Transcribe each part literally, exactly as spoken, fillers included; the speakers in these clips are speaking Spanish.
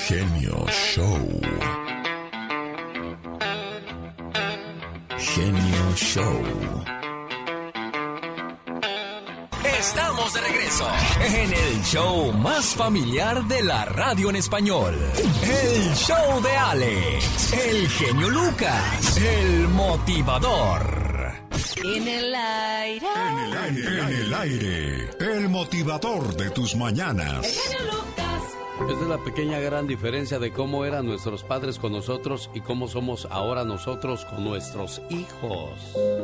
Genio Show. Genio Show. Estamos de regreso en el show más familiar de la radio en español. El show de Alex, el genio Lucas, el motivador. En el aire. En el aire. En el aire. El motivador de tus mañanas. El genio Lucas. Esa es la pequeña gran diferencia de cómo eran nuestros padres con nosotros y cómo somos ahora nosotros con nuestros hijos.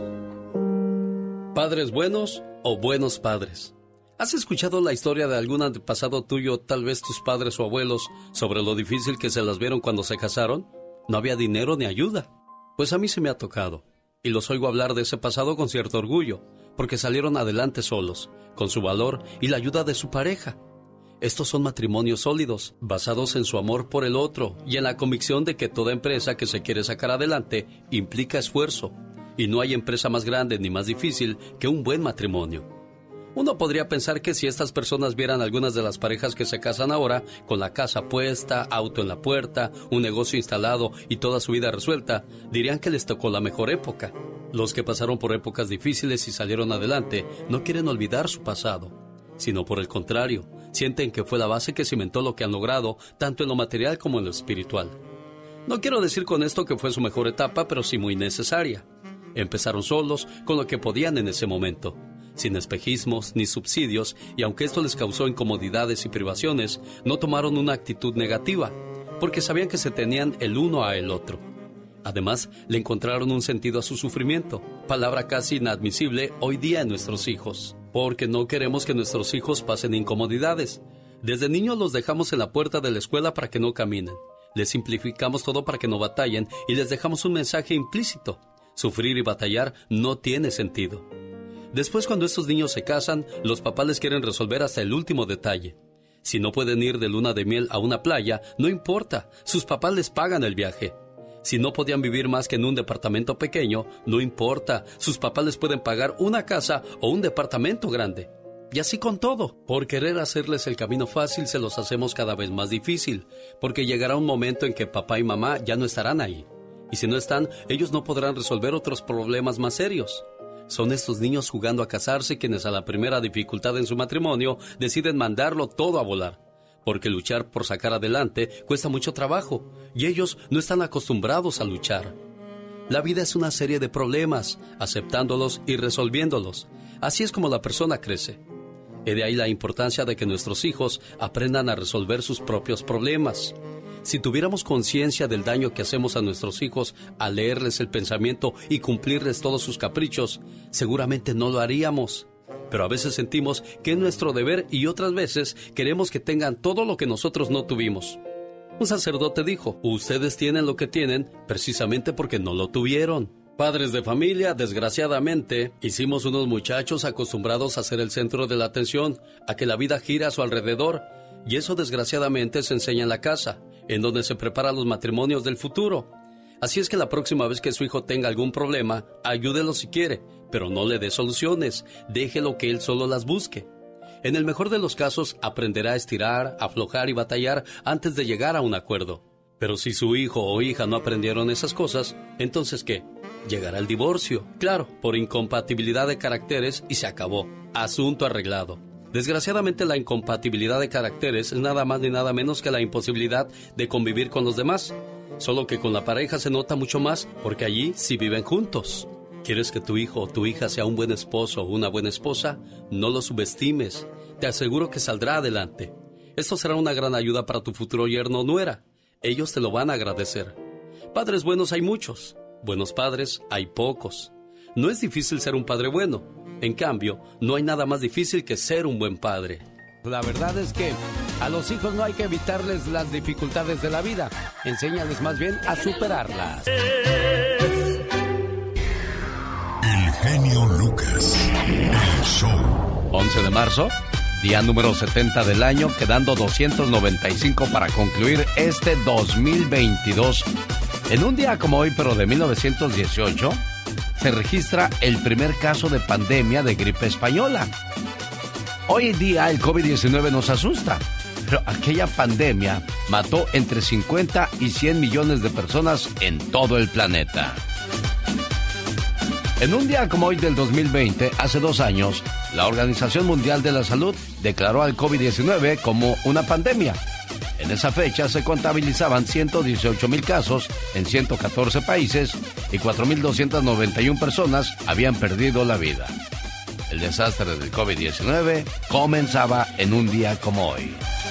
¿Padres buenos o buenos padres? ¿Has escuchado la historia de algún antepasado tuyo, tal vez tus padres o abuelos, sobre lo difícil que se las vieron cuando se casaron? No había dinero ni ayuda. Pues a mí se me ha tocado. Y los oigo hablar de ese pasado con cierto orgullo, porque salieron adelante solos, con su valor y la ayuda de su pareja. Estos son matrimonios sólidos, basados en su amor por el otro y en la convicción de que toda empresa que se quiere sacar adelante implica esfuerzo. Y no hay empresa más grande ni más difícil que un buen matrimonio. Uno podría pensar que si estas personas vieran algunas de las parejas que se casan ahora, con la casa puesta, auto en la puerta, un negocio instalado y toda su vida resuelta, dirían que les tocó la mejor época. Los que pasaron por épocas difíciles y salieron adelante no quieren olvidar su pasado, sino por el contrario, sienten que fue la base que cimentó lo que han logrado, tanto en lo material como en lo espiritual. No quiero decir con esto que fue su mejor etapa, pero sí muy necesaria. Empezaron solos, con lo que podían en ese momento, sin espejismos ni subsidios, y aunque esto les causó incomodidades y privaciones, no tomaron una actitud negativa, porque sabían que se tenían el uno a el otro. Además, le encontraron un sentido a su sufrimiento, palabra casi inadmisible hoy día en nuestros hijos, porque no queremos que nuestros hijos pasen incomodidades. Desde niños los dejamos en la puerta de la escuela para que no caminen, les simplificamos todo para que no batallen y les dejamos un mensaje implícito: sufrir y batallar no tiene sentido. Después, cuando estos niños se casan, los papás les quieren resolver hasta el último detalle. Si no pueden ir de luna de miel a una playa, no importa, sus papás les pagan el viaje. Si no podían vivir más que en un departamento pequeño, no importa, sus papás les pueden pagar una casa o un departamento grande. Y así con todo. Por querer hacerles el camino fácil, se los hacemos cada vez más difícil, porque llegará un momento en que papá y mamá ya no estarán ahí. Y si no están, ellos no podrán resolver otros problemas más serios. Son estos niños jugando a casarse quienes a la primera dificultad en su matrimonio deciden mandarlo todo a volar. Porque luchar por sacar adelante cuesta mucho trabajo y ellos no están acostumbrados a luchar. La vida es una serie de problemas, aceptándolos y resolviéndolos. Así es como la persona crece. Y de ahí la importancia de que nuestros hijos aprendan a resolver sus propios problemas. Si tuviéramos conciencia del daño que hacemos a nuestros hijos al leerles el pensamiento y cumplirles todos sus caprichos, seguramente no lo haríamos. Pero a veces sentimos que es nuestro deber y otras veces queremos que tengan todo lo que nosotros no tuvimos. Un sacerdote dijo: ustedes tienen lo que tienen precisamente porque no lo tuvieron. Padres de familia, desgraciadamente, hicimos unos muchachos acostumbrados a ser el centro de la atención, a que la vida gira a su alrededor, y eso desgraciadamente se enseña en la casa, en donde se preparan los matrimonios del futuro. Así es que la próxima vez que su hijo tenga algún problema, ayúdelo si quiere, pero no le dé soluciones, déjelo que él solo las busque. En el mejor de los casos, aprenderá a estirar, aflojar y batallar antes de llegar a un acuerdo. Pero si su hijo o hija no aprendieron esas cosas, ¿entonces qué? Llegará el divorcio, claro, por incompatibilidad de caracteres y se acabó. Asunto arreglado. Desgraciadamente, la incompatibilidad de caracteres es nada más ni nada menos que la imposibilidad de convivir con los demás. Solo que con la pareja se nota mucho más porque allí sí viven juntos. ¿Quieres que tu hijo o tu hija sea un buen esposo o una buena esposa? No lo subestimes. Te aseguro que saldrá adelante. Esto será una gran ayuda para tu futuro yerno o nuera. Ellos te lo van a agradecer. Padres buenos hay muchos. Buenos padres hay pocos. No es difícil ser un padre bueno. En cambio, no hay nada más difícil que ser un buen padre. La verdad es que a los hijos no hay que evitarles las dificultades de la vida. Enséñales más bien a superarlas. El genio Lucas, el show. once de marzo, día número setenta del año, quedando doscientos noventa y cinco para concluir este dos mil veintidós. En un día como hoy, pero de mil novecientos dieciocho, se registra el primer caso de pandemia de gripe española. Hoy en día el COVID diecinueve nos asusta, Pero aquella pandemia mató entre cincuenta y cien millones de personas en todo el planeta. En un día como hoy del dos mil veinte, hace dos años, la Organización Mundial de la Salud declaró al COVID diecinueve como una pandemia. En esa fecha se contabilizaban ciento dieciocho mil casos en ciento catorce países y cuatro mil doscientas noventa y una personas habían perdido la vida. El desastre del COVID diecinueve comenzaba en un día como hoy.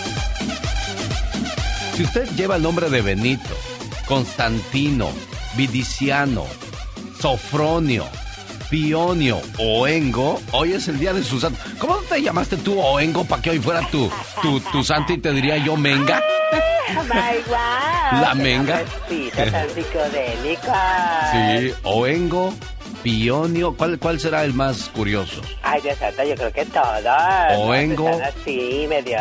Si usted lleva el nombre de Benito, Constantino, Vidiciano, Sofronio, Pionio, Oengo, hoy es el día de su santo. ¿Cómo te llamaste tú, Oengo, para que hoy fuera tu, tu, tu santo y te diría yo Menga? My wow. La Menga. Tan psicodélico. Sí, Oengo, Pionio. ¿Cuál, ¿Cuál será el más curioso? Ay, Dios santo, yo creo que todos. Oengo. Están así, medio...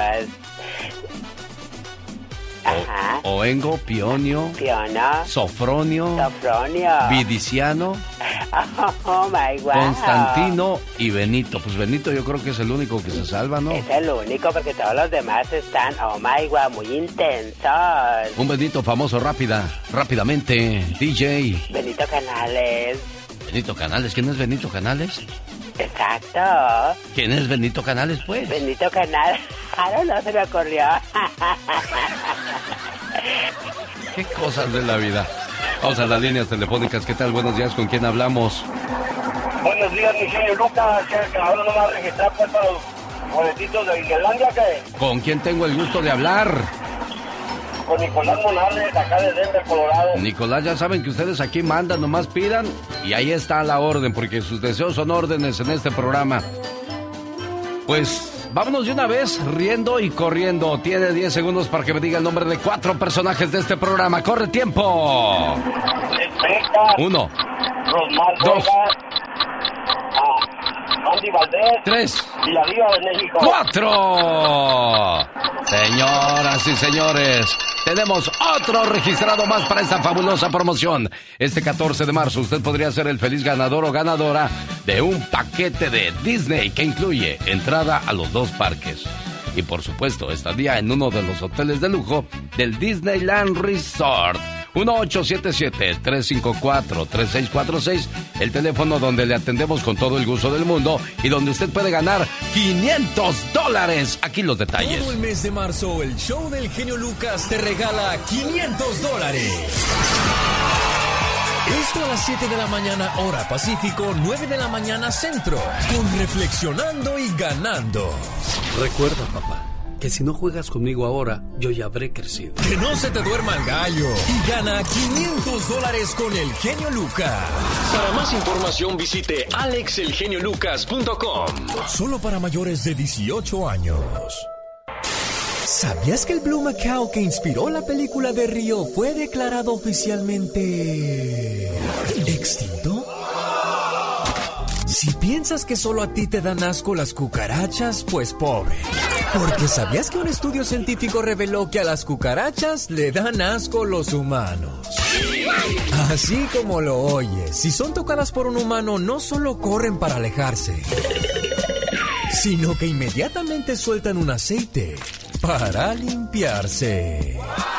Ajá. O, Oengo, Pionio, Piono, Sofronio, Sofronio, Vidiciano, oh my God, Constantino y Benito. Pues Benito yo creo que es el único que se salva, ¿no? Es el único porque todos los demás están, oh my God, muy intensos. Un Benito famoso rápida, rápidamente, D J. Benito Canales. Benito Canales, ¿quién es Benito Canales? Exacto. ¿Quién es Benito Canales, pues? Benito Canales. Claro, no se me ocurrió. Qué cosas de la vida. Vamos a las líneas telefónicas. ¿Qué tal? Buenos días. ¿Con quién hablamos? Buenos días, mi genio Lucas. Que ahora no va a registrar pues para los boletitos de Islandia, ¿qué? ¿Con quién tengo el gusto de hablar? Con Nicolás Monales, de acá de Denver, Colorado. Nicolás, ya saben que ustedes aquí mandan, nomás pidan y ahí está la orden, porque sus deseos son órdenes en este programa. Pues vámonos de una vez, riendo y corriendo. Tiene diez segundos para que me diga el nombre de cuatro personajes de este programa. ¡Corre tiempo! Especta. Uno. Rosmar Dos. Vega, ah, Andy Valdés. Tres. Y la Diva de México. ¡Cuatro! Señoras y señores, tenemos otro registrado más para esta fabulosa promoción. Este catorce de marzo usted podría ser el feliz ganador o ganadora de un paquete de Disney que incluye entrada a los dos parques. Y por supuesto, estadía en uno de los hoteles de lujo del Disneyland Resort. uno ocho siete siete, tres cinco cuatro, tres seis cuatro seis, el teléfono donde le atendemos con todo el gusto del mundo y donde usted puede ganar quinientos dólares. Aquí los detalles. Todo el mes de marzo, el show del genio Lucas te regala quinientos dólares. Esto a las siete de la mañana, hora Pacífico, nueve de la mañana Centro, con Reflexionando y Ganando. Recuerda, papá, que si no juegas conmigo ahora, yo ya habré crecido. Que no se te duerma el gallo y gana quinientos dólares con el genio Lucas. Para más información visite alex el genio lucas punto com. Solo para mayores de dieciocho años. ¿Sabías que el Blue Macao que inspiró la película de Río fue declarado oficialmente extinto? Si piensas que solo a ti te dan asco las cucarachas, pues pobre. Porque ¿sabías que un estudio científico reveló que a las cucarachas le dan asco los humanos? Así como lo oyes, si son tocadas por un humano, no solo corren para alejarse, sino que inmediatamente sueltan un aceite para limpiarse.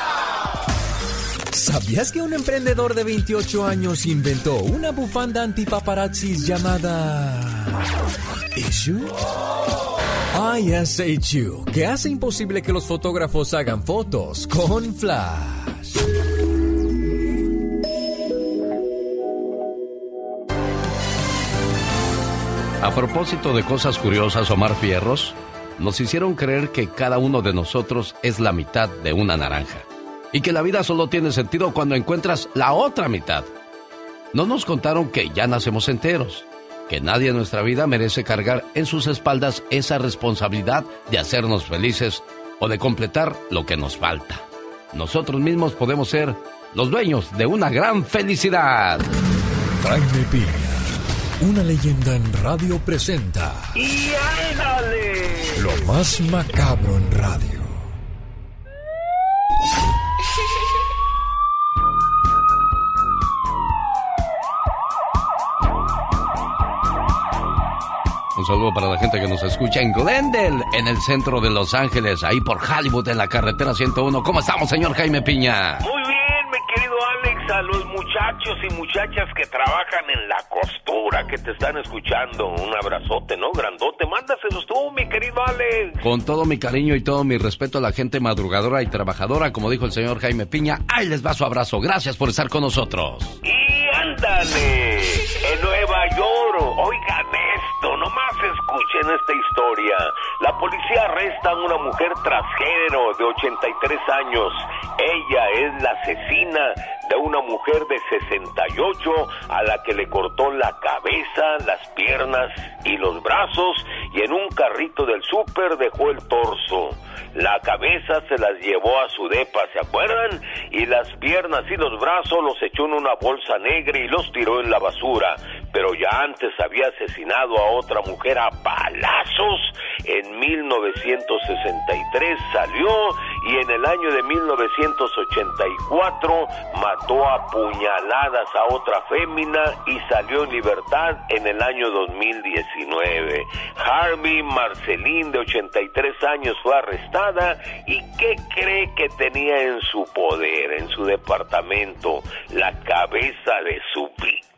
¿Sabías que un emprendedor de veintiocho años inventó una bufanda antipaparazzis llamada Issue? I S H U, que hace imposible que los fotógrafos hagan fotos con flash. A propósito de cosas curiosas, Omar Fierros, nos hicieron creer que cada uno de nosotros es la mitad de una naranja y que la vida solo tiene sentido cuando encuentras la otra mitad. No nos contaron que ya nacemos enteros, que nadie en nuestra vida merece cargar en sus espaldas esa responsabilidad de hacernos felices o de completar lo que nos falta. Nosotros mismos podemos ser los dueños de una gran felicidad. Jaime Piña, una leyenda en radio presenta. ¡Y ándale! Lo más macabro en radio. Un Un saludo para la gente que nos escucha en Glendale, en el centro de Los Ángeles, ahí por Hollywood, en la carretera ciento uno. ¿Cómo estamos, señor Jaime Piña? Muy bien, mi querido Alex, a los muchachos y muchachas que trabajan en la costura, que te están escuchando, un abrazote, ¿no? Grandote, mándaselos tú, mi querido Alex. Con todo mi cariño y todo mi respeto a la gente madrugadora y trabajadora, como dijo el señor Jaime Piña, ahí les va su abrazo. Gracias por estar con nosotros. Y ándale, en Nueva York, oigan esto, nomás escuchen esta historia. La policía arresta a una mujer transgénero de ochenta y tres años. Ella es la asesina de una mujer de sesenta y ocho a la que le cortó la cabeza, las piernas y los brazos, y en un carrito del súper dejó el torso. La cabeza se las llevó a su depa, ¿se acuerdan? Y las piernas y los brazos los echó en una bolsa negra y los tiró en la basura. Pero ya antes había asesinado a otra mujer a balazos. En mil novecientos sesenta y tres salió y en el año de mil novecientos ochenta y cuatro mató a puñaladas a otra fémina y salió en libertad en el año dos mil diecinueve. Harvey Marceline, de ochenta y tres años, fue arrestada. ¿Y qué cree que tenía en su poder, en su departamento? La cabeza de su víctima.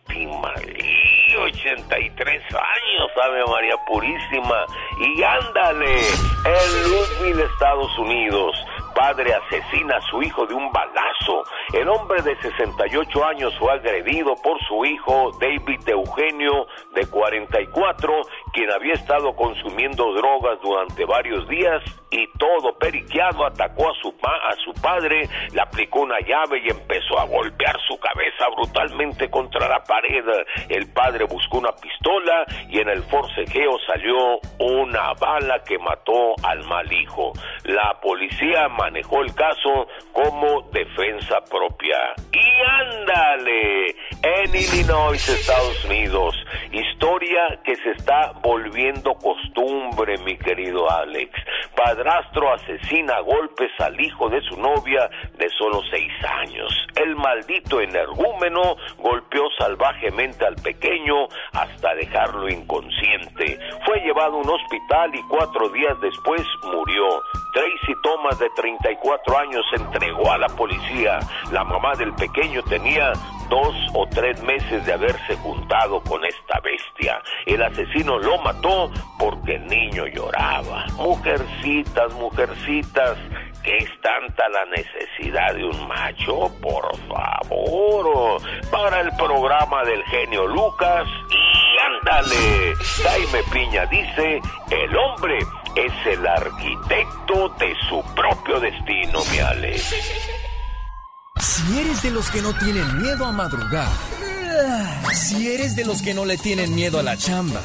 Y ochenta y tres años, Ave María Purísima. Y ándale, en Louisville, Estados Unidos, padre asesina a su hijo de un balazo. El hombre de sesenta y ocho años fue agredido por su hijo David Eugenio, de cuarenta y cuatro, quien había estado consumiendo drogas durante varios días y todo periqueado atacó a su, pa- a su padre, le aplicó una llave y empezó a golpear su cabeza brutalmente contra la pared. El padre buscó una pistola y en el forcejeo salió una bala que mató al mal hijo. La policía manejó el caso como defensa propia. Y ándale, en Illinois, Estados Unidos, historia que se está volviendo costumbre, mi querido Alex. Padrastro asesina a golpes al hijo de su novia de solo seis años. El maldito energúmeno golpeó salvajemente al pequeño hasta dejarlo inconsciente. Fue llevado a un hospital y cuatro días después murió. Tracy Thomas, de treinta y cuatro años, se entregó a la policía. La mamá del pequeño tenía dos o tres meses de haberse juntado con esta bestia. El asesino lo mató porque el niño lloraba. Mujercitas, mujercitas, ¿qué es tanta la necesidad de un macho? Por favor. Para el programa del genio Lucas, y ándale, Jaime Piña dice, el hombre es el arquitecto de su propio destino, mi Alex. Si eres de los que no tienen miedo a madrugar, si eres de los que no le tienen miedo a la chamba,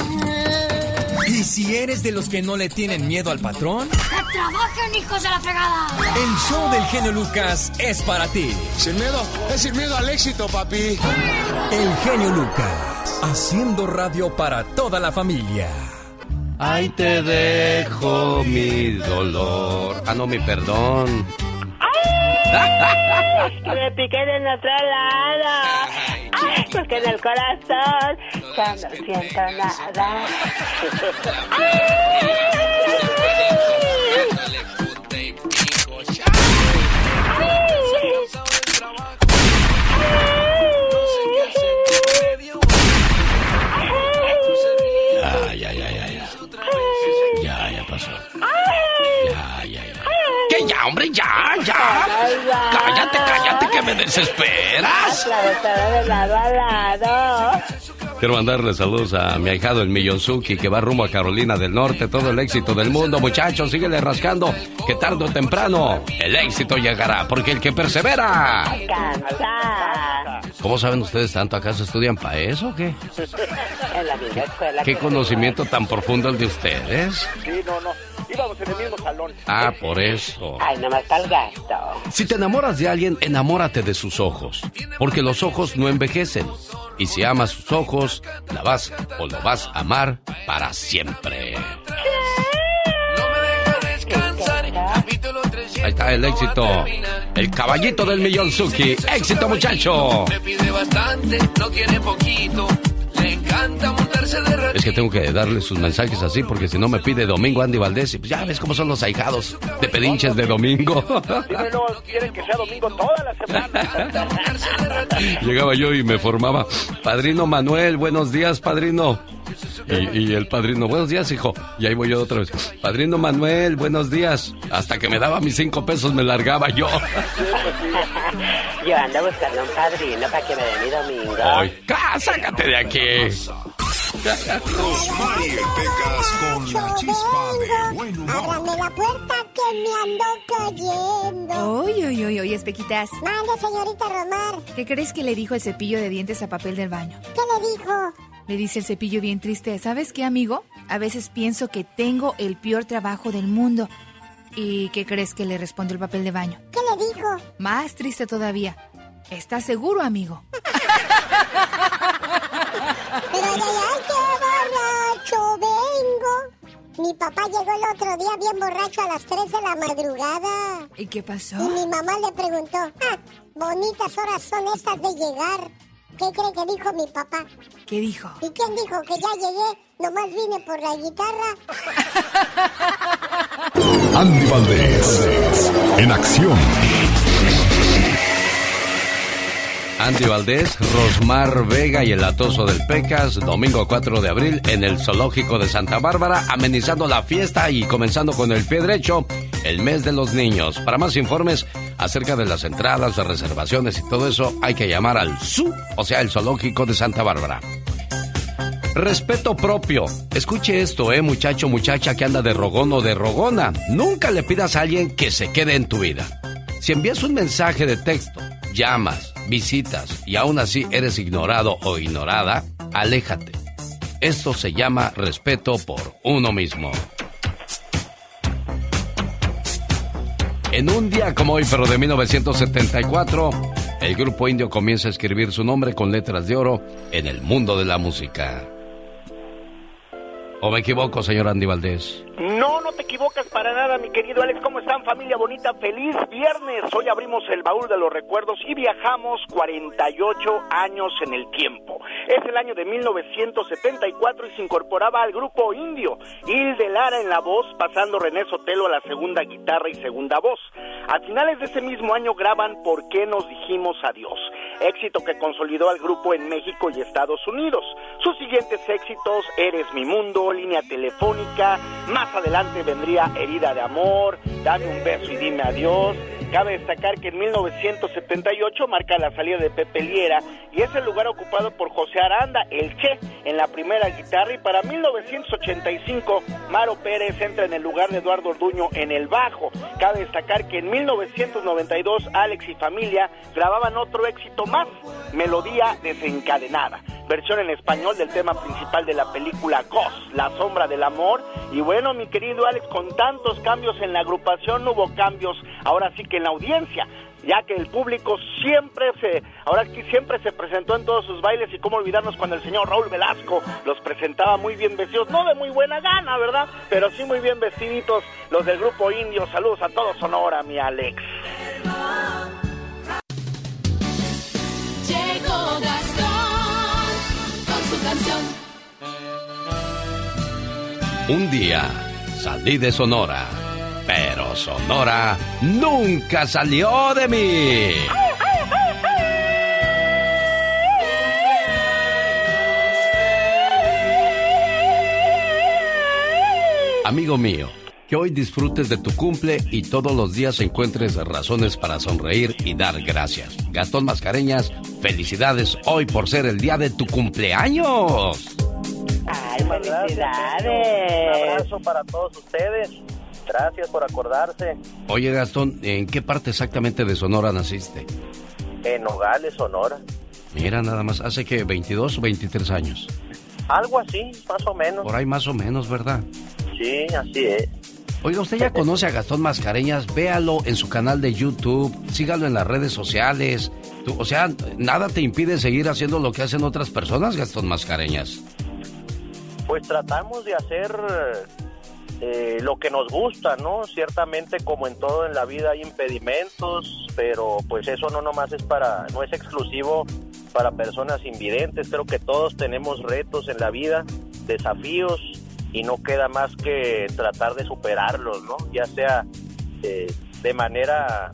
y si eres de los que no le tienen miedo al patrón, ¡que trabajen, hijos de la fregada! el show del genio Lucas es para ti. Sin miedo, es sin miedo al éxito, papi. El genio Lucas, haciendo radio para toda la familia. Ahí te dejo mi dolor. Ah, no, mi perdón. Me piqué del otro lado. Ay, porque en el corazón ya no siento nada. Ya, ya, ya, ya, ya. Ya, ya pasó. Ya, ya, ya. ¿Qué ya, hombre? Ya, ya. Cállate, cállate, que me desesperas. De lado a lado. Quiero mandarle saludos a mi ahijado el Millonzuki, que va rumbo a Carolina del Norte. Todo el éxito del mundo, muchachos. Síguele rascando, que tarde o temprano el éxito llegará, porque el que persevera Alcanza. ¿Cómo saben ustedes tanto? ¿Acaso estudian para eso o qué? En la misma escuela. ¿Qué conocimiento tan profundo el de ustedes? Sí, no, no. Íbamos en el mismo salón. Ah, por eso. Ay, nomás para el gasto. Si te enamoras de alguien, enamórate de sus ojos, porque los ojos no envejecen. Y si amas sus ojos, la vas o lo vas a amar para siempre. Ahí está el éxito. El caballito del Millonzuki. ¡Éxito, muchacho! Me pide bastante, no quiere poquito. Le encanta montar Es que tengo que darle sus mensajes así, porque si no me pide Domingo Andy Valdés, y pues ya ves cómo son los ahijados de pedinches de Domingo. Dímelo, quieren que sea domingo toda la semana. Llegaba yo y me formaba, Padrino Manuel, buenos días, padrino. Y, y el padrino, buenos días, hijo. Y ahí voy yo otra vez, Padrino Manuel, buenos días. Hasta que me daba mis cinco pesos me largaba yo. Yo ando buscando un padrino para que me dé mi domingo. Ay, ¡cá, sácate de aquí! Rosmarie Pecas con la chispa de buen humor. Ábrame la puerta que me ando cayendo. Oy, oy, oy, oy, Espequitas. Mande, señorita Romar. ¿Qué crees que le dijo el cepillo de dientes a papel del baño? ¿Qué le dijo? Le dice el cepillo bien triste, ¿sabes qué, amigo? A veces pienso que tengo el peor trabajo del mundo. ¿Y qué crees que le responde el papel de baño? ¿Qué le dijo? Más triste todavía. ¿Estás seguro, amigo? Pero de allá que borracho vengo. Mi papá llegó el otro día bien borracho a las tres de la madrugada. ¿Y qué pasó? Y mi mamá le preguntó, ah, bonitas horas son estas de llegar. ¿Qué cree que dijo mi papá? ¿Qué dijo? ¿Y quién dijo que ya llegué? Nomás vine por la guitarra. Andy Valdés, en acción. Andy Valdés, Rosmar Vega y el Atoso del Pecas, domingo cuatro de abril en el Zoológico de Santa Bárbara, amenizando la fiesta y comenzando con el pie derecho, el mes de los niños. Para más informes acerca de las entradas, de reservaciones y todo eso, hay que llamar al Z U, o sea, el Zoológico de Santa Bárbara. Respeto propio. Escuche esto, eh, muchacho, muchacha que anda de rogón o de rogona. Nunca le pidas a alguien que se quede en tu vida. Si envías un mensaje de texto, llamas, visitas y aún así eres ignorado o ignorada, aléjate. Esto se llama respeto por uno mismo. En un día como hoy, pero de mil novecientos setenta y cuatro, el grupo indio comienza a escribir su nombre con letras de oro en el mundo de la música. ¿O me equivoco, señor Andy Valdés? No, no te equivocas para nada, mi querido Alex. ¿Cómo están, familia bonita? ¡Feliz viernes! Hoy abrimos el baúl de los recuerdos y viajamos cuarenta y ocho años en el tiempo. Es el año de mil novecientos setenta y cuatro y se incorporaba al grupo indio. Hilde Lara en la voz, pasando René Sotelo a la segunda guitarra y segunda voz. A finales de ese mismo año graban ¿Por qué nos dijimos adiós? Éxito que consolidó al grupo en México y Estados Unidos. Sus siguientes éxitos, Eres mi mundo, Línea telefónica, más adelante vendría Herida de amor, Dame un beso y dime adiós. Cabe destacar que en mil novecientos setenta y ocho marca la salida de Pepe Liera y es el lugar ocupado por José Aranda, el Che, en la primera guitarra, y para mil novecientos ochenta y cinco Maro Pérez entra en el lugar de Eduardo Orduño en el bajo. Cabe destacar que en mil novecientos noventa y dos Alex y familia grababan otro éxito más, Melodía desencadenada, versión en español del tema principal de la película Ghost, La sombra del amor. Y bueno, mi querido Alex, con tantos cambios en la agrupación, no hubo cambios ahora sí que en la audiencia, ya que el público siempre se, ahora sí siempre se presentó en todos sus bailes, y cómo olvidarnos cuando el señor Raúl Velasco los presentaba muy bien vestidos, no de muy buena gana, ¿verdad? Pero sí muy bien vestiditos los del grupo indio. Saludos a todos Sonora, mi Alex. Llegó Gastón con su canción. Un día salí de Sonora, pero Sonora nunca salió de mí. Amigo mío, que hoy disfrutes de tu cumple y todos los días encuentres razones para sonreír y dar gracias. Gastón Mascareñas, felicidades hoy por ser el día de tu cumpleaños. ¡Ay, felicidades! Un abrazo para todos ustedes. Gracias por acordarse. Oye, Gastón, ¿en qué parte exactamente de Sonora naciste? En Nogales, Sonora. Mira, nada más, ¿hace que veintidós o veintitrés años? Algo así, más o menos. Por ahí más o menos, ¿verdad? Sí, así es. Oiga, usted ya conoce a Gastón Mascareñas, véalo en su canal de YouTube, sígalo en las redes sociales. Tú, o sea, nada te impide seguir haciendo lo que hacen otras personas, Gastón Mascareñas. Pues tratamos de hacer eh, lo que nos gusta, ¿no? Ciertamente, como en todo en la vida hay impedimentos, pero pues eso no nomás es para, no es exclusivo para personas invidentes. Creo que todos tenemos retos en la vida, desafíos, y no queda más que tratar de superarlos, ¿no? Ya sea eh, de manera,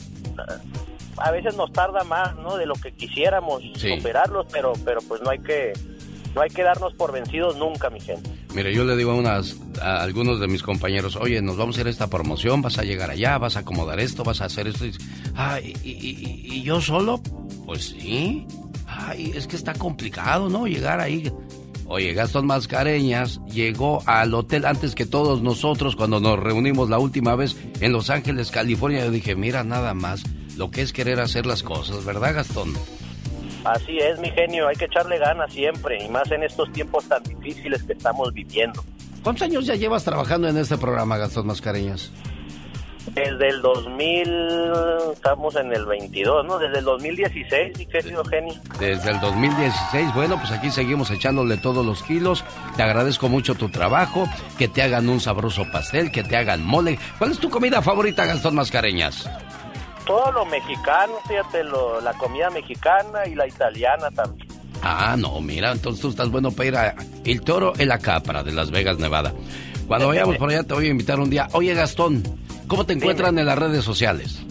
a veces nos tarda más, ¿no? De lo que quisiéramos sí. superarlos, pero, pero pues no hay que, no hay que darnos por vencidos nunca, mi gente. Mire, yo le digo a, unas, a algunos de mis compañeros, oye, nos vamos a ir a esta promoción, vas a llegar allá, vas a acomodar esto, vas a hacer esto. Y, ah, ¿y, y, y yo solo? Pues sí. Ay, es que está complicado, ¿no? Llegar ahí. Oye, Gastón Mascareñas llegó al hotel antes que todos nosotros cuando nos reunimos la última vez en Los Ángeles, California. Yo dije, mira nada más lo que es querer hacer las cosas, ¿verdad, Gastón? Así es, mi genio, hay que echarle ganas siempre, y más en estos tiempos tan difíciles que estamos viviendo. ¿Cuántos años ya llevas trabajando en este programa, Gastón Mascareñas? Desde el dos mil, estamos en el veintidós, ¿no? Desde el dos mil dieciséis, mi querido genio. Desde el dos mil dieciséis, bueno, pues aquí seguimos echándole todos los kilos. Te agradezco mucho tu trabajo, que te hagan un sabroso pastel, que te hagan mole. ¿Cuál es tu comida favorita, Gastón Mascareñas? Todo lo mexicano, fíjate, lo, la comida mexicana y la italiana también. Ah, no, mira, entonces tú estás bueno para ir a El Toro en la Capra de Las Vegas, Nevada. Cuando vayamos por allá te voy a invitar un día. Oye, Gastón, ¿cómo te encuentran Dime. en las redes sociales?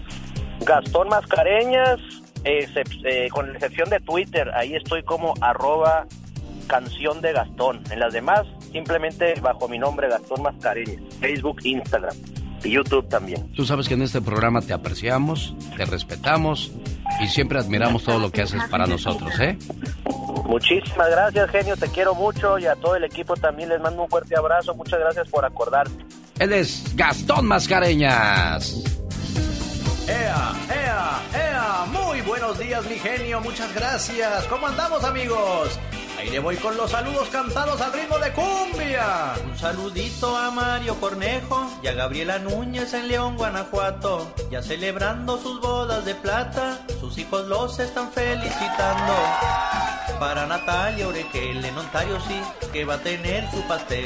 Gastón Mascareñas, eh, se, eh, con la excepción de Twitter, ahí estoy como arroba canción de Gastón. En las demás, simplemente bajo mi nombre, Gastón Mascareñas. Facebook, Instagram y YouTube también. Tú sabes que en este programa te apreciamos, te respetamos y siempre admiramos todo lo que haces para nosotros, ¿eh? Muchísimas gracias, genio, te quiero mucho, y a todo el equipo también les mando un fuerte abrazo. Muchas gracias por acordarse. Él es Gastón Mascareñas. ¡Ea, ea, ea! Muy buenos días, mi genio, muchas gracias. ¿Cómo andamos, amigos? Ahí le voy con los saludos cantados al ritmo de cumbia. Un saludito a Mario Cornejo y a Gabriela Núñez en León, Guanajuato. Ya celebrando sus bodas de plata, sus hijos los están felicitando. Para Natalia Oregel en Ontario, sí, que va a tener su pastel.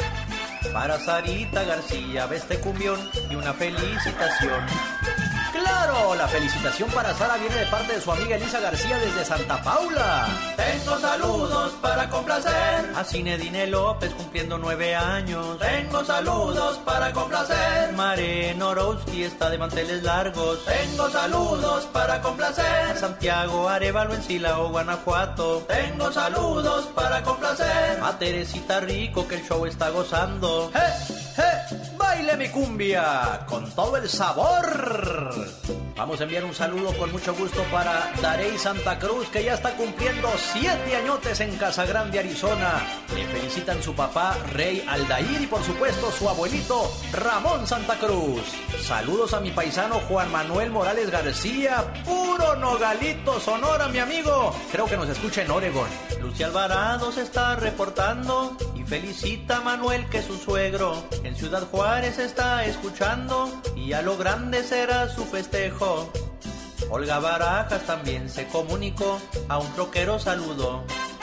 Para Sarita García, ve este cumbión y una felicitación. ¡Claro! La felicitación para Sara viene de parte de su amiga Elisa García desde Santa Paula. Tengo saludos para complacer a Zinedine López cumpliendo nueve años. Tengo saludos para complacer. Mare Norowski está de manteles largos. Tengo saludos para complacer. Santiago Arevalo en Silao, Guanajuato. Tengo saludos para complacer. A Teresita Rico que el show está gozando. ¡Eh! ¡Eh! ¡Baile mi cumbia! Con todo el sabor. Vamos a enviar un saludo con mucho gusto para Darey Santa Cruz, que ya está cumpliendo siete añotes en Casa Grande, Arizona. Le felicitan su papá, Rey Aldair, y por supuesto su abuelito, Ramón Santa Cruz. Saludos a mi paisano Juan Manuel Morales García, puro Nogalito, Sonora, mi amigo. Creo que nos escucha en Oregon. Lucia Alvarado se está reportando y felicita a Manuel, que es su suegro. En Ciudad Juárez está escuchando y a lo grande será su festejo. Olga Barajas también se comunicó, a un troquero saludo.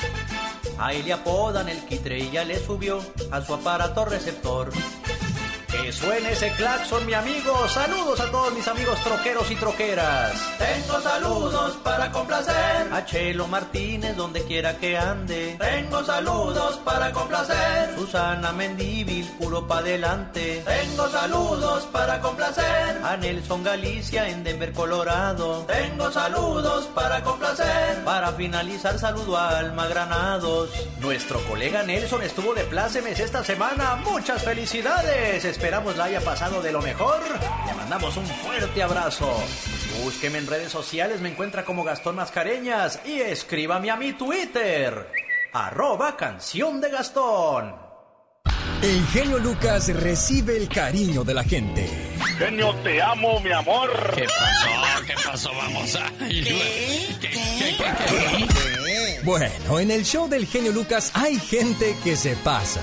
Ahí le apodan el quitre y ya le subió a su aparato receptor. Que suene ese claxon, mi amigo. Saludos a todos mis amigos troqueros y troqueras. Tengo saludos para complacer a Chelo Martínez donde quiera que ande. Tengo saludos para complacer Susana Mendívil, puro pa' delante. Tengo saludos para complacer a Nelson Galicia en Denver, Colorado. Tengo saludos para complacer. Para finalizar, saludo a Alma Granados. Nuestro colega Nelson estuvo de plácemes esta semana. Muchas felicidades. Esperamos la haya pasado de lo mejor. Le mandamos un fuerte abrazo. Búsqueme en redes sociales, me encuentra como Gastón Mascareñas. Y escríbame a mi Twitter, arroba canción de Gastón. El genio Lucas recibe el cariño de la gente. Genio, te amo, mi amor. ¿Qué pasó? ¿Qué pasó? Vamos a... ¿Qué? ¿Qué? ¿Qué? ¿Qué? ¿Qué? Bueno, en el show del genio Lucas hay gente que se pasa.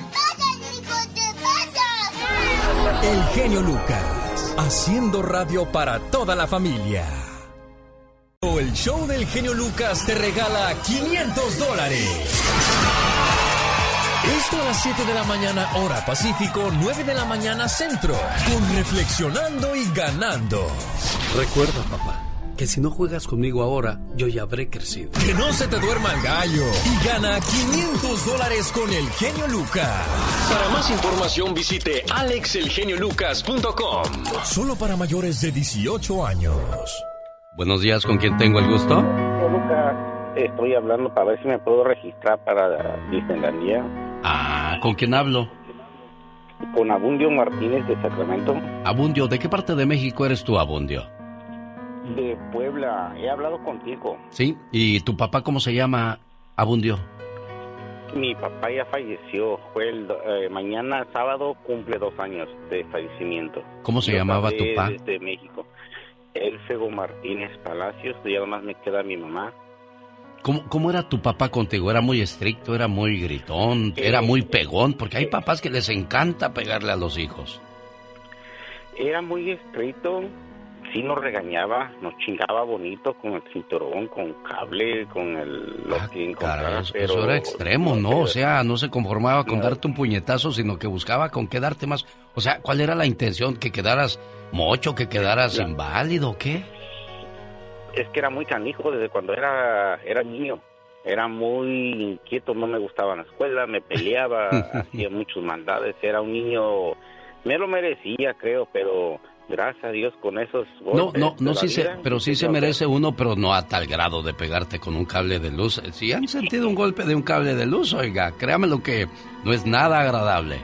El genio Lucas, haciendo radio para toda la familia. El show del genio Lucas te regala quinientos dólares. Esto a las siete de la mañana hora Pacífico, nueve de la mañana Centro, con Reflexionando y Ganando. Recuerda, papá, que si no juegas conmigo ahora, yo ya habré crecido. Que no se te duerma el gallo y gana quinientos dólares con el genio Lucas. Para más información visite alex el genio lucas punto com. Solo para mayores de dieciocho años. Buenos días, ¿con quién tengo el gusto? Yo, Lucas, estoy hablando para ver si me puedo registrar para Disneylandia. Ah, ¿con quién hablo? Con Abundio Martínez de Sacramento. Abundio, ¿de qué parte de México eres tú, Abundio? De Puebla, he hablado contigo. Sí, ¿y tu papá cómo se llama, Abundio? Mi papá ya falleció, fue el eh, mañana sábado cumple dos años de fallecimiento. ¿Cómo se Yo llamaba tu papá? Desde México. Elfego Martínez Palacios, ya nomás me queda mi mamá. ¿Cómo, ¿Cómo era tu papá contigo? ¿Era muy estricto, era muy gritón, era muy pegón? Porque hay papás que les encanta pegarle a los hijos. Era muy estricto, sí nos regañaba, nos chingaba bonito con el cinturón, con cable, con el... Lo Ah, que caray, eso, pero, eso era extremo, ¿no? O sea, no se conformaba con darte un puñetazo, sino que buscaba con qué darte más. O sea, ¿cuál era la intención? ¿Que quedaras mocho, que quedaras La... inválido o qué? Es que era muy canijo desde cuando era, era niño. Era muy inquieto, no me gustaba la escuela, me peleaba, hacía muchos maldades. Era un niño, me lo merecía, creo, pero gracias a Dios con esos golpes. No, no, no, sí vida, se, pero sí se merece uno, pero no a tal grado de pegarte con un cable de luz. Si han sentido un golpe de un cable de luz, oiga, créame lo que no es nada agradable.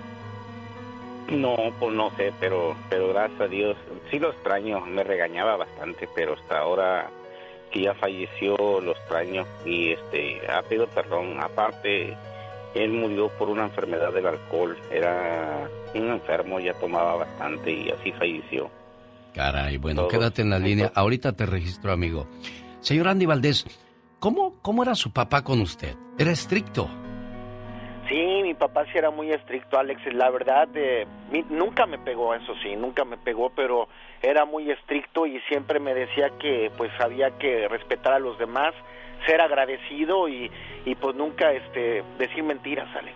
No, pues no sé, pero, pero gracias a Dios, sí lo extraño, me regañaba bastante, pero hasta ahora que ya falleció lo extraño y este ha pedido perdón. Aparte, él murió por una enfermedad del alcohol, era un enfermo, ya tomaba bastante y así falleció. Caray, bueno, Todos. quédate en la línea, ahorita te registro, amigo. Señor Andy Valdés, ¿cómo, cómo era su papá con usted? ¿Era estricto? Sí, mi papá sí era muy estricto, Alex. La verdad, eh, mi, nunca me pegó, eso sí, nunca me pegó, pero era muy estricto y siempre me decía que pues había que respetar a los demás, ser agradecido y, y pues nunca este decir mentiras, Alex.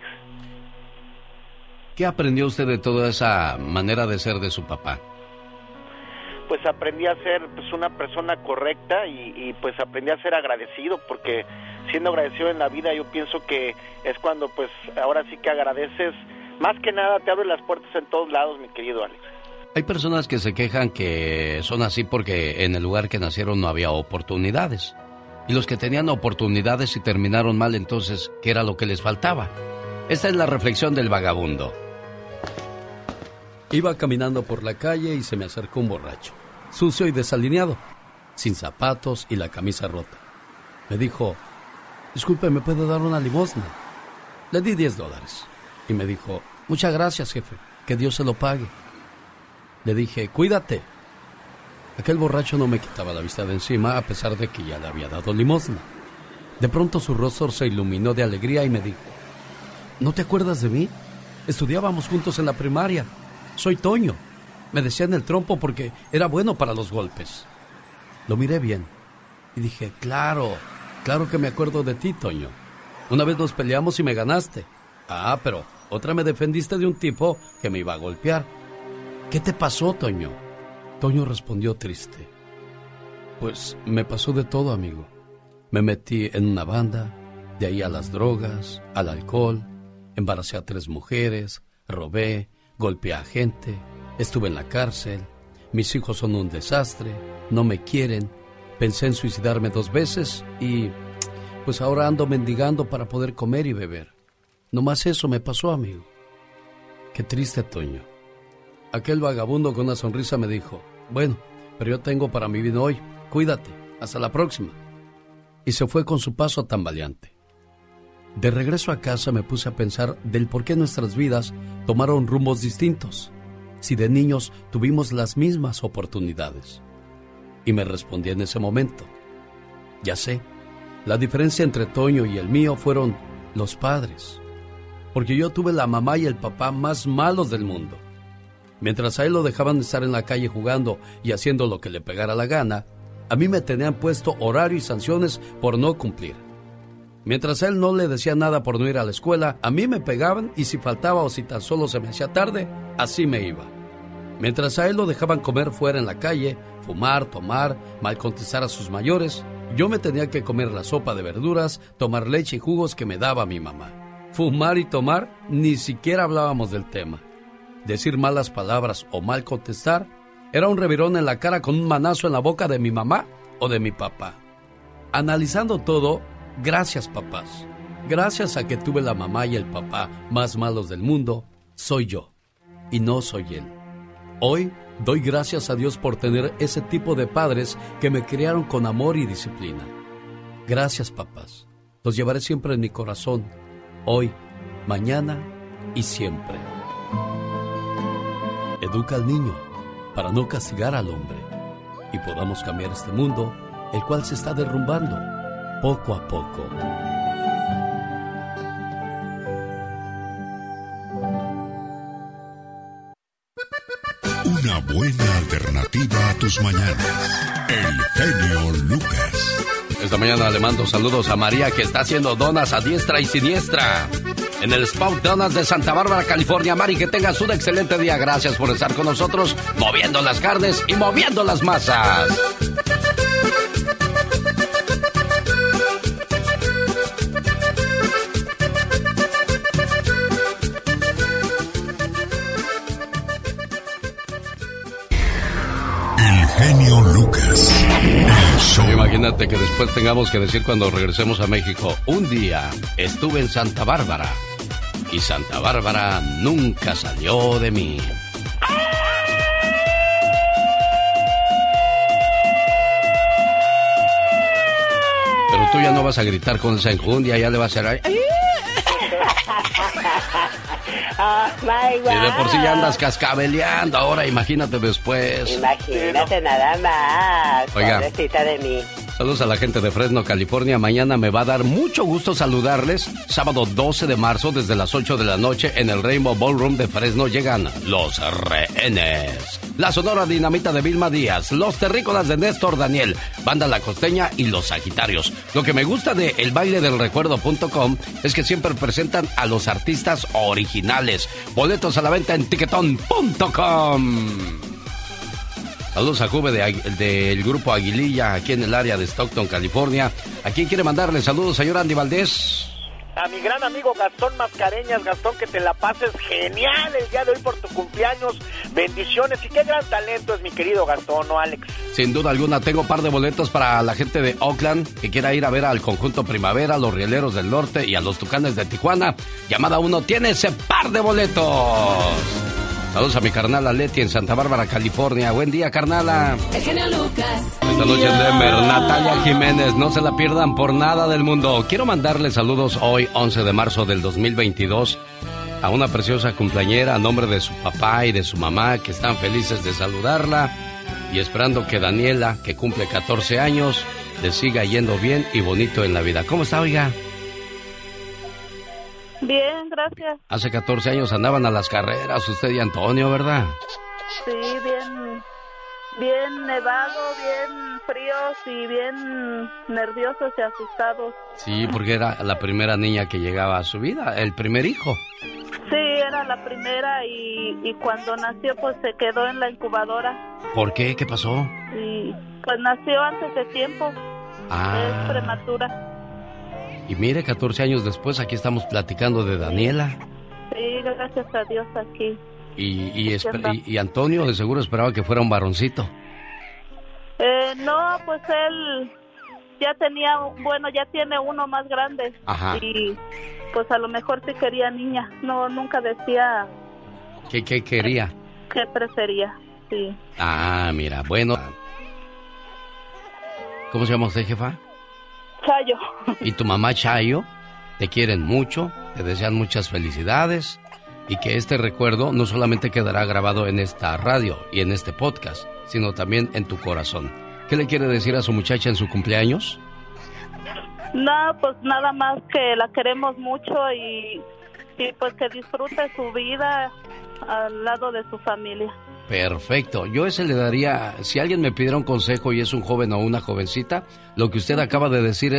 ¿Qué aprendió usted de toda esa manera de ser de su papá? Pues aprendí a ser pues una persona correcta y, y pues aprendí a ser agradecido, porque siendo agradecido en la vida yo pienso que es cuando pues ahora sí que agradeces, más que nada te abres las puertas en todos lados, mi querido Alex. Hay personas que se quejan que son así porque en el lugar que nacieron no había oportunidades. Y los que tenían oportunidades y terminaron mal, entonces, ¿qué era lo que les faltaba? Esta es la reflexión del vagabundo. Iba caminando por la calle y se me acercó un borracho, sucio y desalineado, sin zapatos y la camisa rota. Me dijo, disculpe, ¿me puede dar una limosna? Le di diez dólares y me dijo, muchas gracias, jefe, que Dios se lo pague. Le dije, cuídate. Aquel borracho no me quitaba la vista de encima a pesar de que ya le había dado limosna. De pronto su rostro se iluminó de alegría y me dijo, ¿no te acuerdas de mí? Estudiábamos juntos en la primaria. Soy Toño. Me decían el trompo porque era bueno para los golpes. Lo miré bien y dije, claro, claro que me acuerdo de ti, Toño. Una vez nos peleamos y me ganaste. Ah, pero otra me defendiste de un tipo que me iba a golpear. ¿Qué te pasó, Toño? Toño respondió triste. Pues me pasó de todo, amigo. Me metí en una banda, de ahí a las drogas, al alcohol, embaracé a tres mujeres, robé, golpeé a gente, estuve en la cárcel, mis hijos son un desastre, no me quieren, pensé en suicidarme dos veces y pues ahora ando mendigando para poder comer y beber. Nomás eso me pasó, amigo. Qué triste, Toño. Aquel vagabundo con una sonrisa me dijo, bueno, pero yo tengo para mi vino hoy, cuídate, hasta la próxima. Y se fue con su paso tambaleante. De regreso a casa me puse a pensar del por qué nuestras vidas tomaron rumbos distintos, si de niños tuvimos las mismas oportunidades. Y me respondí en ese momento, ya sé, la diferencia entre Toño y el mío fueron los padres, porque yo tuve la mamá y el papá más malos del mundo. Mientras a él lo dejaban estar en la calle jugando y haciendo lo que le pegara la gana, a mí me tenían puesto horario y sanciones por no cumplir. Mientras a él no le decía nada por no ir a la escuela, a mí me pegaban y si faltaba o si tan solo se me hacía tarde, así me iba. Mientras a él lo dejaban comer fuera en la calle, fumar, tomar, mal contestar a sus mayores, yo me tenía que comer la sopa de verduras, tomar leche y jugos que me daba mi mamá. Fumar y tomar, ni siquiera hablábamos del tema. Decir malas palabras o mal contestar, era un revirón en la cara con un manazo en la boca de mi mamá o de mi papá. Analizando todo, gracias papás. Gracias a que tuve la mamá y el papá más malos del mundo, soy yo y no soy él. Hoy doy gracias a Dios por tener ese tipo de padres que me criaron con amor y disciplina. Gracias papás, los llevaré siempre en mi corazón, hoy, mañana y siempre. Educa al niño para no castigar al hombre y podamos cambiar este mundo, el cual se está derrumbando poco a poco. Una buena alternativa a tus mañanas. El genio Lucas. Esta mañana le mando saludos a María, que está haciendo donas a diestra y siniestra en el Spout Donuts de Santa Bárbara, California. Mari, que tengas un excelente día. Gracias por estar con nosotros, moviendo las carnes y moviendo las masas. El genio Lucas. El show. Imagínate que después tengamos que decir cuando regresemos a México: un día estuve en Santa Bárbara y Santa Bárbara nunca salió de mí. Pero tú ya no vas a gritar con esa enjundia, ya le vas a hacer ahí. Oh, my God. Y de por sí ya andas cascabeleando, ahora imagínate después. Imagínate nada más. Oiga. Pobrecita de mí. Saludos a la gente de Fresno, California. Mañana me va a dar mucho gusto saludarles. Sábado doce de marzo, desde las ocho de la noche, en el Rainbow Ballroom de Fresno, llegan Los Rehenes, la Sonora Dinamita de Vilma Díaz, Los Terrícolas de Néstor Daniel, Banda La Costeña y Los Sagitarios. Lo que me gusta de el baile del recuerdo punto com es que siempre presentan a los artistas originales. Boletos a la venta en tiquetón punto com. Saludos a Juve del de, de grupo Aguililla, aquí en el área de Stockton, California. ¿A quién quiere mandarle saludos, señor Andy Valdés? A mi gran amigo Gastón Mascareñas. Gastón, que te la pases genial el día de hoy por tu cumpleaños. Bendiciones y qué gran talento es mi querido Gastón, ¿no, Alex? Sin duda alguna, tengo un par de boletos para la gente de Oakland que quiera ir a ver al Conjunto Primavera, a los Rieleros del Norte y a los Tucanes de Tijuana. Llamada uno tiene ese par de boletos. Saludos a mi carnala Leti en Santa Bárbara, California. Buen día, carnala. El genio Lucas. Esta noche en Denver, Natalia Jiménez. No se la pierdan por nada del mundo. Quiero mandarle saludos hoy, once de marzo del dos mil veintidós, a una preciosa cumpleañera a nombre de su papá y de su mamá, que están felices de saludarla y esperando que Daniela, que cumple catorce años, le siga yendo bien y bonito en la vida. ¿Cómo está, oiga? Bien, gracias. Hace catorce años andaban a las carreras usted y Antonio, ¿verdad? Sí, bien, bien nevado, bien fríos y bien nerviosos y asustados. Sí, porque era la primera niña que llegaba a su vida, el primer hijo. Sí, era la primera y, y cuando nació pues se quedó en la incubadora. ¿Por qué? ¿Qué pasó? Y pues nació antes de tiempo. Ah. Es prematura. Y mire, catorce años después, aquí estamos platicando de Daniela. Sí, gracias a Dios aquí. Y, y, y, y Antonio de seguro esperaba que fuera un varoncito. Eh, no, pues él ya tenía, bueno, ya tiene uno más grande. Ajá. Y pues a lo mejor sí quería niña. No, nunca decía... ¿Qué, qué quería? ¿Qué prefería? Sí. Ah, mira, bueno. ¿Cómo se llama usted, jefa? Chayo. Y tu mamá Chayo, te quieren mucho, te desean muchas felicidades y que este recuerdo no solamente quedará grabado en esta radio y en este podcast, sino también en tu corazón. ¿Qué le quiere decir a su muchacha en su cumpleaños? No, pues nada más que la queremos mucho y, y pues que disfrute su vida al lado de su familia. Perfecto. Yo ese le daría, si alguien me pidiera un consejo y es un joven o una jovencita, lo que usted acaba de decir es,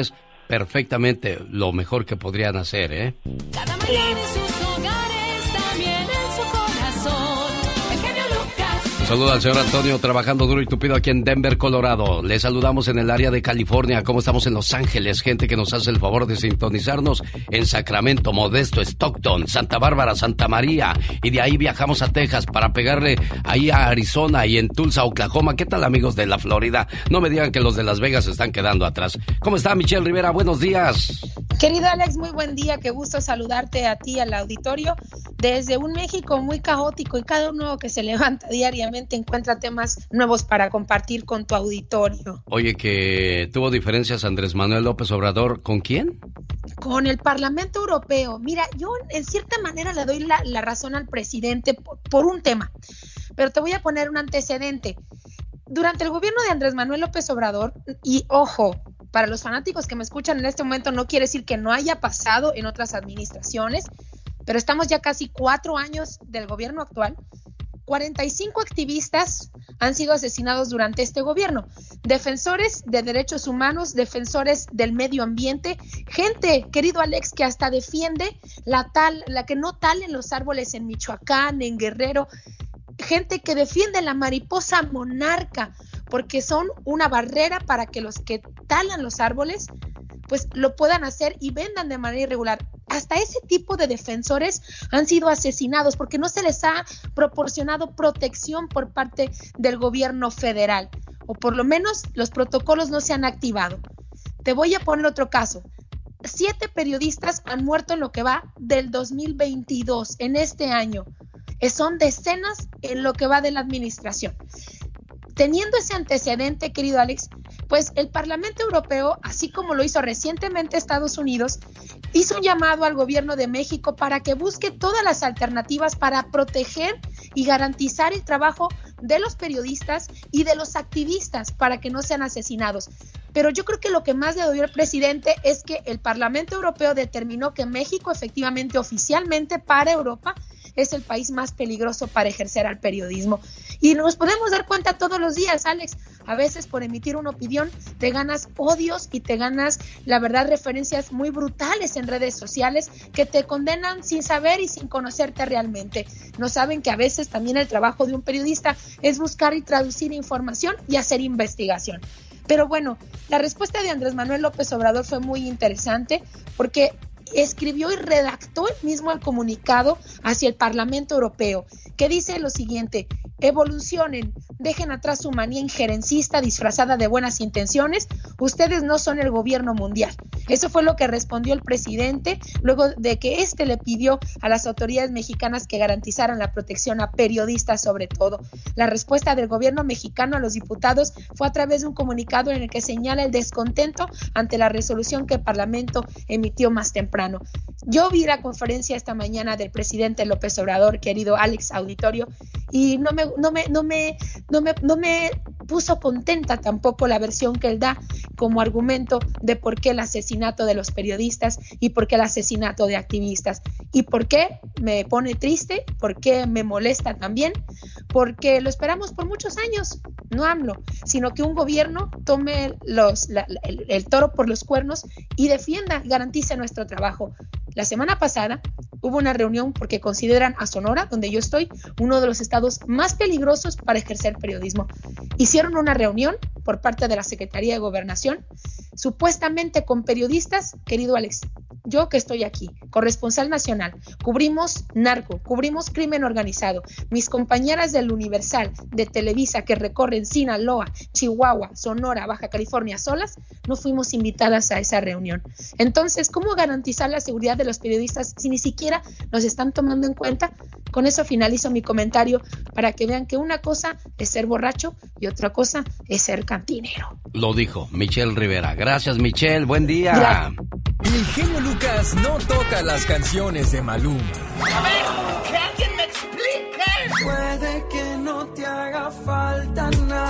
perfectamente lo mejor que podrían hacer, ¿eh? Cada mañana en sus hogares, también en su corazón. El genio Lucas. Saluda al señor Antonio, trabajando duro y tupido aquí en Denver, Colorado. Le saludamos en el área de California. ¿Cómo estamos en Los Ángeles? Gente que nos hace el favor de sintonizarnos en Sacramento, Modesto, Stockton, Santa Bárbara, Santa María. Y de ahí viajamos a Texas para pegarle ahí a Arizona y en Tulsa, Oklahoma. ¿Qué tal, amigos de la Florida? No me digan que los de Las Vegas se están quedando atrás. ¿Cómo está, Michelle Rivera? Buenos días. Querido Alex, muy buen día. Qué gusto saludarte a ti, al auditorio. Desde un México muy caótico y cada uno que se levanta diariamente encuentra temas nuevos para compartir con tu auditorio. Oye, que tuvo diferencias Andrés Manuel López Obrador. ¿Con quién? Con el Parlamento Europeo. Mira, yo en cierta manera le doy la, la razón al presidente por, por un tema, pero te voy a poner un antecedente. Durante el gobierno de Andrés Manuel López Obrador, y ojo, para los fanáticos que me escuchan en este momento, no quiere decir que no haya pasado en otras administraciones, pero estamos ya casi cuatro años del gobierno actual. cuarenta y cinco activistas han sido asesinados durante este gobierno. Defensores de derechos humanos, defensores del medio ambiente, gente, querido Alex, que hasta defiende la tal, la que no talen los árboles en Michoacán, en Guerrero, gente que defiende la mariposa monarca, porque son una barrera para que los que talan los árboles pues lo puedan hacer y vendan de manera irregular. Hasta ese tipo de defensores han sido asesinados porque no se les ha proporcionado protección por parte del gobierno federal, o por lo menos los protocolos no se han activado. Te voy a poner otro caso. Siete periodistas han muerto en lo que va del dos mil veintidós, en este año. Son decenas en lo que va de la administración. Teniendo ese antecedente, querido Alex, pues el Parlamento Europeo, así como lo hizo recientemente Estados Unidos, hizo un llamado al gobierno de México para que busque todas las alternativas para proteger y garantizar el trabajo de los periodistas y de los activistas para que no sean asesinados. Pero yo creo que lo que más le dolió al presidente es que el Parlamento Europeo determinó que México efectivamente, oficialmente para Europa, es el país más peligroso para ejercer al periodismo. Y nos podemos dar cuenta todos los días, Alex, a veces por emitir una opinión te ganas odios y te ganas, la verdad, referencias muy brutales en redes sociales que te condenan sin saber y sin conocerte realmente. No saben que a veces también el trabajo de un periodista es buscar y traducir información y hacer investigación. Pero bueno, la respuesta de Andrés Manuel López Obrador fue muy interesante porque escribió y redactó él mismo el comunicado hacia el Parlamento Europeo, que dice lo siguiente: evolucionen, dejen atrás su manía injerencista disfrazada de buenas intenciones, ustedes no son el gobierno mundial. Eso fue lo que respondió el presidente luego de que éste le pidió a las autoridades mexicanas que garantizaran la protección a periodistas sobre todo. La respuesta del gobierno mexicano a los diputados fue a través de un comunicado en el que señala el descontento ante la resolución que el Parlamento emitió más temprano. Yo vi la conferencia esta mañana del presidente López Obrador, querido Alex, auditorio, y no me, no me, no me, no me, no me puso contenta tampoco la versión que él da como argumento de por qué el asesinato de los periodistas y por qué el asesinato de activistas. ¿Y por qué me pone triste? ¿Por qué me molesta también? Porque lo esperamos por muchos años, no AMLO, sino que un gobierno tome los, la, el, el toro por los cuernos y defienda, garantice nuestro trabajo. La semana pasada hubo una reunión porque consideran a Sonora, donde yo estoy, uno de los estados más peligrosos para ejercer periodismo. Hicieron una reunión por parte de la Secretaría de Gobernación, supuestamente con periodistas, querido Alex. Yo que estoy aquí, corresponsal nacional, cubrimos narco, cubrimos crimen organizado. Mis compañeras del Universal, de Televisa, que recorren Sinaloa, Chihuahua, Sonora, Baja California solas, no fuimos invitadas a esa reunión. Entonces, ¿cómo garantizar la seguridad de los periodistas si ni siquiera nos están tomando en cuenta? Con eso finalizo mi comentario para que vean que una cosa es ser borracho y otra cosa es ser cantinero. Lo dijo Michelle Rivera. Gracias, Michelle. Buen día. Gracias. El genio Lucas no toca las canciones de Maluma. A ver, que alguien me explique. Puede que no te haga falta nada,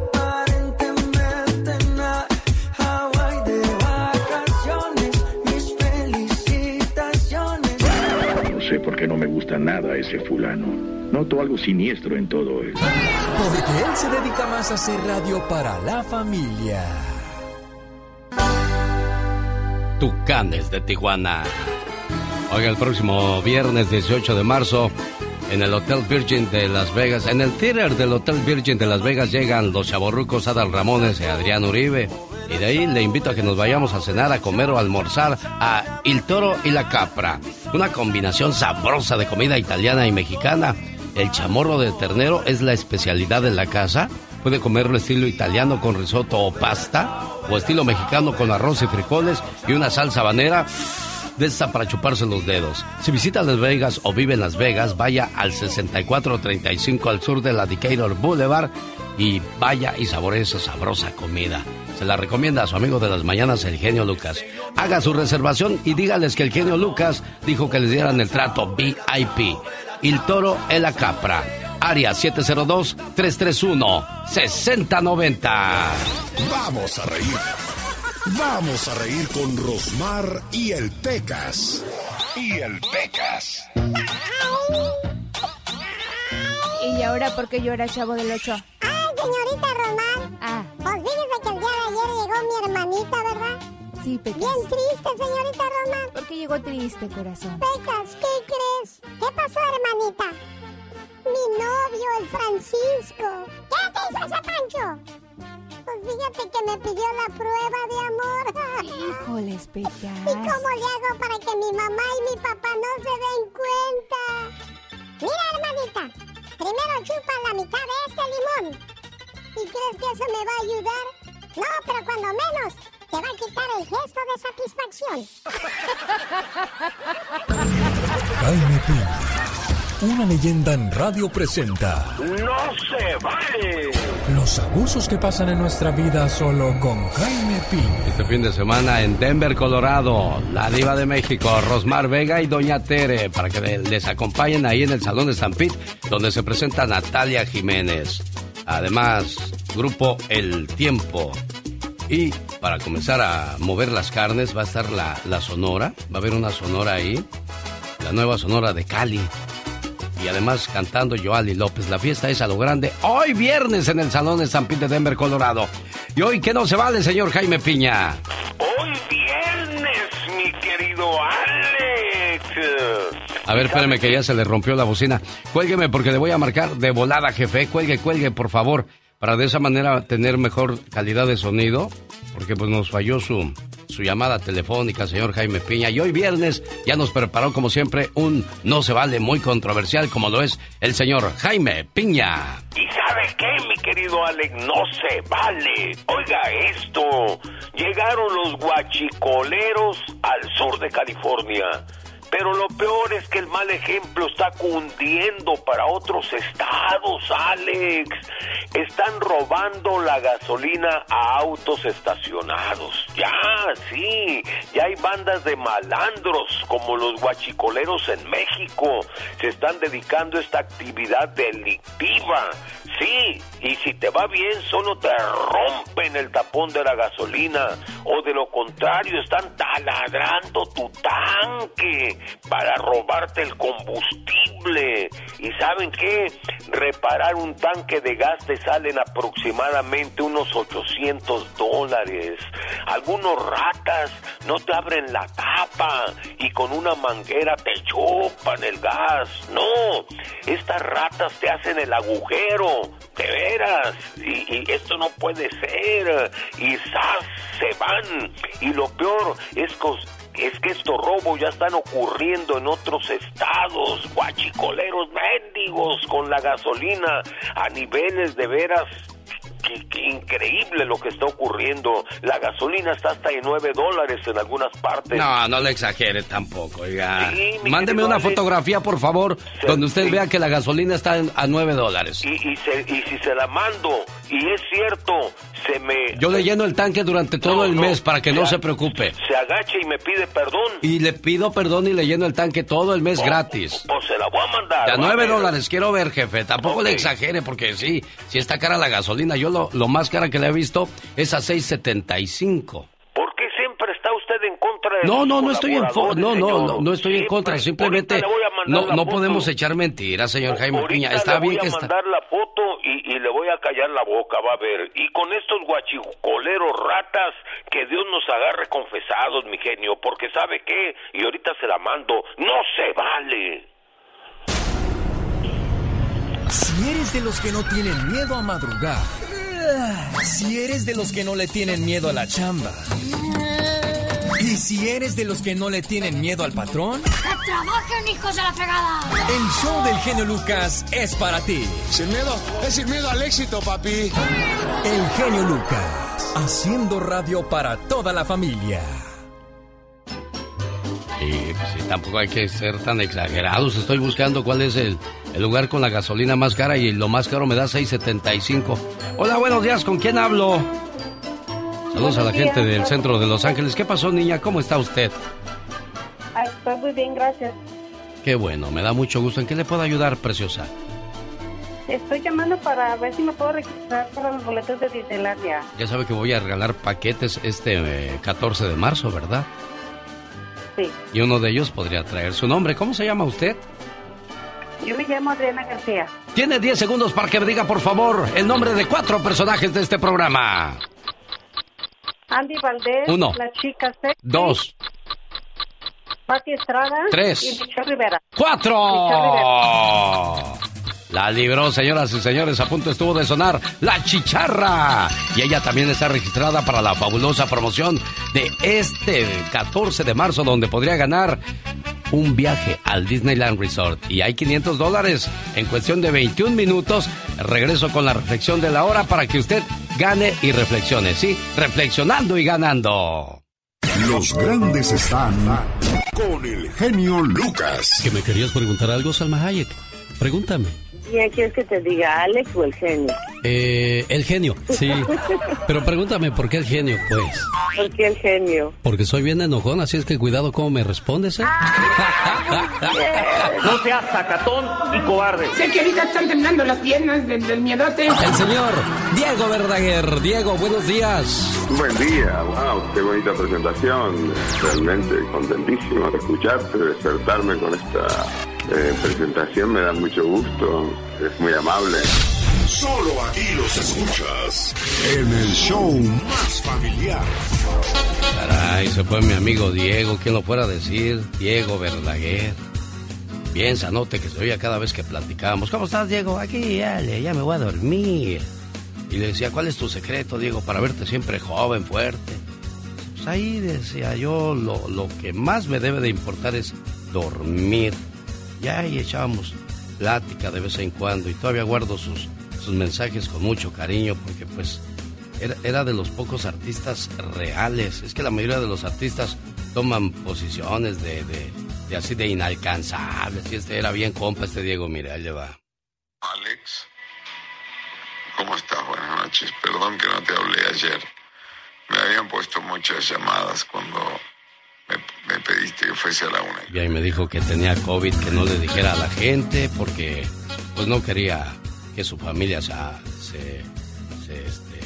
aparentemente nada. Hawaii de vacaciones, mis felicitaciones. No sé por qué no me gusta nada ese fulano. Noto algo siniestro en todo él. Porque él se dedica más a hacer radio para la familia. Tucanes de Tijuana. Oiga, el próximo viernes dieciocho de marzo, en el Hotel Virgin de Las Vegas, en el theater del Hotel Virgin de Las Vegas, llegan los chavorrucos Adal Ramones y Adrián Uribe. Y de ahí le invito a que nos vayamos a cenar, a comer o a almorzar a Il Toro y la Capra. Una combinación sabrosa de comida italiana y mexicana. El chamorro de ternero es la especialidad de la casa. Puede comerlo estilo italiano con risotto o pasta, o estilo mexicano con arroz y frijoles y una salsa habanera de esta para chuparse los dedos. Si visita Las Vegas o vive en Las Vegas, vaya al sesenta y cuatro treinta y cinco al sur de la Decatur Boulevard y vaya y saboree esa sabrosa comida. Se la recomienda a su amigo de las mañanas, el genio Lucas. Haga su reservación y dígales que el genio Lucas dijo que les dieran el trato V I P. Il Toro e la Capra. Área siete cero dos, tres tres uno, seis cero nueve cero. Vamos a reír. Vamos a reír con Rosmar y el Pecas. Y el Pecas. ¿Y ahora por qué llora, Chavo del Ocho? Ay, señorita Rosmar. Ah. Pues fíjese que el día de ayer llegó mi hermanita, ¿verdad? Sí, Pecas. Bien triste, señorita Rosmar. ¿Por qué llegó triste, corazón? Pecas, ¿qué crees? ¿Qué pasó, hermanita? Mi novio, el Francisco. ¿Qué te hizo ese Pancho? Pues fíjate que me pidió la prueba de amor. Híjoles, Pecas. ¿Y cómo le hago para que mi mamá y mi papá no se den cuenta? Mira, hermanita, primero chupa la mitad de este limón. ¿Y crees que eso me va a ayudar? No, pero cuando menos te va a quitar el gesto de satisfacción. Jaime Piña, una leyenda en radio presenta. ¡No se vale! Los abusos que pasan en nuestra vida solo con Jaime Piña. Este fin de semana en Denver, Colorado, la diva de México, Rosmar Vega y Doña Tere, para que les acompañen ahí en el Salón de Stampede, donde se presenta Natalia Jiménez. Además, grupo El Tiempo. Y para comenzar a mover las carnes va a estar la, la Sonora, va a haber una Sonora ahí, la nueva Sonora de Cali. Y además cantando Yoali López. La fiesta es a lo grande hoy viernes en el Salón de Stampede de Denver, Colorado. Y hoy, ¿qué no se vale, señor Jaime Piña? Hoy viernes, mi querido Alex. A ver, espéreme que ya se le rompió la bocina. Cuélgueme porque le voy a marcar de volada, jefe. Cuelgue, cuelgue, por favor. Para de esa manera tener mejor calidad de sonido. Porque pues nos falló su, su llamada telefónica, señor Jaime Piña. Y hoy viernes ya nos preparó, como siempre, un no se vale muy controversial, como lo es el señor Jaime Piña. ¿Y sabe qué, mi querido Alex? No se vale. Oiga esto. Llegaron los guachicoleros al sur de California. Pero lo peor es que el mal ejemplo está cundiendo para otros estados, Alex. Están robando la gasolina a autos estacionados. Ya, sí, ya hay bandas de malandros como los guachicoleros en México. Se están dedicando a esta actividad delictiva. Sí, y si te va bien, solo te rompen el tapón de la gasolina. O de lo contrario, están taladrando tu tanque para robarte el combustible. ¿Y saben qué? Reparar un tanque de gas te salen aproximadamente unos ochocientos dólares. Algunos ratas no te abren la tapa y con una manguera te chupan el gas. No, estas ratas te hacen el agujero, de veras. Y, y esto no puede ser. Y ¡zas! Se van. Y lo peor es que es que estos robos ya están ocurriendo en otros estados. Guachicoleros mendigos con la gasolina a niveles de veras. Qué, qué increíble lo que está ocurriendo. La gasolina está hasta en nueve dólares en algunas partes. No, no le exagere tampoco, oiga. Sí, mándeme una Alex, fotografía, por favor, se, donde usted sí. vea que la gasolina está en, a nueve dólares. Y, y, se, y si se la mando, y es cierto, se me... Yo le lleno el tanque durante todo no, el no, mes para que se, no se preocupe. Se agacha y me pide perdón. Y le pido perdón y le lleno el tanque todo el mes oh, gratis. Pues se la voy a mandar. De a nueve ver. dólares, quiero ver, jefe. Tampoco Okay. le exagere, porque sí, sí está cara la gasolina. Yo lo, lo más cara que le he visto es a seis setenta y cinco. ¿Por qué siempre está usted en contra de No, los no, no estoy en fo- no, no, no, no estoy siempre. en contra. Simplemente Ahorita le voy a mandar no, la no foto. podemos echar mentiras, señor Jaime Ahorita Piña. Está le voy bien que a está. mandar la foto y, y le voy a callar la boca, va a ver. Y con estos guachicoleros ratas, que Dios nos agarre confesados, mi genio, porque ¿sabe qué? Y ahorita se la mando, no se vale. Si eres de los que no tienen miedo a madrugar, si eres de los que no le tienen miedo a la chamba, y si eres de los que no le tienen miedo al patrón, ¡que trabajen, hijos de la fregada! El show del genio Lucas es para ti. Sin miedo, es sin miedo al éxito, papi. El genio Lucas, haciendo radio para toda la familia. Y pues, sí, tampoco hay que ser tan exagerados. Estoy buscando cuál es el, el lugar con la gasolina más cara y lo más caro me da seis setenta y cinco. Hola, buenos días, ¿con quién hablo? Saludos a la gente del centro de Los Ángeles. ¿Qué pasó, niña? ¿Cómo está usted? Estoy muy bien, gracias. Qué bueno, me da mucho gusto. ¿En qué le puedo ayudar, preciosa? Estoy llamando para ver si me puedo registrar para los boletos de Disneylandia. Ya sabe que voy a regalar paquetes este eh, catorce de marzo, ¿verdad? Sí. Y uno de ellos podría traer su nombre. ¿Cómo se llama usted? Yo me llamo Adriana García. Tiene diez segundos para que me diga, por favor, el nombre de cuatro personajes de este programa. Andy Valdés. Uno. La chica sexy. Dos. Pati Estrada. Tres. Y Michelle Rivera. ¡Cuatro! Michelle Rivera. La libró, señoras y señores. A punto estuvo de sonar La Chicharra. Y ella también está registrada para la fabulosa promoción de este catorce de marzo, donde podría ganar un viaje al Disneyland Resort. Y hay quinientos dólares en cuestión de veintiún minutos. Regreso con la reflexión de la hora para que usted gane y reflexione. Sí, reflexionando y ganando. Los grandes están con el genio Lucas. ¿Que me querías preguntar algo, Salma Hayek? Pregúntame. ¿Quién quieres que te diga, Alex o el genio? Eh, el genio, sí. Pero pregúntame, ¿por qué el genio, pues? ¿Por qué el genio? Porque soy bien enojón, así es que cuidado cómo me respondes, ¿eh? No seas sacatón y cobarde. Sé que ahorita están temblando las piernas del, del miedote. El señor Diego Verdaguer. Diego, buenos días. Buen día, wow, qué bonita presentación. Realmente contentísimo de escucharte, de despertarme con esta eh, presentación, me da mucho gusto, es muy amable. Solo aquí los escuchas en el show más familiar. Caray, se fue mi amigo Diego, ¿quién lo fuera a decir? Diego Verdaguer. Bien sanote que se oía cada vez que platicábamos. ¿Cómo estás, Diego? Aquí, dale, ya me voy a dormir. Y le decía, ¿cuál es tu secreto, Diego, para verte siempre joven, fuerte? Pues ahí decía yo, lo, lo que más me debe de importar es dormir. Ya ahí echábamos plática de vez en cuando y todavía guardo sus, sus mensajes con mucho cariño porque pues era, era de los pocos artistas reales. Es que la mayoría de los artistas toman posiciones de, de, de así de inalcanzables. Y este era bien compa, este Diego, mira, ahí le va. Alex, ¿cómo estás? Buenas noches. Perdón que no te hablé ayer. Me habían puesto muchas llamadas cuando me, me pediste que fuese a la una. Y ahí me dijo que tenía COVID, que no le dijera a la gente porque pues no quería que su familia se, se, se, este,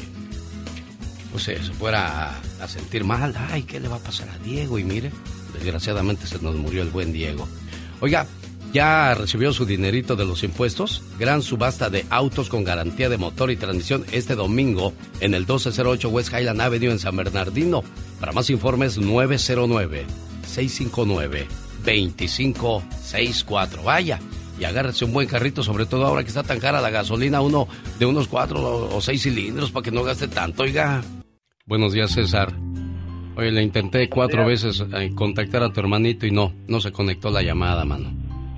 pues se, se fuera a, a sentir mal. Ay, ¿qué le va a pasar a Diego? Y mire, desgraciadamente se nos murió el buen Diego. Oiga, ¿ya recibió su dinerito de los impuestos? Gran subasta de autos con garantía de motor y transmisión este domingo en el doce cero ocho West Highland Avenue en San Bernardino. Para más informes, nueve cero nueve, seis cinco nueve, dos cinco seis cuatro. Vaya, y agárrese un buen carrito, sobre todo ahora que está tan cara la gasolina, uno de unos cuatro o seis cilindros para que no gaste tanto, oiga. Buenos días, César. Oye, le intenté cuatro veces eh, contactar a tu hermanito y no, no se conectó la llamada, mano.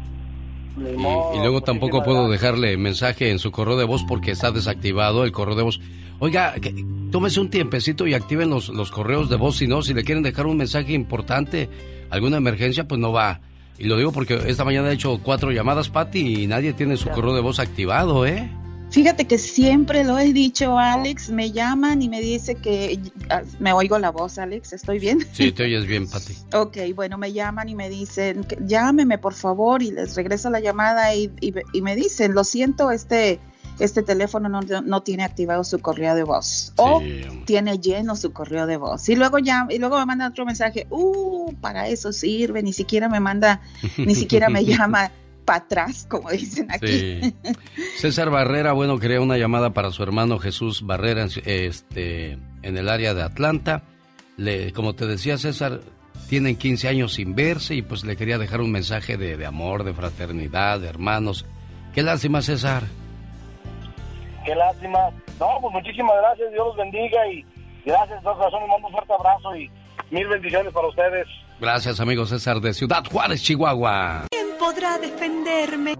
Y, y luego tampoco puedo dejarle mensaje en su correo de voz porque está desactivado el correo de voz. Oiga, que, tómese un tiempecito y activen los, los correos de voz. Si no, si le quieren dejar un mensaje importante, alguna emergencia, pues no va. Y lo digo porque esta mañana he hecho cuatro llamadas, Pati, y nadie tiene su correo de voz activado, ¿eh? Fíjate que siempre lo he dicho, Alex, me llaman y me dice que me oigo la voz, Alex, ¿estoy bien? Sí, te oyes bien, Pati. Ok, bueno, me llaman y me dicen, que, llámeme por favor, y les regreso la llamada y, y, y me dicen, lo siento, este este teléfono no, no tiene activado su correo de voz, sí, o tiene lleno su correo de voz, y luego ya, y luego me mandan otro mensaje, uh, para eso sirve, ni siquiera me manda, ni siquiera me llama para atrás, como dicen aquí. Sí. César Barrera, bueno, quería una llamada para su hermano Jesús Barrera, este, en el área de Atlanta. Le, como te decía, César, tienen quince años sin verse y pues le quería dejar un mensaje de, de amor, de fraternidad, de hermanos. Qué lástima, César. Qué lástima. No, pues muchísimas gracias, Dios los bendiga y gracias de todo corazón, les mando un fuerte abrazo y mil bendiciones para ustedes. Gracias, amigo César de Ciudad Juárez, Chihuahua. ¿Quién podrá defenderme?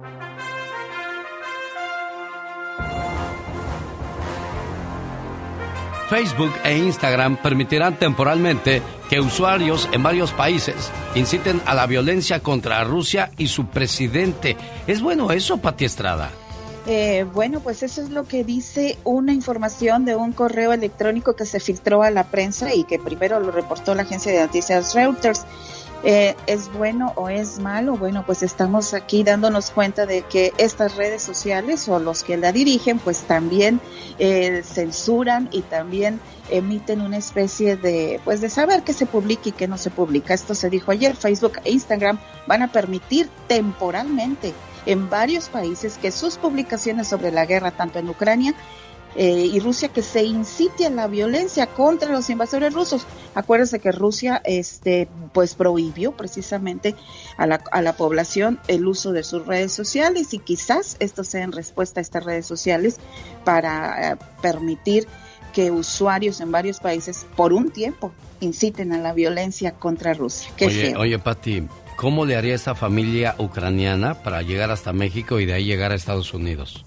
Facebook e Instagram permitirán temporalmente que usuarios en varios países inciten a la violencia contra Rusia y su presidente. ¿Es bueno eso, Pati Estrada? Eh, bueno, pues eso es lo que dice una información de un correo electrónico que se filtró a la prensa y que primero lo reportó la agencia de noticias Reuters. Eh, ¿Es bueno o es malo? Bueno, pues estamos aquí dándonos cuenta de que estas redes sociales o los que la dirigen pues también eh, censuran y también emiten una especie de pues de saber qué se publica y qué no se publica. Esto se dijo ayer. Facebook e Instagram van a permitir temporalmente en varios países que sus publicaciones sobre la guerra tanto en Ucrania Eh, y Rusia que se incite a la violencia contra los invasores rusos. Acuérdense que Rusia este pues prohibió precisamente a la, a la población el uso de sus redes sociales y quizás esto sea en respuesta a estas redes sociales para eh, permitir que usuarios en varios países por un tiempo inciten a la violencia contra Rusia. Qué oye, feo. Oye, Pati, ¿cómo le haría esta familia ucraniana para llegar hasta México y de ahí llegar a Estados Unidos?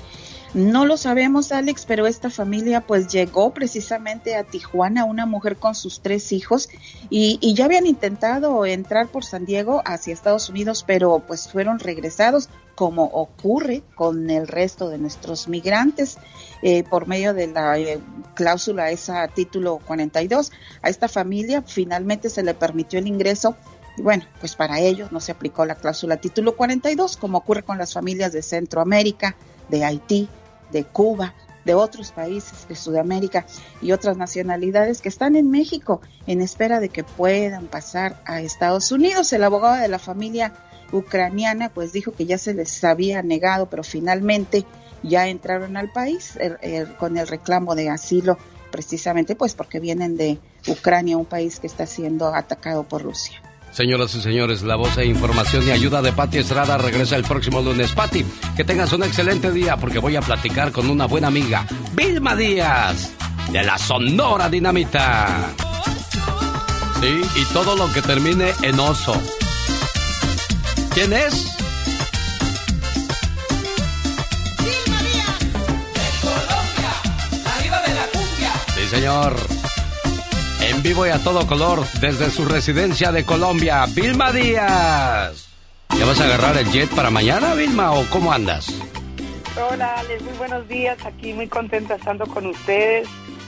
No lo sabemos, Alex, pero esta familia pues llegó precisamente a Tijuana, una mujer con sus tres hijos, y, y ya habían intentado entrar por San Diego hacia Estados Unidos, pero pues fueron regresados, como ocurre con el resto de nuestros migrantes, eh, por medio de la eh, cláusula esa título cuarenta y dos. A esta familia finalmente se le permitió el ingreso. Y bueno, pues para ellos no se aplicó la cláusula título cuarenta y dos, como ocurre con las familias de Centroamérica, de Haití, de Cuba, de otros países de Sudamérica y otras nacionalidades que están en México en espera de que puedan pasar a Estados Unidos. El abogado de la familia ucraniana pues dijo que ya se les había negado, pero finalmente ya entraron al país er, er, con el reclamo de asilo, precisamente pues porque vienen de Ucrania, un país que está siendo atacado por Rusia. Señoras y señores, la voz e información y ayuda de Pati Estrada regresa el próximo lunes. Pati, que tengas un excelente día porque voy a platicar con una buena amiga, Vilma Díaz, de la Sonora Dinamita. Sí, y todo lo que termine en oso. ¿Quién es? Vilma Díaz, de Colombia, la diva de la cumbia. Sí, señor. En vivo y a todo color, desde su residencia de Colombia, Vilma Díaz. ¿Ya vas a agarrar el jet para mañana, Vilma, o cómo andas? Hola, Alex, muy buenos días. Aquí muy contenta estando con ustedes.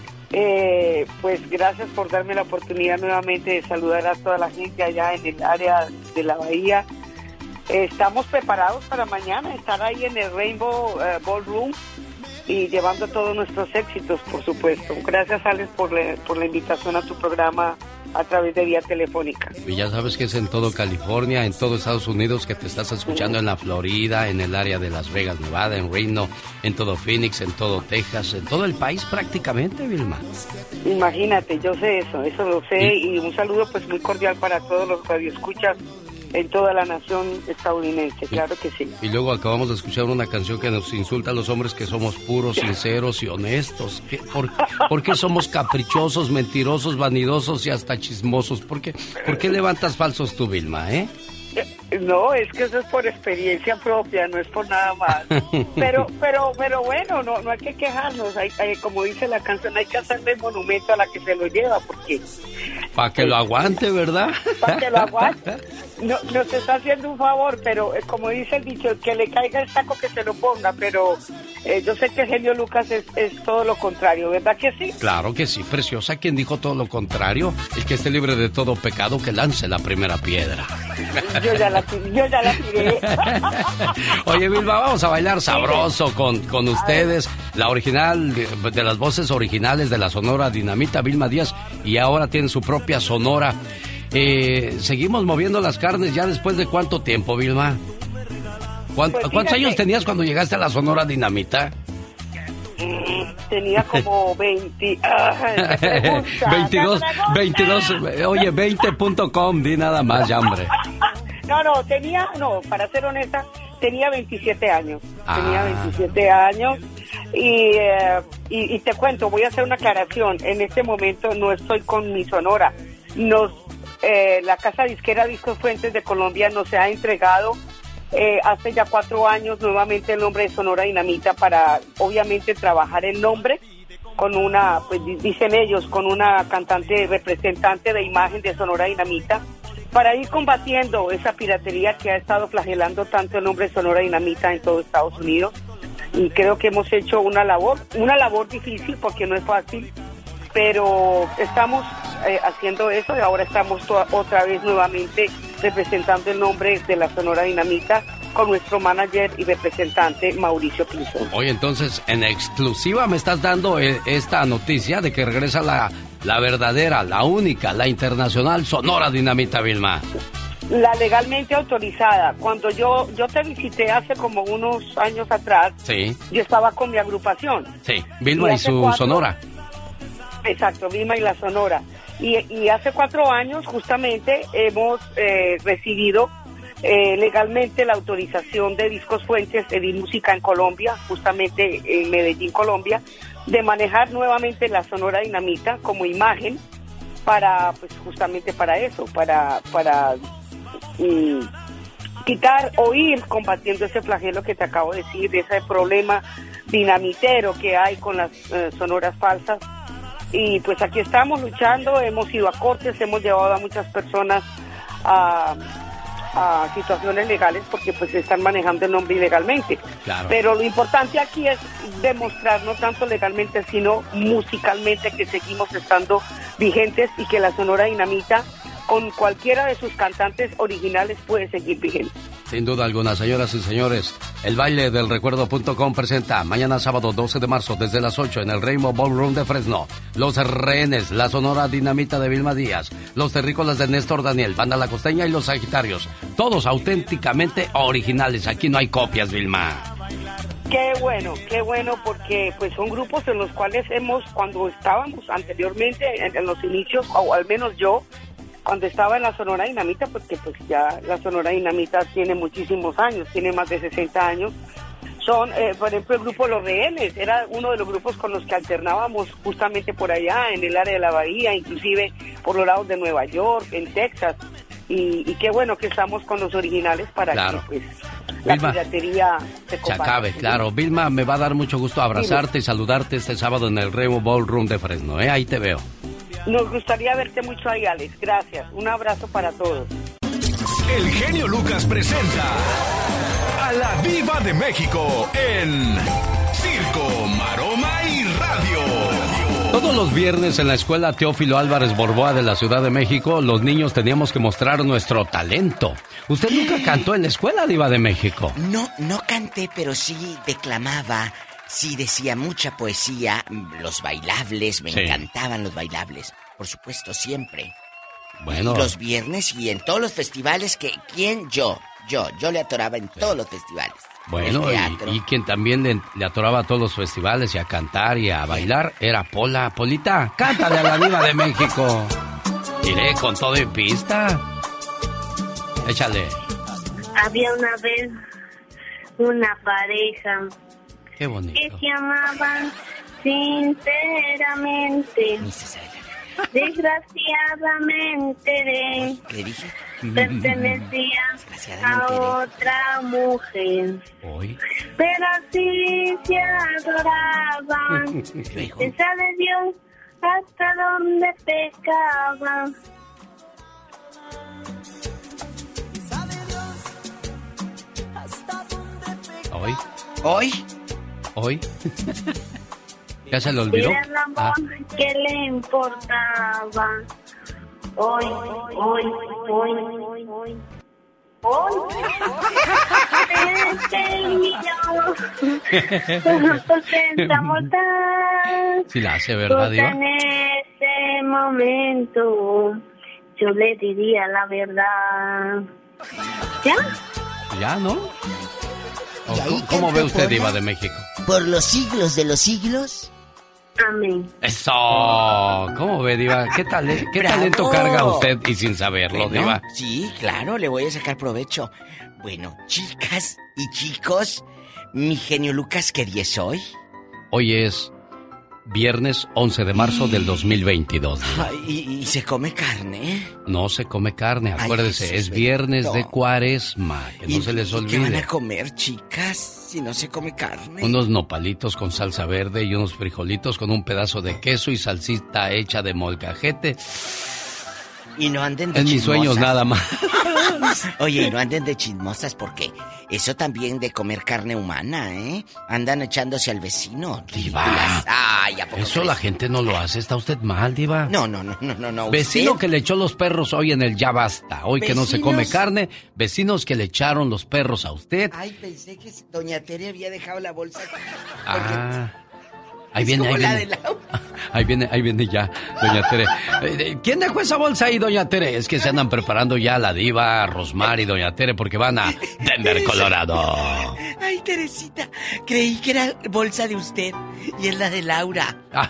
Eh, pues gracias por darme la oportunidad nuevamente de saludar a toda la gente allá en el área de la Bahía. Eh, estamos preparados para mañana estar ahí en el Rainbow uh, Ballroom y llevando todos nuestros éxitos, por supuesto. Gracias, Alex, por la, por la invitación a tu programa a través de vía telefónica. Y ya sabes que es en todo California, en todo Estados Unidos, que te estás escuchando en la Florida, en el área de Las Vegas, Nevada, en Reno, en todo Phoenix, en todo Texas, en todo el país prácticamente, Vilma. Imagínate, yo sé eso, eso lo sé, y, y un saludo pues muy cordial para todos los radioescuchas en toda la nación estadounidense, claro que sí. Y luego acabamos de escuchar una canción que nos insulta a los hombres que somos puros, sinceros y honestos. ¿Qué, por, ¿Por qué somos caprichosos, mentirosos, vanidosos y hasta chismosos? ¿Por qué, ¿Por qué levantas falsos tú, Vilma, eh? No, es que eso es por experiencia propia, no es por nada más. Pero, pero, pero bueno, no, no hay que quejarnos. Hay, hay, como dice la canción, hay que hacerle monumento a la que se lo lleva, porque para que lo aguante, ¿verdad? Para que lo aguante. No, nos está haciendo un favor, pero eh, como dice el dicho, que le caiga el saco que se lo ponga, pero eh, yo sé que el genio Lucas es, es todo lo contrario, ¿verdad que sí? Claro que sí, preciosa. ¿Quién dijo todo lo contrario? El que esté libre de todo pecado, que lance la primera piedra. Yo ya la, yo ya la tiré. Oye, Vilma, vamos a bailar sabroso con, con ustedes. La original, de, de las voces originales de la Sonora Dinamita, Vilma Díaz, y ahora tiene su propia Sonora. Eh, seguimos moviendo las carnes ya después de cuánto tiempo, Vilma. ¿Cuánto, Pues ¿Cuántos fíjate. años tenías cuando llegaste a la Sonora Dinamita? Tenía como veinte. Ay, me pregunta, veintidós, me pregunta. veintidós, oye, veinte punto com, di nada más, ya, hombre. No, no, tenía, no, para ser honesta, tenía veintisiete años. Ah. Tenía veintisiete años. Y, eh, y, y te cuento, voy a hacer una aclaración. En este momento no estoy con mi Sonora. Nos, eh, la casa disquera Discos Fuentes de Colombia nos ha entregado eh, hace ya cuatro años nuevamente el nombre de Sonora Dinamita para, obviamente, trabajar el nombre con una, pues di- dicen ellos, con una cantante representante de imagen de Sonora Dinamita, para ir combatiendo esa piratería que ha estado flagelando tanto el nombre de Sonora Dinamita en todo Estados Unidos. Y creo que hemos hecho una labor, una labor difícil porque no es fácil, pero estamos eh, haciendo eso y ahora estamos to- otra vez nuevamente representando el nombre de la Sonora Dinamita con nuestro manager y representante Mauricio Pinzón. Oye, entonces, en exclusiva me estás dando eh, esta noticia de que regresa la, la verdadera, la única, la internacional Sonora Dinamita, Vilma. La legalmente autorizada. Cuando yo yo te visité hace como unos años atrás, Sí, yo estaba con mi agrupación. sí, Vilma Y y hace su cuatro- Sonora. Exacto, Vilma y la Sonora. Y, y hace cuatro años justamente hemos eh, recibido eh, legalmente la autorización de Discos Fuentes de música en Colombia, justamente en Medellín, Colombia, de manejar nuevamente la Sonora Dinamita como imagen para, pues justamente para eso, para, para mm, quitar o ir combatiendo ese flagelo que te acabo de decir, de ese problema dinamitero que hay con las eh, sonoras falsas. Y pues aquí estamos luchando, hemos ido a cortes, hemos llevado a muchas personas a, a situaciones legales porque pues están manejando el nombre ilegalmente. Claro. Pero lo importante aquí es demostrar no tanto legalmente sino musicalmente que seguimos estando vigentes y que la Sonora Dinamita con cualquiera de sus cantantes originales puede seguir vigente. Sin duda alguna, señoras y señores, el baile del recuerdo punto com presenta mañana sábado doce de marzo desde las ocho en el Rainbow Ballroom de Fresno. Los Rehenes, la Sonora Dinamita de Vilma Díaz, los Terrícolas de Néstor Daniel, Banda La Costeña y los Sagitarios. Todos auténticamente originales. Aquí no hay copias, Vilma. Qué bueno, qué bueno, porque pues son grupos en los cuales hemos, cuando estábamos anteriormente en, en los inicios, o al menos yo, cuando estaba en la Sonora Dinamita, porque pues ya la Sonora Dinamita tiene muchísimos años, tiene más de sesenta años, son, eh, por ejemplo, el grupo Los Rehenes, era uno de los grupos con los que alternábamos justamente por allá, en el área de la Bahía, inclusive por los lados de Nueva York, en Texas, y, y qué bueno que estamos con los originales para Claro. que pues la Vilma, piratería se Se combata. acabe, claro. Vilma, me va a dar mucho gusto abrazarte y saludarte este sábado en el Rainbow Ballroom de Fresno, ¿eh? Ahí te veo. Nos gustaría verte mucho ahí, Alex. Gracias. Un abrazo para todos. El genio Lucas presenta a la Diva de México en Circo, Maroma y Radio. Todos los viernes en la escuela Teófilo Álvarez Borboa de la Ciudad de México, los niños teníamos que mostrar nuestro talento. ¿Usted nunca cantó en la escuela, Diva de México? No, no canté, pero sí declamaba, sí decía mucha poesía, los bailables, me Sí. encantaban los bailables, por supuesto, siempre. Bueno. Y los viernes y en todos los festivales que, ¿quién? Yo, yo, yo le atoraba en todos los festivales. Bueno, El teatro. y, y quien también le, le atoraba a todos los festivales y a cantar y a bailar era Pola. Polita, cántale a la Diva de México. Iré con todo y pista. Échale. Había una vez una pareja Qué bonito. que se amaban sinceramente. Desgraciadamente de ¿Qué dije? pertenecía a otra mujer. Hoy. Pero así se adoraban. Se sabe Dios hasta dónde pecaban. Hoy. ¿Hoy? Hoy. ¿Ya se le olvidó? Era el amor Ah, que le importaba. Hoy, hoy, hoy, hoy, hoy. Hoy. Este y yo. Nosotros pensamos tan. sí la hace, ¿verdad, Porque Diva? en ese momento yo le diría la verdad. ¿Ya? Ya, ¿no? Y ahí ¿Cómo, ¿Cómo ve usted, por Diva la- de México? Por los siglos de los siglos. Amén. Eso. ¿Cómo ve, Diva? ¿Qué, tale- qué ¡Bravo! talento carga usted y sin saberlo, Bueno, Diva? sí, claro, le voy a sacar provecho. Bueno, chicas y chicos, mi genio Lucas, ¿qué día es hoy? Hoy es viernes once de marzo del dos mil veintidós. Diva. Ay, ¿y, y se come carne? No se come carne, acuérdese, Jesús es viernes bendito. de cuaresma, que no ¿Y- se les y ¿Qué van olvide. a comer, chicas, si no se come carne? Unos nopalitos con salsa verde y unos frijolitos con un pedazo de queso y salsita hecha de molcajete. Y no anden de En mis chismosas. sueños nada más. Oye, y no anden de chismosas porque eso también de comer carne humana, ¿eh? Andan echándose al vecino. Diva. Ridículas. Ay, ¿a poco Eso crees? la gente no lo hace, está usted mal, Diva. No, no, no, no, no, no. Vecino ¿Usted? que le echó los perros hoy en el ya basta. Hoy que no se come Vecinos. carne, vecinos que le echaron los perros a usted. Ay, pensé que doña Tere había dejado la bolsa. Ah. Ahí Es viene, como ahí la viene. de la- Ahí viene, ahí viene ya, doña Tere. Eh, ¿Quién dejó esa bolsa ahí, doña Tere? Es que se andan preparando ya la Diva, Rosmar y doña Tere porque van a Denver, Colorado. Ay, Teresita, creí que era bolsa de usted y es la de Laura. Ah.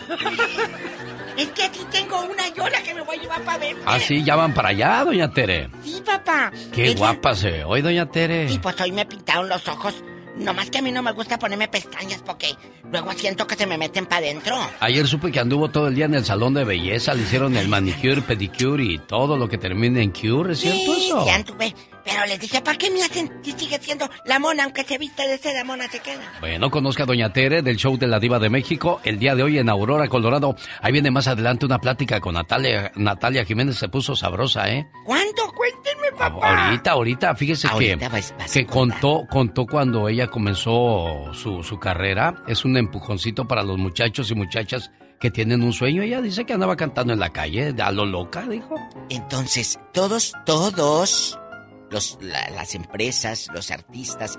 Es que aquí tengo una yola que me voy a llevar para ver. Ah, sí, ya van para allá, doña Tere. Sí, papá. Qué Es la- guapa se ve hoy, doña Tere. Y pues hoy me pintaron los ojos. Nomás que a mí no me gusta ponerme pestañas porque luego siento que se me meten para adentro. Ayer supe que anduvo todo el día en el salón de belleza, le hicieron el manicure, pedicure y todo lo que termine en cure, ¿es cierto Sí, eso? sí anduve. Pero les dije, ¿para qué me hacen? Si sigue siendo la mona, aunque se vista de seda, mona se queda. Bueno, conozca a doña Tere del show de la Diva de México el día de hoy en Aurora, Colorado. Ahí viene más adelante una plática con Natalia. Natalia Jiménez se puso sabrosa, ¿eh? ¿Cuándo? Cuéntenme, papá. Ahorita, ahorita, fíjese Ahorita que, vas- vas a que contar. contó, contó cuando ella comenzó su, su carrera. Es un empujoncito para los muchachos y muchachas que tienen un sueño. Ella dice que andaba cantando en la calle, a lo loca, dijo. Entonces, todos, todos, los, la- las empresas, los artistas,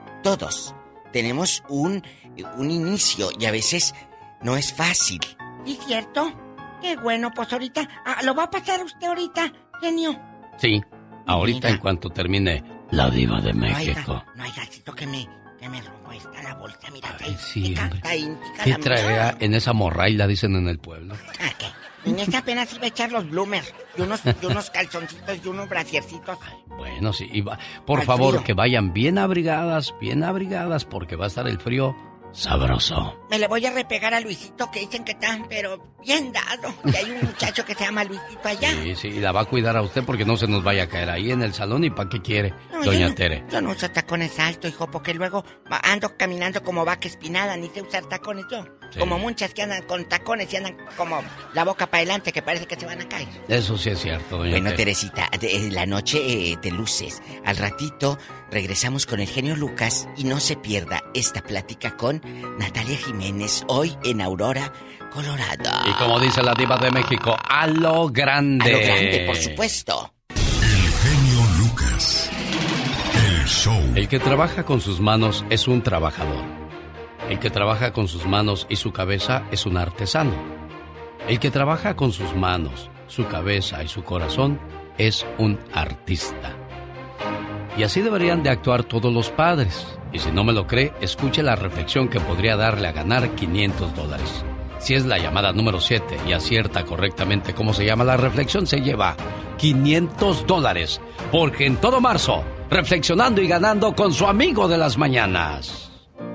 todos tenemos un, un inicio y a veces no es fácil. ¿Y cierto? Qué bueno, pues ahorita, ah, ¿lo va a pasar usted ahorita, genio? Sí, ahorita Mira. en cuanto termine la Diva de No México. haya, no haya sido que me, que me robó esta la bolsa, mira. Ay, sí, hombre. Está íntica ¿Qué la traía mía. en esa morraila, dicen en el pueblo? ¿Ah, qué? En esta apenas iba a echar los bloomers y unos, y unos calzoncitos y unos brasiercitos. Bueno, sí, y va- por Al favor, frío. que vayan bien abrigadas, bien abrigadas, porque va a estar el frío sabroso. Me le voy a repegar a Luisito que dicen que están, pero bien dado. Y hay un muchacho que se llama Luisito allá. Sí, sí, y la va a cuidar a usted porque no se nos vaya a caer ahí en el salón. ¿Y para qué quiere, No, yo doña no- Tere? Yo no uso tacones altos, hijo, porque luego va- ando caminando como vaca espinada, ni sé usar tacones yo. Sí. Como muchas que andan con tacones y andan como la boca para adelante, que parece que se van a caer. Eso sí es cierto, doña Bueno, Tere. Teresita, de, la noche eh, de luces. Al ratito regresamos con el genio Lucas y no se pierda esta plática con Natalia Jiménez hoy en Aurora, Colorado. Y como dice la Diva de México, a lo grande. A lo grande, por supuesto. Genio Lucas. El show. El que trabaja con sus manos es un trabajador. El que trabaja con sus manos y su cabeza es un artesano. El que trabaja con sus manos, su cabeza y su corazón es un artista. Y así deberían de actuar todos los padres. Y si no me lo cree, escuche la reflexión que podría darle a ganar quinientos dólares. Si es la llamada número siete y acierta correctamente cómo se llama la reflexión, se lleva quinientos dólares. Porque en todo marzo, reflexionando y ganando con su amigo de las mañanas.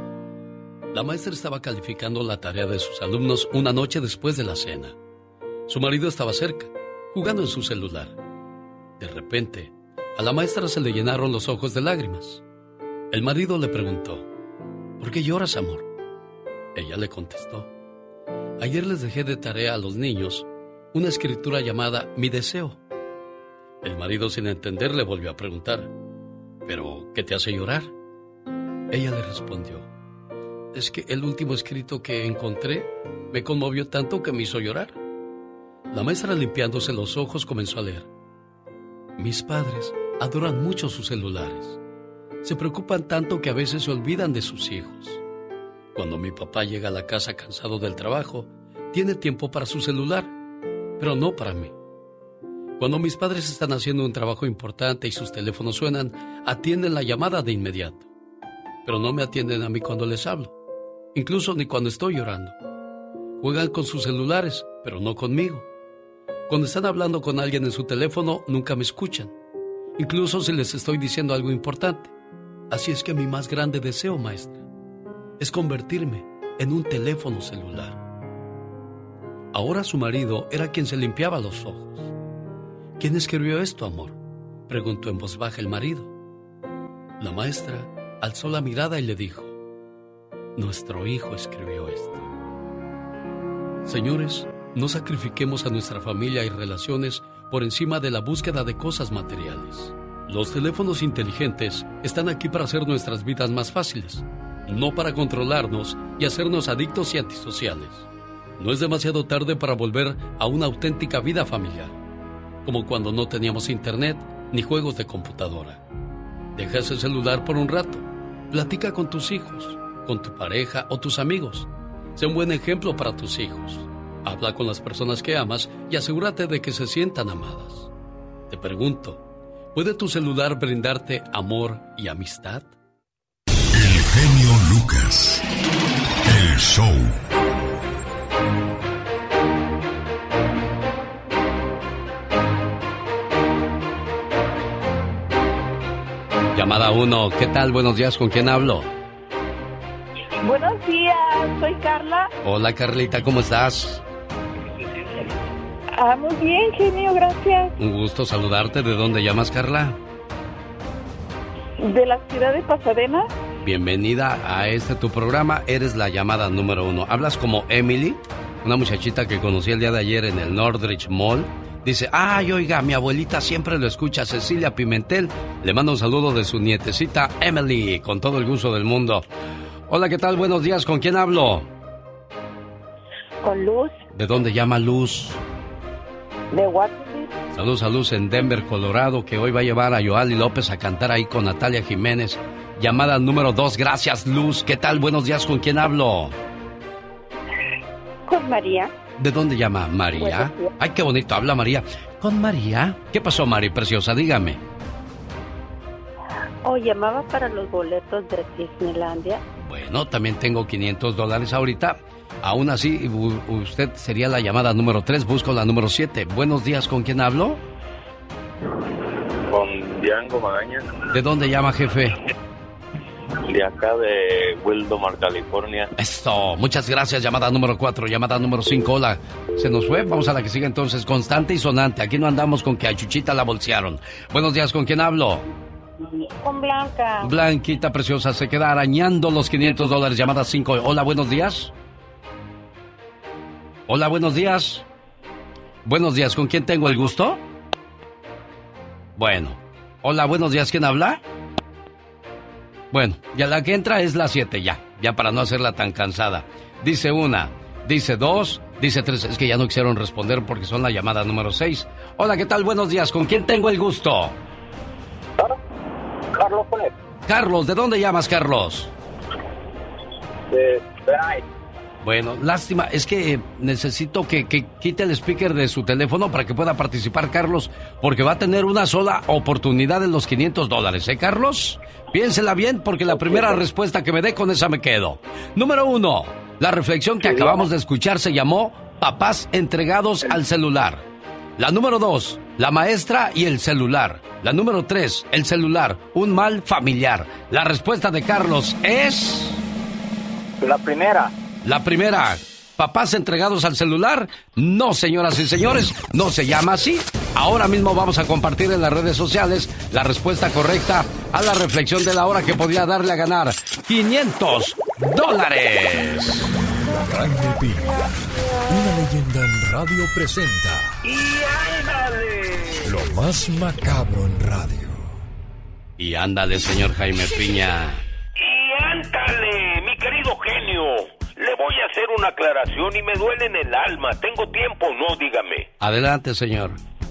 La maestra estaba calificando la tarea de sus alumnos una noche después de la cena. Su marido estaba cerca, jugando en su celular. De repente, a la maestra se le llenaron los ojos de lágrimas. El marido le preguntó, ¿por qué lloras, amor? Ella le contestó, ayer les dejé de tarea a los niños una escritura llamada Mi Deseo. El marido, sin entender, le volvió a preguntar, ¿pero qué te hace llorar? Ella le respondió, es que el último escrito que encontré me conmovió tanto que me hizo llorar. La maestra, limpiándose los ojos, comenzó a leer. Mis padres adoran mucho sus celulares. Se preocupan tanto que a veces se olvidan de sus hijos. Cuando mi papá llega a la casa cansado del trabajo, tiene tiempo para su celular, pero no para mí. Cuando mis padres están haciendo un trabajo importante y sus teléfonos suenan, atienden la llamada de inmediato. pero no me atienden a mí cuando les hablo, incluso ni cuando estoy llorando. Juegan con sus celulares, pero no conmigo. Cuando están hablando con alguien en su teléfono, nunca me escuchan, incluso si les estoy diciendo algo importante. Así es que mi más grande deseo, maestra, es convertirme en un teléfono celular. Ahora su marido era quien se limpiaba los ojos. ¿Quién escribió esto, amor?, preguntó en voz baja el marido. La maestra alzó la mirada y le dijo: nuestro hijo escribió esto. Señores, no sacrifiquemos a nuestra familia y relaciones por encima de la búsqueda de cosas materiales. Los teléfonos inteligentes están aquí para hacer nuestras vidas más fáciles, no para controlarnos y hacernos adictos y antisociales. No es demasiado tarde para volver a una auténtica vida familiar, como cuando no teníamos internet ni juegos de computadora. Deja ese celular por un rato, platica con tus hijos, con tu pareja o tus amigos. Sé un buen ejemplo para tus hijos. Habla con las personas que amas y asegúrate de que se sientan amadas. Te pregunto, ¿puede tu celular brindarte amor y amistad? El genio Lucas. El show. Llamada uno, ¿qué tal? Buenos días, ¿con quién hablo? Buenos días, soy Carla. Hola, Carlita, ¿cómo estás? Ah, muy bien, genio, gracias. Un gusto saludarte. ¿De dónde llamas, Carla? De la ciudad de Pasadena. Bienvenida a este tu programa. Eres la llamada número uno. Hablas como Emily, una muchachita que conocí el día de ayer en el Northridge Mall. Dice, ay, oiga, mi abuelita siempre lo escucha, Cecilia Pimentel. Le mando un saludo de su nietecita Emily, con todo el gusto del mundo. Hola, ¿qué tal? Buenos días, ¿con quién hablo? Con Luz. ¿De dónde llama Luz? De Waterloo. Saludos a Luz en Denver, Colorado, que hoy va a llevar a Yoali López a cantar ahí con Natalia Jiménez. Llamada número dos, gracias, Luz. ¿Qué tal? Buenos días, ¿con quién hablo? Con María. ¿De dónde llama? ¿María? Ay, qué bonito habla María. ¿Con María? ¿Qué pasó, Mari, preciosa? Dígame. Oh, llamaba para los boletos de Disneylandia. Bueno, también tengo quinientos dólares ahorita. Aún así, usted sería la llamada número tres. Busco la número siete. Buenos días, ¿con quién hablo? Con Diango Magaña. ¿De dónde llama, jefe? De acá de Wildomar, California. Esto, muchas gracias. Llamada número cuatro, llamada número cinco. Hola, se nos fue. Vamos a la que sigue entonces. Constante y sonante. Aquí no andamos con que a Chuchita la bolsearon. Buenos días, ¿con quién hablo? Con Blanca. Blanquita preciosa, se queda arañando los quinientos dólares. Llamada cinco. Hola, buenos días. Hola, buenos días. Buenos días, ¿con quién tengo el gusto? Bueno. Hola, buenos días, ¿quién habla? Bueno, ya la que entra es la siete, ya. Ya para no hacerla tan cansada. Dice una, dice dos, dice tres. Es que ya no quisieron responder porque son la llamada número seis. Hola, ¿qué tal? Buenos días, ¿con quién tengo el gusto? Carlos Polet. Carlos, ¿de dónde llamas, Carlos? De Benay. Bueno, lástima, es que necesito que, que quite el speaker de su teléfono para que pueda participar, Carlos, porque va a tener una sola oportunidad en los quinientos dólares, ¿eh, Carlos? Piénsela bien, porque la primera respuesta que me dé, con esa me quedo. Número uno, la reflexión que acabamos de escuchar se llamó Papás entregados al celular. La número dos, la maestra y el celular. La número tres, el celular, un mal familiar. La respuesta de Carlos es... La primera. La primera, papás entregados al celular. No, señoras y señores, no se llama así. Ahora mismo vamos a compartir en las redes sociales la respuesta correcta a la reflexión de la hora que podría darle a ganar quinientos dólares. Jaime Piña, una leyenda en radio presenta. ¡Y ándale! Lo más macabro en radio. Y ándale, señor Jaime Piña. ¡Y ándale, mi querido genio! Le voy a hacer una aclaración y me duele en el alma. ¿Tengo tiempo? No, dígame. Adelante, señor. Mire,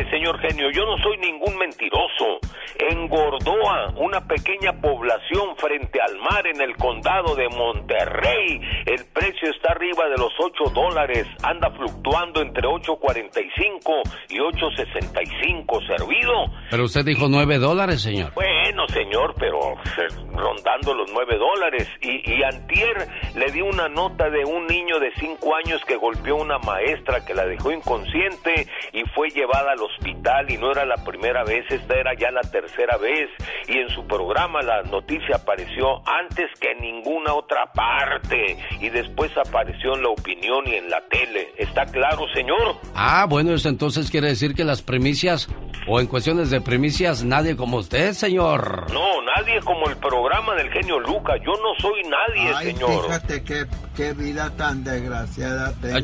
señor genio, yo no soy ningún mentiroso. En Gordoa, una pequeña población frente al mar en el condado de Monterrey, el precio está arriba de los ocho dólares, anda fluctuando entre ocho cuarenta y cinco y ocho sesenta y cinco servido. Pero usted dijo nueve dólares, señor. Bueno, señor, pero eh, rondando los nueve dólares. Y, y antier le di una nota de un niño de cinco años que golpeó a una maestra que la dejó inconsciente y fue llevada al hospital, y no era la primera vez, esta era ya la tercera vez, y en su programa la noticia apareció antes que en ninguna otra parte, y después apareció en La Opinión y en la tele. ¿Está claro, señor? Ah, bueno, eso entonces quiere decir que las primicias, o en cuestiones de primicias, nadie como usted, señor. No, nadie como el programa del genio Lucas. Yo no soy nadie, Ay, señor. Fíjate qué, qué vida tan desgraciada tengo.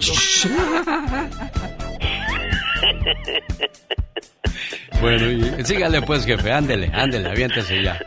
Bueno, y sígale pues, jefe, ándele, ándele, aviéntese ya.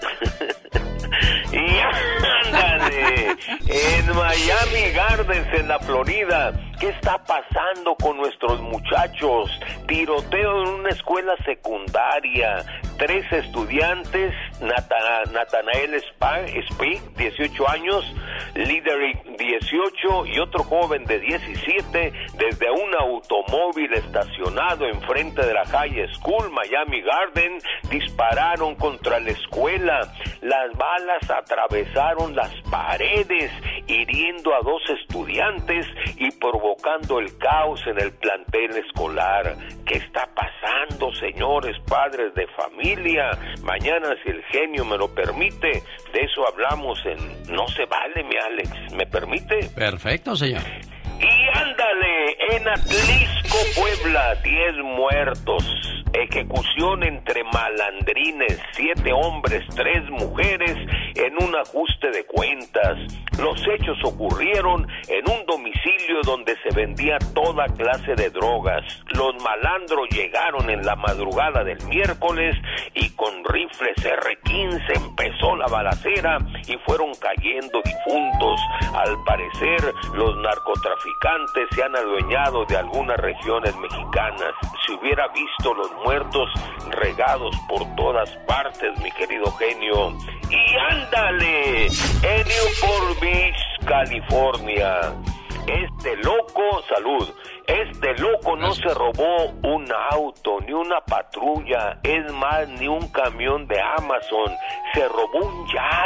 Y ándale, en Miami Gardens, en la Florida, ¿qué está pasando con nuestros muchachos? Tiroteo en una escuela secundaria, tres estudiantes, Nata, Natanael Speak, dieciocho años, Liderick, dieciocho, y otro joven de diecisiete, desde un automóvil estacionado enfrente de la High School, Miami Garden, dispararon contra la escuela. Las balas atravesaron las paredes, hiriendo a dos estudiantes y provocando el caos en el plantel escolar. ¿Qué está pasando, señores padres de familia? Mañana, si el genio me lo permite, de eso hablamos en No Se Vale, mi Alex. ¿Me permite? Perfecto, señor. Y ándale, en Atlisco, Puebla, diez muertos. Ejecución entre malandrines, siete hombres, tres mujeres, en un ajuste de cuentas. Los hechos ocurrieron en un domicilio donde se vendía toda clase de drogas. Los malandros llegaron en la madrugada del miércoles y con rifles erre quince empezó la balacera y fueron cayendo difuntos. Al parecer, los narcotraficantes se han adueñado de algunas regiones mexicanas. Si hubiera visto los muertos regados por todas partes, mi querido genio. Y ándale, en Newport Beach, California, este loco, salud, este loco no se robó un auto, ni una patrulla, es más, ni un camión de Amazon, se robó un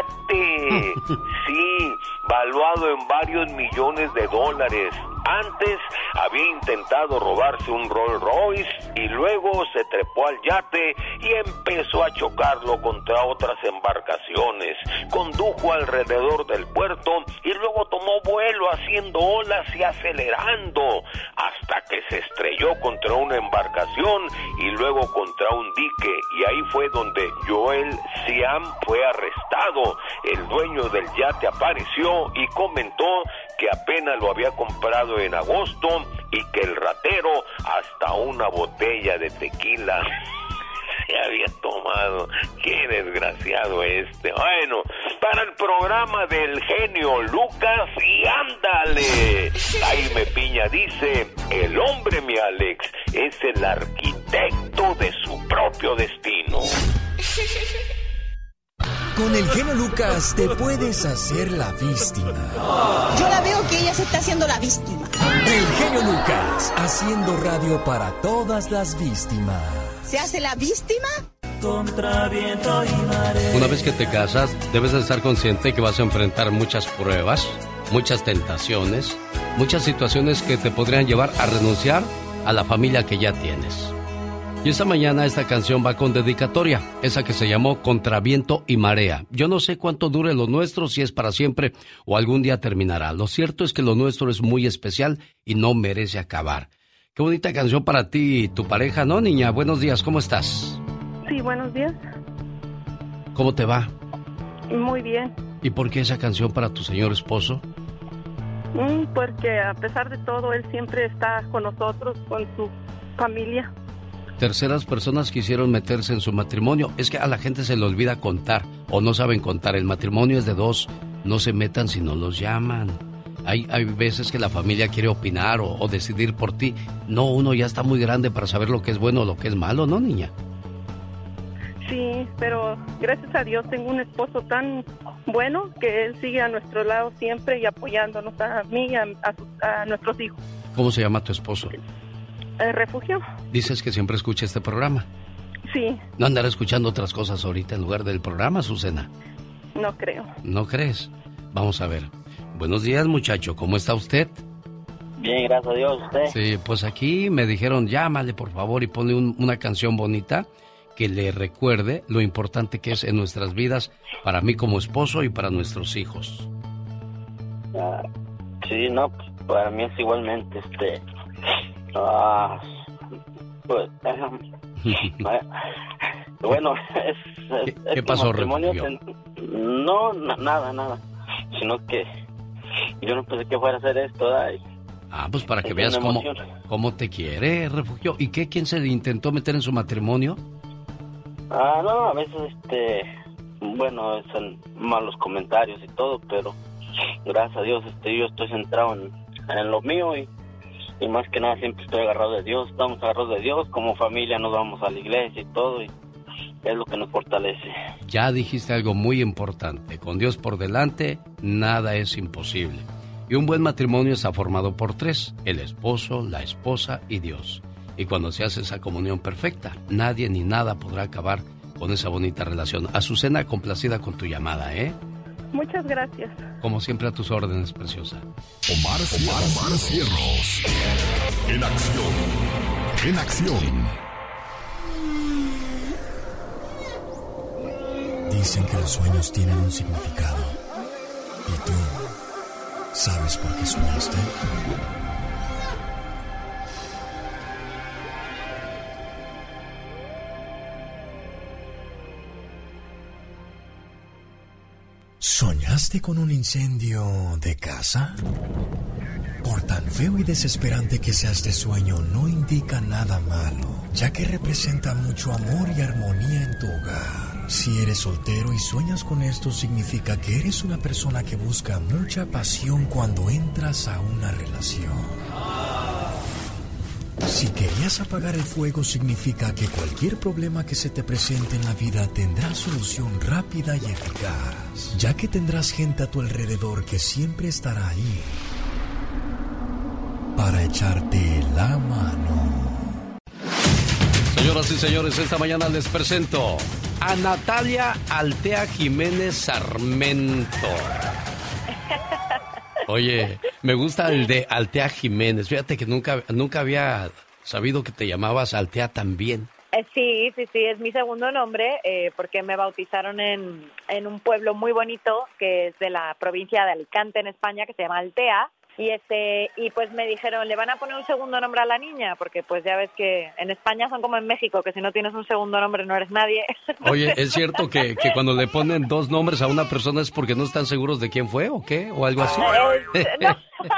yate, sí, valuado en varios millones de dólares. Antes había intentado robarse un Rolls Royce y luego se trepó al yate y empezó a chocarlo contra otras embarcaciones. Condujo alrededor del puerto y luego tomó vuelo haciendo olas y acelerando hasta que se estrelló contra una embarcación y luego contra un dique, y ahí fue donde Joel Siam fue arrestado. El dueño del yate apareció y comentó que apenas lo había comprado en agosto y que el ratero hasta una botella de tequila se había tomado. Qué desgraciado este. Bueno, para el programa del genio Lucas, y ándale, Jaime Piña dice: el hombre, mi Alex, es el arquitecto de su propio destino. Con el genio Lucas te puedes hacer la víctima. Yo la veo que ella se está haciendo la víctima. El genio Lucas, haciendo radio para todas las víctimas. ¿Se hace la víctima? Contra viento y marea. Una vez que te casas, debes de estar consciente que vas a enfrentar muchas pruebas, muchas tentaciones, muchas situaciones que te podrían llevar a renunciar a la familia que ya tienes. Y esta mañana esta canción va con dedicatoria, esa que se llamó Contra Viento y Marea. Yo no sé cuánto dure lo nuestro, si es para siempre o algún día terminará. Lo cierto es que lo nuestro es muy especial y no merece acabar. Qué bonita canción para ti y tu pareja, ¿no, niña? Buenos días, ¿cómo estás? Sí, buenos días. ¿Cómo te va? Muy bien. ¿Y por qué esa canción para tu señor esposo? Mm, porque a pesar de todo, él siempre está con nosotros, con su familia. Terceras personas quisieron meterse en su matrimonio. Es que a la gente se le olvida contar o no saben contar. El matrimonio es de dos. No se metan si no los llaman. Hay, hay veces que la familia quiere opinar o, o decidir por ti. No, uno ya está muy grande para saber lo que es bueno o lo que es malo, ¿no, niña? Sí, pero gracias a Dios tengo un esposo tan bueno que él sigue a nuestro lado siempre y apoyándonos a mí y a, a, a nuestros hijos. ¿Cómo se llama tu esposo? El refugio. Dices que siempre escucha este programa. Sí. ¿No andará escuchando otras cosas ahorita en lugar del programa, Azucena? No creo. ¿No crees? Vamos a ver. Buenos días, muchacho. ¿Cómo está usted? Bien, gracias a Dios. ¿Usted? Sí, pues aquí me dijeron, llámale por favor y ponle un, una canción bonita que le recuerde lo importante que es en nuestras vidas para mí como esposo y para nuestros hijos. Uh, sí, no, pues para mí es igualmente, este... Uh, pues... bueno, es... es ¿Qué, ¿qué pasó, Refugio? En, no, na, nada, nada. Sino que yo no pensé que fuera a hacer esto, ¿verdad? Ah, pues para que veas cómo, cómo te quiere, Refugio. ¿Y qué? ¿Quién se intentó meter en su matrimonio? Ah, no, a veces, este, bueno, son malos comentarios y todo, pero gracias a Dios, este, yo estoy centrado en, en lo mío y, y más que nada siempre estoy agarrado de Dios, estamos agarrados de Dios, como familia nos vamos a la iglesia y todo, y es lo que nos fortalece. Ya dijiste algo muy importante, con Dios por delante, nada es imposible. Y un buen matrimonio está formado por tres, el esposo, la esposa y Dios. Y cuando se hace esa comunión perfecta, nadie ni nada podrá acabar con esa bonita relación. Azucena, complacida con tu llamada, ¿eh? Muchas gracias. Como siempre, a tus órdenes, preciosa. Omar, Omar, Omar Cierros. En acción. En acción. Dicen que los sueños tienen un significado. ¿Y tú sabes por qué soñaste? ¿Soñaste con un incendio de casa? Por tan feo y desesperante que sea este sueño, no indica nada malo, ya que representa mucho amor y armonía en tu hogar. Si eres soltero y sueñas con esto, significa que eres una persona que busca mucha pasión cuando entras a una relación. Si querías apagar el fuego, significa que cualquier problema que se te presente en la vida tendrá solución rápida y eficaz, ya que tendrás gente a tu alrededor que siempre estará ahí para echarte la mano. Señoras y señores, esta mañana les presento a Natalia Altea Jiménez Sarmento. Oye, me gusta el de Altea Jiménez. Fíjate que nunca, nunca había sabido que te llamabas Altea también. Eh, sí, sí, sí, es mi segundo nombre eh, porque me bautizaron en, en un pueblo muy bonito que es de la provincia de Alicante, en España, que se llama Altea. Y este y pues me dijeron, le van a poner un segundo nombre a la niña, porque pues ya ves que en España son como en México, que si no tienes un segundo nombre no eres nadie. Oye, ¿es cierto que, que cuando le ponen dos nombres a una persona es porque no están seguros de quién fue o qué? ¿O algo así? Eh, no.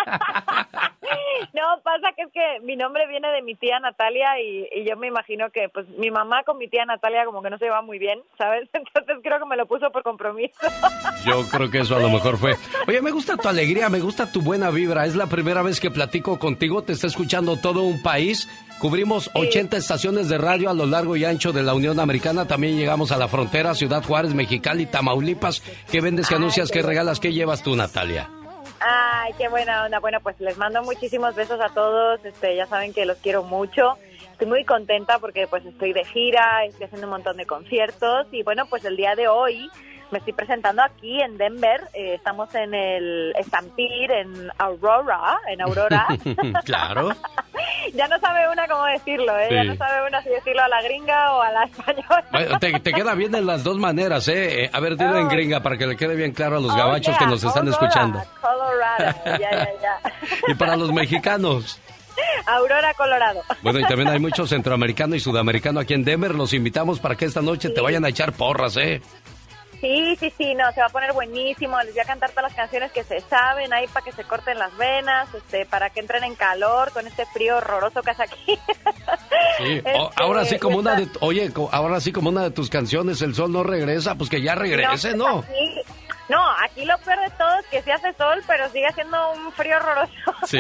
No, pasa que es que mi nombre viene de mi tía Natalia y, y yo me imagino que pues mi mamá con mi tía Natalia como que no se lleva muy bien, ¿sabes? Entonces creo que me lo puso por compromiso. Yo creo que eso a lo mejor fue. Oye, me gusta tu alegría, me gusta tu buena vibra. Es la primera vez que platico contigo, te está escuchando todo un país. Cubrimos ochenta estaciones de radio a lo largo y ancho de la Unión Americana. También llegamos a la frontera, Ciudad Juárez, Mexicali, Tamaulipas. ¿Qué vendes, qué anuncias, qué regalas, qué llevas tú, Natalia? Ay, qué buena onda. Bueno, pues les mando muchísimos besos a todos. Este, ya saben que los quiero mucho. Estoy muy contenta porque pues estoy de gira, estoy haciendo un montón de conciertos y bueno, pues el día de hoy me estoy presentando aquí en Denver. Eh, estamos en el Stampede en Aurora, en Aurora. Claro. Ya no sabe una cómo decirlo, ¿eh? Sí. Ya no sabe una si decirlo a la gringa o a la española. Bueno, te, te queda bien en las dos maneras, ¿eh? A ver, dilo oh. en gringa para que le quede bien claro a los gabachos oh, yeah. que nos están Aurora, escuchando. Colorado, ya, ya, ya. Y para los mexicanos. Aurora, Colorado. Bueno, y también hay mucho centroamericano y sudamericano aquí en Denver. Los invitamos para que esta noche sí. te vayan a echar porras, ¿eh? Sí, sí, sí, no, se va a poner buenísimo. Les voy a cantar todas las canciones que se saben ahí para que se corten las venas, este, para que entren en calor con este frío horroroso que hace aquí. Sí, este, ahora sí como una de, oye, ahora sí como una de tus canciones, El Sol No Regresa, pues que ya regrese, ¿no? ¿no? Sí. No, aquí lo peor de todo es que sí hace sol, pero sigue haciendo un frío horroroso. Sí.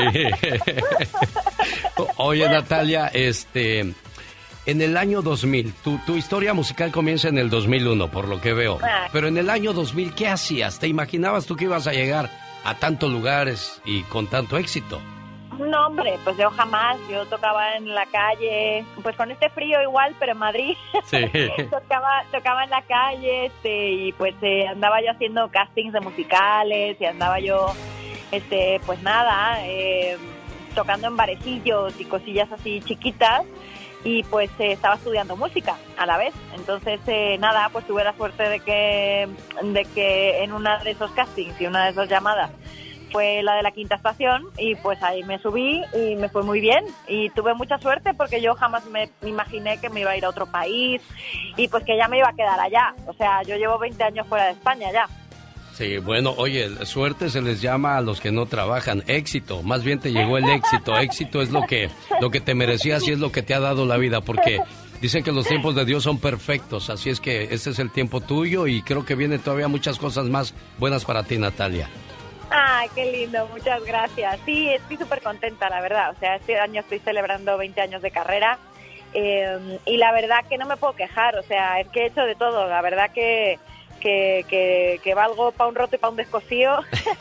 Oye, Natalia, este... En el año dos mil, tu, tu historia musical comienza en el dos mil uno, por lo que veo. Ah. Pero en el año dos mil, ¿qué hacías? ¿Te imaginabas tú que ibas a llegar a tantos lugares y con tanto éxito? No, hombre, pues yo jamás. Yo tocaba en la calle, pues con este frío igual, pero en Madrid. Sí. tocaba, tocaba en la calle, este, y pues eh, andaba yo haciendo castings de musicales y andaba yo, este, pues nada, eh, tocando en barecillos y cosillas así chiquitas. Y pues eh, estaba estudiando música a la vez. Entonces, eh, nada, pues tuve la suerte de que, de que en una de esos castings y una de esas llamadas fue la de la Quinta Estación, y pues ahí me subí y me fue muy bien. Y tuve mucha suerte porque yo jamás me imaginé que me iba a ir a otro país y pues que ya me iba a quedar allá. O sea, yo llevo veinte años fuera de España ya. Sí, bueno, oye, suerte se les llama a los que no trabajan. Éxito, más bien te llegó el éxito. Éxito es lo que, lo que te merecías y es lo que te ha dado la vida, porque dicen que los tiempos de Dios son perfectos, así es que este es el tiempo tuyo y creo que vienen todavía muchas cosas más buenas para ti, Natalia. Ay, qué lindo, muchas gracias. Sí, estoy súper contenta, la verdad. O sea, este año estoy celebrando veinte años de carrera eh, y la verdad que no me puedo quejar. O sea, es que he hecho de todo, la verdad que... Que, que, que valgo para un roto y para un descosío.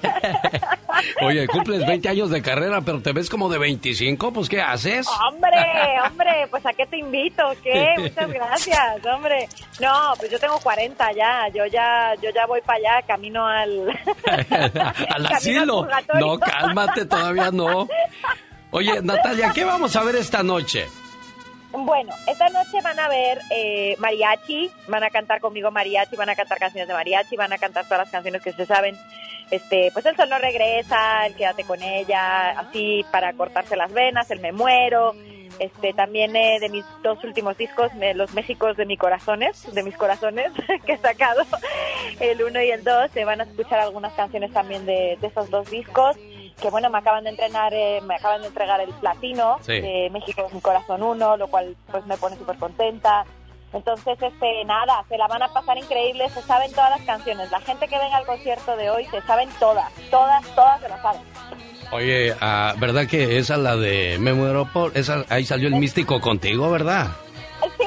Oye, cumples veinte años de carrera, pero te ves como de veinticinco, pues ¿qué haces? Hombre, hombre, pues ¿a qué te invito? ¿Qué? Muchas gracias, hombre. No, pues yo tengo cuarenta ya, yo ya yo ya voy para allá, camino al... al asilo. Al no, cálmate, todavía no. Oye, Natalia, ¿qué vamos a ver esta noche? Bueno, esta noche van a ver eh, mariachi, van a cantar conmigo mariachi, van a cantar canciones de mariachi, van a cantar todas las canciones que se saben, este, pues El Sol no regresa, El Quédate con ella, así para cortarse las venas, El Me muero, este, también eh, de mis dos últimos discos, eh, Los Méxicos de mis corazones, de mis corazones que he sacado, el uno y el dos, se van a escuchar algunas canciones también de, de esos dos discos. Que bueno, me acaban de entrenar, eh, me acaban de entregar el platino sí. de México es mi corazón uno, lo cual pues me pone súper contenta. Entonces, este, nada, se la van a pasar increíble, se saben todas las canciones. La gente que venga al concierto de hoy se saben todas, todas, todas se las saben. Oye, uh, ¿verdad que esa la de Me muero por... Esa, ahí salió el Místico contigo, ¿verdad? Sí.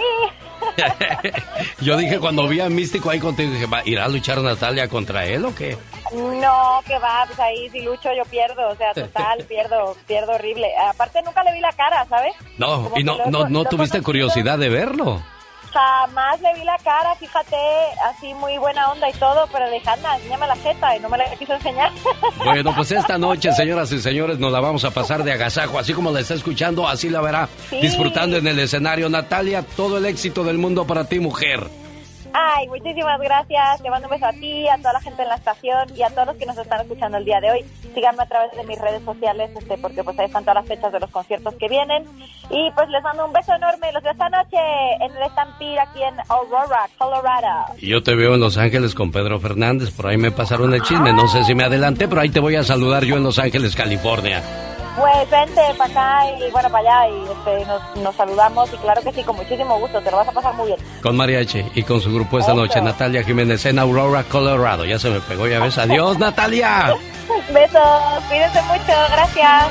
Yo dije, cuando vi a Místico ahí contigo, dije, ¿va, ¿irá a luchar Natalia contra él o qué? No, que va, pues ahí si lucho yo pierdo, o sea, total, pierdo, pierdo horrible. Aparte nunca le vi la cara, ¿sabes? No, Como y no, lo, no, no lo tuviste conocido. curiosidad de verlo. Jamás le vi la cara, fíjate, así muy buena onda y todo, pero dije, anda, enséñame la jeta, y no me la quiso enseñar. Bueno, pues esta noche, señoras y señores, nos la vamos a pasar de agasajo, así como la está escuchando, así la verá, sí. Disfrutando en el escenario. Natalia, todo el éxito del mundo para ti, mujer. Ay, muchísimas gracias, te mando un beso a ti, a toda la gente en la estación y a todos los que nos están escuchando el día de hoy. Síganme a través de mis redes sociales, este, porque pues ahí están todas las fechas de los conciertos que vienen. Y pues les mando un beso enorme, los veo esta noche en el Stampede aquí en Aurora, Colorado. Y yo te veo en Los Ángeles con Pedro Fernández, por ahí me pasaron el chisme, no sé si me adelanté, pero ahí te voy a saludar yo en Los Ángeles, California. Pues vente para acá y bueno, para allá y este, nos, nos saludamos y claro que sí, con muchísimo gusto, te lo vas a pasar muy bien. Con mariachi y con su grupo esta Eso. noche, Natalia Jiménez en Aurora, Colorado. Ya se me pegó, ya ves. Adiós, Natalia. Besos, cuídense mucho, gracias.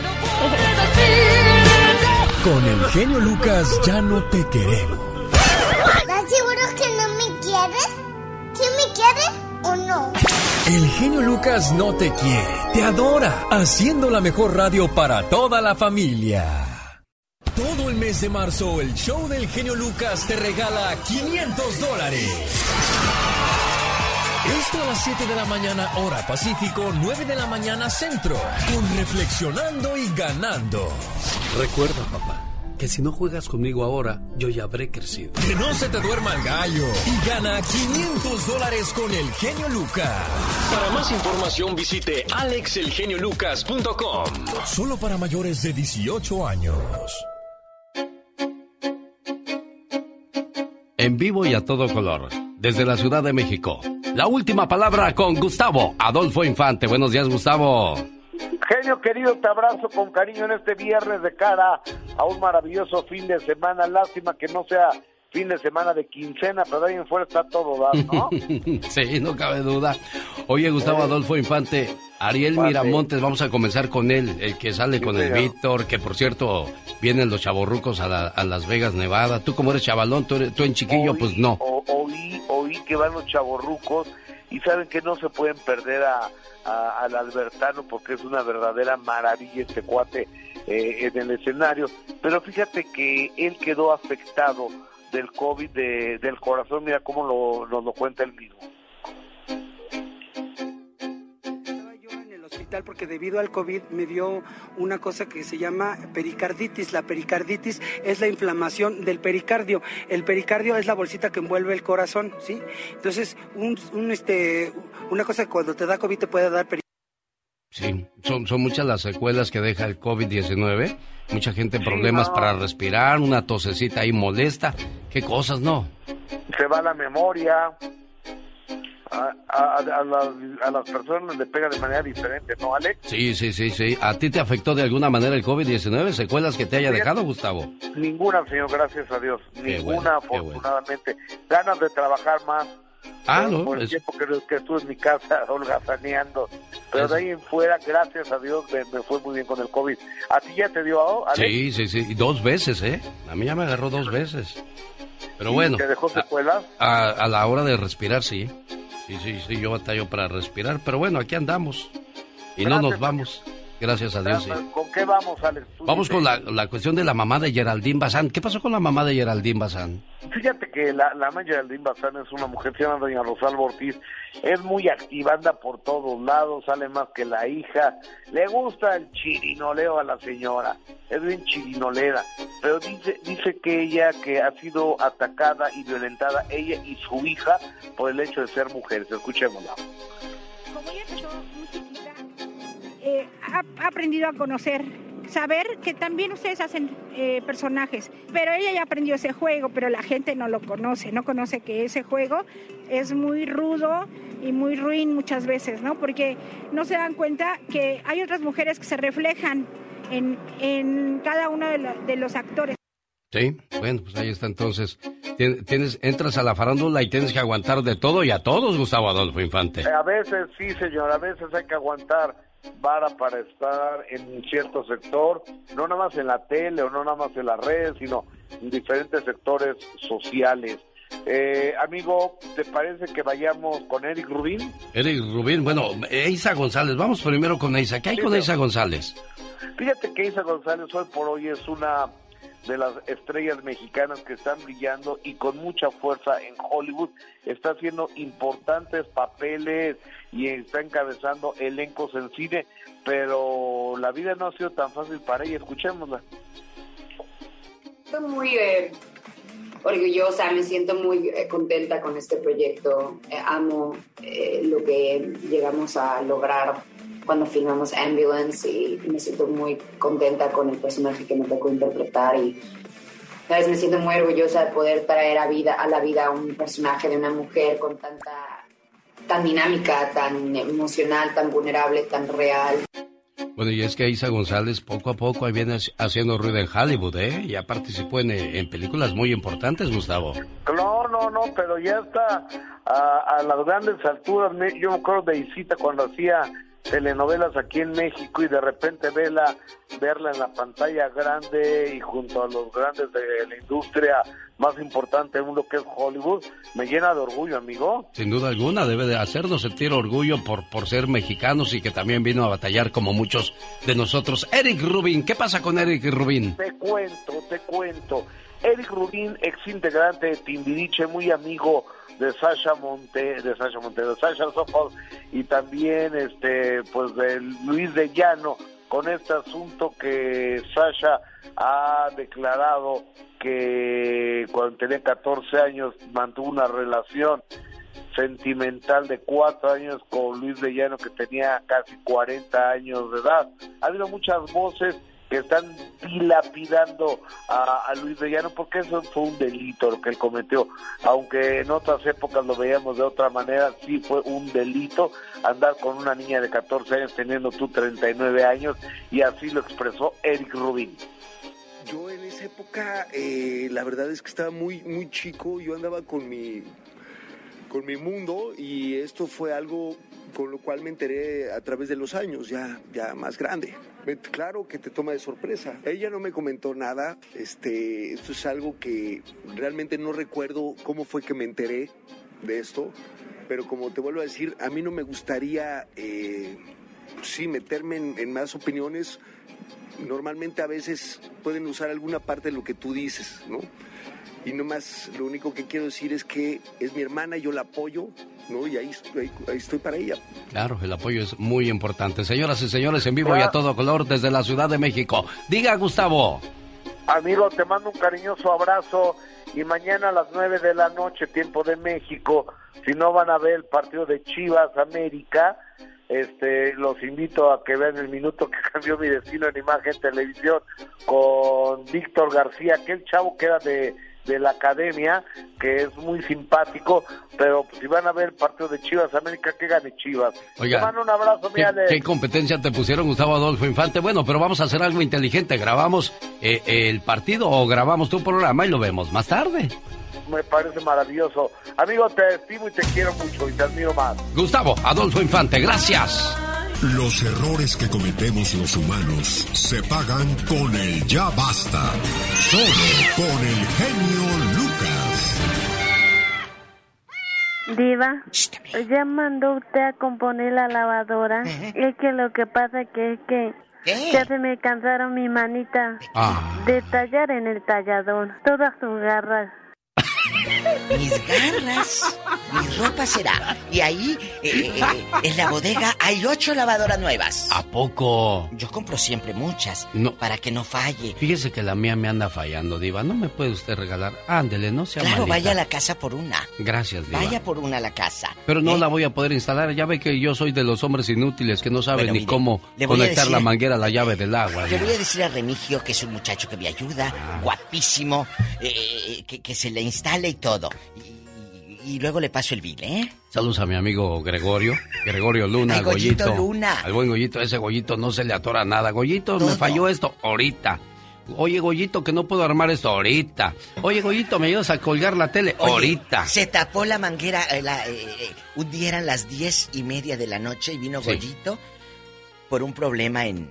Con el genio Lucas ya no te queremos. ¿Estás seguro que no me quieres? ¿Sí me quieres o no? El genio Lucas no te quiere, te adora, haciendo la mejor radio para toda la familia. Todo el mes de marzo, el show del genio Lucas te regala quinientos dólares. Esto a las siete de la mañana, hora Pacífico, nueve de la mañana centro, con Reflexionando y Ganando. Recuerda, papá, que si no juegas conmigo ahora, yo ya habré crecido. Que no se te duerma el gallo y gana quinientos dólares con el genio Lucas. Para más información visite alex el genio lucas punto com. Solo para mayores de dieciocho años. En vivo y a todo color, desde la Ciudad de México. La última palabra con Gustavo Adolfo Infante. Buenos días, Gustavo. Genio querido, te abrazo con cariño en este viernes de cara a un maravilloso fin de semana. Lástima que no sea fin de semana de quincena, pero ahí en fuera está todo dado, ¿no? Sí, no cabe duda. Oye, Gustavo Eh. Adolfo Infante, Ariel Pase. Miramontes, vamos a comenzar con él, el que sale Sí, con el señor. Víctor, que por cierto, vienen los chavorrucos a, la- a Las Vegas, Nevada. Tú como eres chavalón, tú, eres- tú en chiquillo, Oí- pues no. o- oí, oí que van los chavorrucos y saben que no se pueden perder a, a- al Albertano porque es una verdadera maravilla este cuate eh, en el escenario. Pero fíjate que él quedó afectado del COVID de- del corazón, mira cómo lo, nos lo cuenta él mismo. Hospital porque debido al COVID me dio una cosa que se llama pericarditis. La pericarditis es la inflamación del pericardio. El pericardio es la bolsita que envuelve el corazón, ¿sí? Entonces, un, un, este, una cosa que cuando te da COVID te puede dar pericarditis. Sí, son, son muchas las secuelas que deja el COVID diecinueve. Mucha gente problemas no. para respirar, una tosecita ahí molesta. ¿Qué cosas, no? Se va la memoria. A, a, a, las, a las personas le pega de manera diferente, ¿no, Alex? Sí, sí, sí, sí. ¿A ti te afectó de alguna manera el COVID diecinueve? ¿Secuelas que te haya Fíjate. dejado, Gustavo? Ninguna, señor, gracias a Dios. Qué Ninguna, bueno, qué afortunadamente. Ganas de trabajar más. Ah, por, no, por el es- tiempo que, que estuve en mi casa holgazaneando. Pero Es- de ahí en fuera, gracias a Dios, me, me fue muy bien con el COVID. ¿A ti ya te dio, Alex? Sí, sí, sí. Y dos veces, ¿eh? A mí ya me agarró dos veces. Pero ¿Y bueno. ¿Te dejó a- secuelas? A, a la hora de respirar, sí. Sí, sí, sí, yo batallo para respirar. Pero bueno, aquí andamos. Y no Gracias. nos vamos. Gracias a Dios, sí. ¿Con qué vamos, Alex? Tú Vamos dime. con la, la cuestión de la mamá de Geraldine Bazán. ¿Qué pasó con la mamá de Geraldine Bazán? Fíjate que la, la mamá Geraldine Bazán es una mujer, se llama doña Rosalba Ortiz, es muy activa, anda por todos lados, sale más que la hija, le gusta el chirinoleo a la señora, es bien chirinolera, pero dice, dice que ella que ha sido atacada y violentada, ella y su hija, por el hecho de ser mujeres. Escuchémosla. Como ella empezó muy chiquita, eh, ha, ha aprendido a conocer, saber que también ustedes hacen eh, personajes, pero ella ya aprendió ese juego, pero la gente no lo conoce, no conoce que ese juego es muy rudo y muy ruin muchas veces, ¿no? Porque no se dan cuenta que hay otras mujeres que se reflejan en, en cada uno de, lo- de los actores. Sí, bueno, pues ahí está entonces. Tien- Tienes, entras a la farándula y tienes que aguantar de todo y a todos, Gustavo Adolfo Infante. A veces sí, señor, a veces hay que aguantar vara para estar en cierto sector, no nada más en la tele o no nada más en las redes, sino en diferentes sectores sociales. Eh, amigo, ¿te parece que vayamos con Eric Rubín? Eric Rubín, bueno, Eiza González, vamos primero con Eiza. ¿Qué hay Sí, con pero- Eiza González? Fíjate que Isa González hoy por hoy es una de las estrellas mexicanas que están brillando y con mucha fuerza en Hollywood. Está haciendo importantes papeles y está encabezando elencos en cine, pero la vida no ha sido tan fácil para ella. Escuchémosla. Estoy muy eh, orgullosa, me siento muy eh, contenta con este proyecto. Eh, amo eh, lo que llegamos a lograr cuando filmamos Ambulance y me siento muy contenta con el personaje que me tocó interpretar y ¿sabes? Me siento muy orgullosa de poder traer a vida a la vida a un personaje de una mujer con tanta tan dinámica, tan emocional, tan vulnerable, tan real. Bueno, y es que Eiza González poco a poco ahí viene haciendo ruido en Hollywood, ¿eh? Ya participó en, en películas muy importantes, Gustavo. No, no, no, pero ya está a, a las grandes alturas. Me- Yo me acuerdo de Isita cuando hacía telenovelas aquí en México y de repente verla, verla en la pantalla grande y junto a los grandes de la industria más importante del mundo que es Hollywood, me llena de orgullo, amigo. Sin duda alguna, debe de hacernos sentir orgullo por, por ser mexicanos y que también vino a batallar como muchos de nosotros. Eric Rubin, ¿qué pasa con Eric Rubin? Te cuento, te cuento. Eric Rubin, ex integrante de Timbiriche, muy amigo de Sasha Monte, de Sasha Monte, de Sasha Sokol y también este pues de Luis de Llano, con este asunto que Sasha ha declarado que cuando tenía catorce años mantuvo una relación sentimental de cuatro años con Luis de Llano, que tenía casi cuarenta años de edad. Ha habido muchas voces que están dilapidando a, a Luis de Llano porque eso fue un delito lo que él cometió, aunque en otras épocas lo veíamos de otra manera. Sí fue un delito andar con una niña de catorce años teniendo tú treinta y nueve años, y así lo expresó Eric Rubin. Yo en esa época, eh, la verdad es que estaba muy, muy chico. Yo andaba con mi, con mi mundo y esto fue algo con lo cual me enteré a través de los años, ya, ya más grande. Claro que te toma de sorpresa. Ella no me comentó nada. Este, esto es algo que realmente no recuerdo cómo fue que me enteré de esto, pero como te vuelvo a decir, a mí no me gustaría, eh, sí, meterme en, en más opiniones. Normalmente a veces pueden usar alguna parte de lo que tú dices, ¿no? Y nomás lo único que quiero decir es que es mi hermana, yo la apoyo, ¿no? Y ahí, ahí, ahí estoy para ella. Claro, el apoyo es muy importante. Señoras y señores, en vivo y a todo color desde la Ciudad de México. Diga, Gustavo. Amigo, te mando un cariñoso abrazo y mañana a las nueve de la noche, tiempo de México, si no van a ver el partido de Chivas América, este, los invito a que vean el minuto que cambió mi destino en Imagen Televisión con Víctor García, que el chavo que era de, de la academia, que es muy simpático, pero pues, si van a ver el partido de Chivas América, que gane Chivas. Oiga, te mando un abrazo, mi ¿qué, Alex. ¿qué competencia te pusieron, Gustavo Adolfo Infante? Bueno, pero vamos a hacer algo inteligente. ¿Grabamos eh, el partido o grabamos tu programa y lo vemos más tarde? Me parece maravilloso. Amigo, te estimo y te quiero mucho y te admiro más. Gustavo Adolfo Infante, gracias. Los errores que cometemos los humanos se pagan con el ya basta. Solo con el genio Lucas. Diva, ya mandó usted a componer la lavadora. Es que lo que pasa que es que ¿Qué? ya se me cansaron mi manita ah. de tallar en el tallador todas sus garras. Mis garras, mi ropa será. Y ahí, eh, eh, en la bodega, hay ocho lavadoras nuevas. ¿A poco? Yo compro siempre muchas, no. para que no falle. Fíjese que la mía me anda fallando, Diva. ¿No me puede usted regalar? Ándele, no sea Claro, malita. vaya a la casa por una. Gracias, Diva. Vaya por una a la casa. Pero no ¿eh? la voy a poder instalar. Ya ve que yo soy de los hombres inútiles que no saben Bueno, ni mire, cómo le voy a conectar decir- la manguera a la llave del agua. Le Diva. voy a decir a Remigio, que es un muchacho que me ayuda, Ah. guapísimo, eh, que, que se le instale y todo. Y, y luego le paso el bill, ¿eh? Saludos a mi amigo Gregorio, Gregorio Luna, Ay, Goyito Goyito. Luna. Al buen Goyito, ese Goyito no se le atora nada. Goyito, me Todo. falló esto ahorita. Oye, Goyito, que no puedo armar esto ahorita. Oye, Goyito, ¿me ayudas a colgar la tele? Oye, ahorita. Se tapó la manguera, eh, la, eh, eh, un día eran las diez y media de la noche y vino Sí. Goyito por un problema en,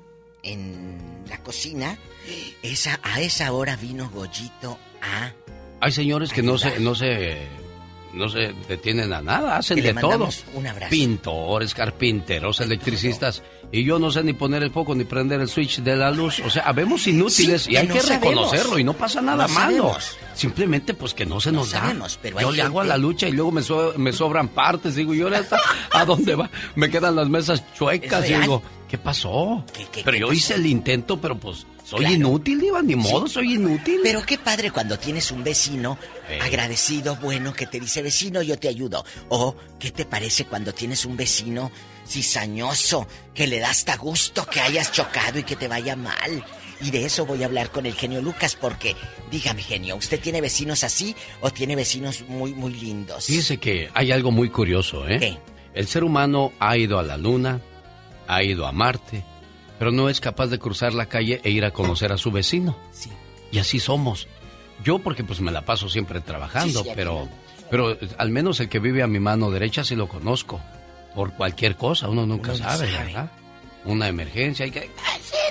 en la cocina. Esa, a esa hora vino Goyito a... Hay señores que no ayudar. se, no se, no se detienen a nada, hacen Y le de todo. mandamos un abrazo. Pintores, carpinteros, electricistas. Y yo no sé ni poner el foco ni prender el switch de la luz. O sea, habemos inútiles Sí, y hay que que no sabemos. reconocerlo y no pasa nada No malo. sabemos. Simplemente pues que no se No nos sabemos, da. pero hay Yo le hago a gente- la lucha y luego me, so- me sobran partes. Digo, ¿y ahora hasta a dónde va? Me quedan las mesas chuecas. Es Y real. digo, ¿qué pasó? ¿Qué- qué- pero qué yo pasó? hice el intento, pero pues soy Claro. inútil, Diva, ni modo, Sí. soy inútil. Pero qué padre cuando tienes un vecino Eh. agradecido, bueno, que te dice, vecino, yo te ayudo. O, ¿qué te parece cuando tienes un vecino cizañoso, que le da hasta gusto que hayas chocado y que te vaya mal? Y de eso voy a hablar con el genio Lucas, porque, dígame, genio, ¿usted tiene vecinos así o tiene vecinos muy, muy lindos? Fíjese que hay algo muy curioso, ¿eh? ¿Qué? El ser humano ha ido a la luna, ha ido a Marte, pero no es capaz de cruzar la calle e ir a conocer a su vecino. Sí. Y así somos. Yo porque pues me la paso siempre trabajando, Sí, sí, pero, aquí pero al menos el que vive a mi mano derecha sí lo conozco. Por cualquier cosa, uno nunca Uno no sabe, sabe. ¿verdad? Una emergencia, hay que...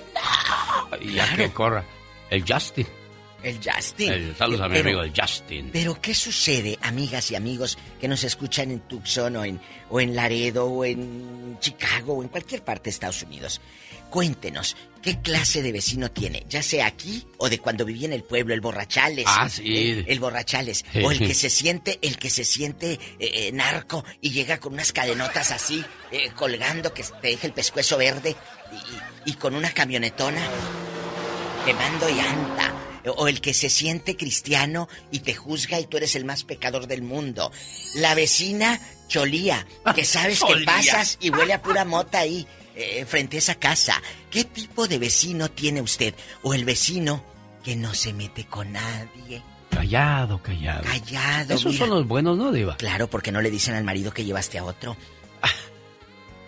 Y ya que corra. El Justin. El Justin. El, saludos a mi Pero- amigo el Justin. Pero ¿qué sucede, amigas y amigos que nos escuchan en Tucson o en, o en Laredo o en Chicago o en cualquier parte de Estados Unidos? Cuéntenos, ¿qué clase de vecino tiene? Ya sea aquí o de cuando vivía en el pueblo, el borrachales. Ah, sí. El, el borrachales. Sí. O el que se siente, el que se siente eh, eh, narco y llega con unas cadenotas así, eh, colgando, que te deja el pescuezo verde y, y con una camionetona quemando llanta. O el que se siente cristiano y te juzga y tú eres el más pecador del mundo. La vecina cholía, que sabes que Cholía. pasas y huele a pura mota ahí, eh, frente a esa casa. ¿Qué tipo de vecino tiene usted? O el vecino que no se mete con nadie. Callado, callado. Callado, Esos mira. son los buenos, ¿no, Diva? Claro, porque no le dicen al marido que llevaste a otro.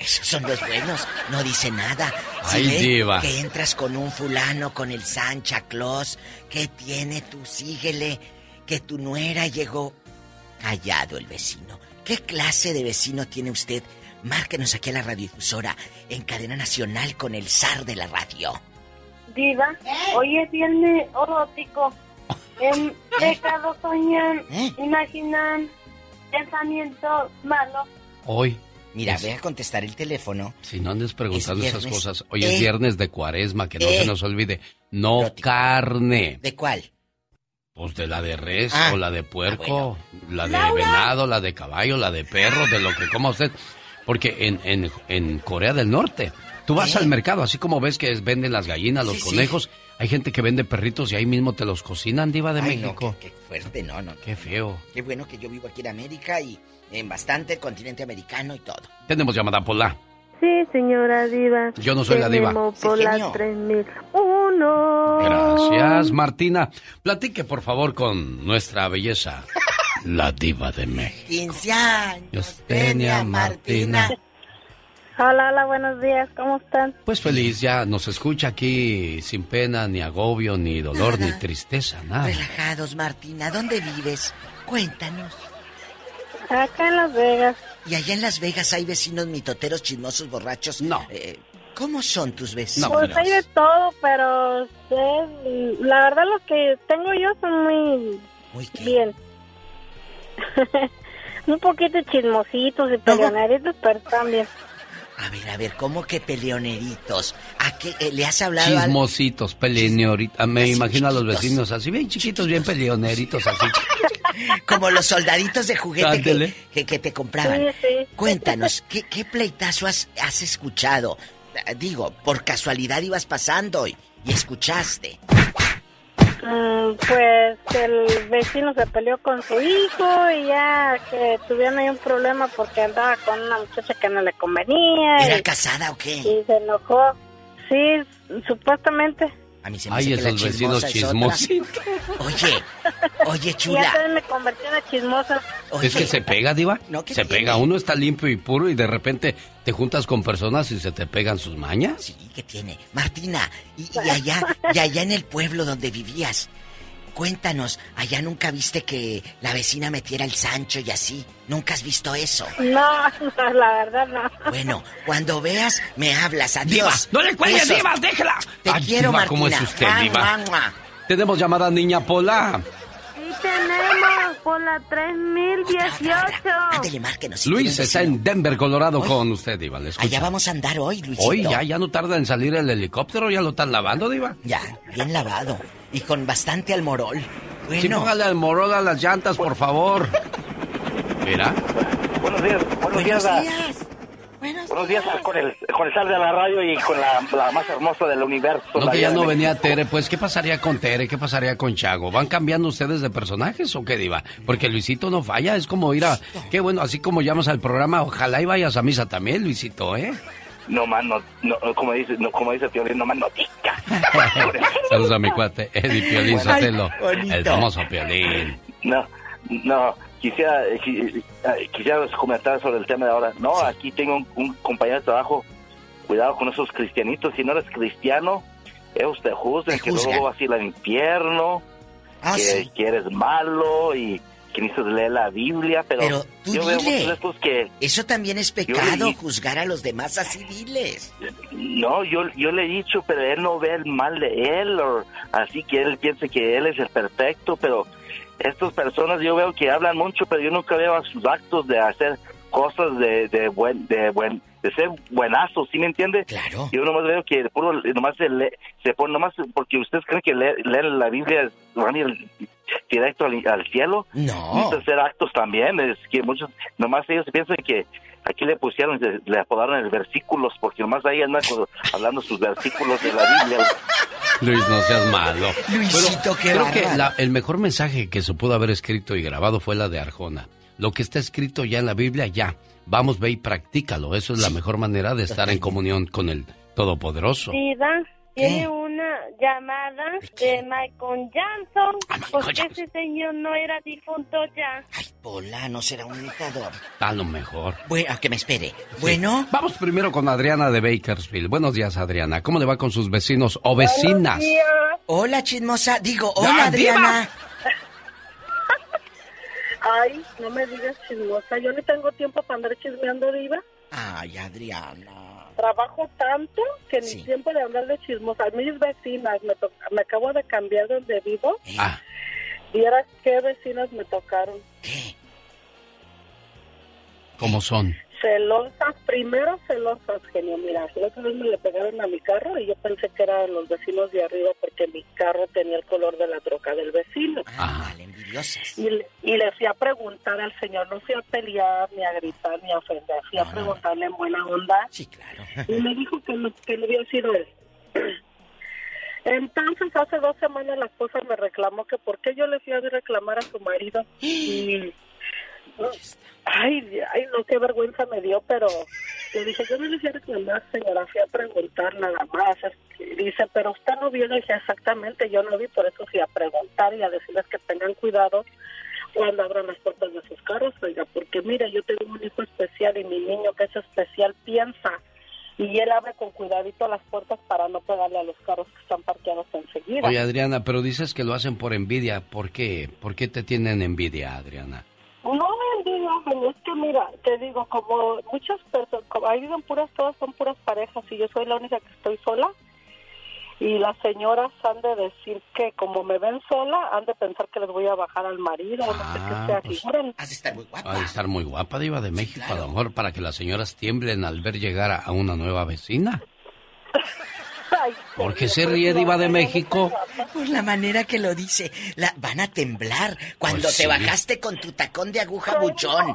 Esos son los buenos, no dice nada. Si Ay, ve diva. que entras con un fulano, con el Santa Claus, ¿qué tiene tú? Síguele, que tu nuera llegó. Callado el vecino. ¿Qué clase de vecino tiene usted? Márquenos aquí a la radiodifusora, en cadena nacional con el zar de la radio. Diva, hoy es viernes erótico. En pecado soñan, ¿Eh? imaginan, pensamientos malos. Hoy. Mira, es... ve a contestar el teléfono. Si no andes preguntando Es esas viernes. cosas. Hoy Eh. es viernes de cuaresma, que no Eh. se nos olvide. No Erótico. carne. ¿De cuál? Pues de la de res Ah. o la de puerco, Ah, la de Laura. venado, la de caballo, la de perro, de lo que coma usted. Porque en, en, en Corea del Norte, tú vas ¿Eh? al mercado, así como ves que es- venden las gallinas, los Sí, sí. conejos, hay gente que vende perritos y ahí mismo te los cocinan, diva de Ay, México. no, qué, qué fuerte, no, no. Qué feo. Qué bueno que yo vivo aquí en América y en bastante el continente americano y todo. Tenemos llamada Pola. Sí, señora Diva. Yo no soy la diva. Tenemos Sí, por la genio. tres mil uno. Gracias, Martina. Platique, por favor, con nuestra belleza, la diva de México. quince años, Dios tenía Martina. Hola, hola, buenos días, ¿cómo están? Pues feliz, ya nos escucha aquí sin pena, ni agobio, ni dolor, ni tristeza, nada. Relajados, Martina. ¿Dónde vives? Cuéntanos. Acá en Las Vegas. ¿Y allá en Las Vegas hay vecinos mitoteros, chismosos, borrachos? No. Eh, ¿Cómo son tus vecinos? Pues hay de todo, pero sé, la verdad los que tengo yo son muy Muy qué. bien. Un poquito chismositos y peleoneritos, pero también. A ver, a ver, ¿cómo que peleoneritos? ¿A qué eh, le has hablado al... Chismositos, peleoneritos. Me Así imagino a los chiquitos. vecinos así, bien chiquitos, bien peleoneritos, así. Como los soldaditos de juguete que, Ándele. que, que te compraban. Sí, sí. Cuéntanos, ¿qué, qué pleitazo has, has escuchado? Eh, Digo, por casualidad ibas pasando y, y escuchaste. Mm, pues el vecino se peleó con su hijo y ya que tuvieron ahí un problema porque andaba con una muchacha que no le convenía. ¿Era y, casada o qué? y se enojó. Sí, supuestamente. A mí se me Ay, hace que la esos vecinos chismosa es chismositos. otra. Oye, oye, Y ya chula. también me convertí en la chismosa. Oye, Es que se pega, diva. No, ¿qué se tiene? pega. Uno está limpio y puro y de repente te juntas con personas y se te pegan sus mañas. Sí, ¿qué tiene? Martina, y, y allá, y allá en el pueblo donde vivías, cuéntanos, allá nunca viste que la vecina metiera el Sancho y así. ¿Nunca has visto eso? No, no, la verdad no. Bueno, cuando veas, me hablas. Diva, Adiós. no le cuelgues, Besos. diva, déjela. Te Ay, quiero, diva, Martina. ¿cómo es usted, Mua, diva? mua, mua. Tenemos llamada niña Pola. Sí tenemos por la tres mil dieciocho. Ándele, márquenos. si Luis tiene un está vecino. en Denver, Colorado, Hoy- con usted, diva. Le escucha. Allá vamos a andar hoy, Luisito. Hoy ya, ya no tarda en salir el helicóptero, ya lo están lavando, diva. Ya, bien lavado. Y con bastante almorol. Bueno. Sí, póngale al morol a las llantas, por favor. Mira. Buenos días, buenos, Buenos días, a- días. Buenos, buenos días a- con el con el sal de la radio y con la, la más hermosa del universo. No, la que ya Diva no de venía México. Tere, pues, ¿qué pasaría con Tere? ¿Qué pasaría con Chago? ¿Van cambiando ustedes de personajes o qué, diva? Porque Luisito no falla, es como ir a... Qué bueno, así como llamas al programa, ojalá y vayas a misa también, Luisito, ¿eh? No más, no, no, como dice, no, como dice Piolín, no más notica. Saludos a mi cuate, Eddie Piolín Sotelo, bonito. el famoso Piolín. No, no, quisiera, eh, qui- eh, quisiera comentar sobre el tema de ahora. No, aquí tengo un, un compañero de trabajo, cuidado con esos cristianitos, si no eres cristiano, ellos te juzgan, Te que juzgan. luego vas a ir al infierno, Ah, que, sí. que eres malo y que necesitas leer la Biblia, pero, Pero tú yo veo dile. muchos de estos que, Eso también es Yo pecado, leí- juzgar a los demás así, diles. no, yo, yo le he dicho, pero él no ve el mal de él, o así que él piensa que él es el perfecto, pero estas personas yo veo que hablan mucho, pero yo nunca veo a sus actos de hacer cosas de, de buen, de buen, de ser buenazos, ¿sí me entiende? Claro. Yo nomás veo que puro, nomás se, lee, se pone, nomás porque ustedes creen que leer, leer la Biblia es van a ir directo al, al cielo. No. Necesitan hacer actos también, es que muchos, nomás ellos piensan que aquí le pusieron, le, le apodaron el versículos, porque nomás ahí andan con- hablando sus versículos de la Biblia. Luis, no seas malo. Luisito, qué Creo que bárbaro. la- el mejor mensaje que se pudo haber escrito y grabado fue la de Arjona. Lo que está escrito ya en la Biblia, ya. Vamos, ve y practícalo. Eso es la mejor manera de estar en comunión con el Todopoderoso. Diva, Tiene una llamada de Michael Jackson, porque Jackson. ese señor no era difunto ya. Pola, no será un imitador. A lo mejor. Bueno, que me espere. Bueno. Vamos primero con Adriana de Bakersfield. Buenos días, Adriana. ¿Cómo le va con sus vecinos o vecinas? Buenos días. Hola, chismosa. Digo, hola, ¡Ah, Adriana. Ay, no me digas chismosa. Yo no tengo tiempo para andar chismeando, diva. Ay, Adriana. Trabajo tanto que ni Sí. tiempo de andar de chismosa. Mis vecinas, me, to- me acabo de cambiar donde vivo. Ah. Vieras qué vecinas me tocaron. ¿Cómo son? Celosas, primero celosas, genio. Mira, la otra vez me le pegaron a mi carro y yo pensé que eran los vecinos de arriba porque mi carro tenía el color de la troca del vecino. Ah, envidiosas. Y, le- y le fui a preguntar al señor, no fui a pelear, ni a gritar, ni a ofender, fui a preguntarle en buena onda. Sí, claro. Y me dijo que no, que no había sido él. Entonces, hace dos semanas la esposa me reclamó que por qué yo le fui a reclamar a su marido. Y... Ay, ay, no, qué vergüenza me dio, pero le dije, yo no le fui a reclamar, señora, fui a preguntar nada más. Y dice, pero usted no vio, le dije, exactamente, yo no vi, por eso fui a preguntar y a decirles que tengan cuidado cuando abran las puertas de sus carros, oiga, porque mira, yo tengo un hijo especial y mi niño que es especial piensa y él abre con cuidadito las puertas para no pegarle a los carros que están parqueados enseguida. Oye, Adriana, pero dices que lo hacen por envidia. ¿Por qué? ¿Por qué te tienen envidia, Adriana? No me envidia, pero es que mira, te digo, como muchas personas, como ahí viven puras, todas son puras parejas y yo soy la única que estoy sola. Y las señoras han de decir que como me ven sola, han de pensar que les voy a bajar al marido, o no sé qué sea, pues, figuren. Has de estar muy guapa. Ha de estar muy guapa, diva de México, a lo mejor para que las señoras tiemblen al ver llegar a, a una nueva vecina. Ay, ¿Por qué se ríe, diva de México? Por la manera que lo dice. La, van a temblar cuando Pues te sí. bajaste con tu tacón de aguja buchón.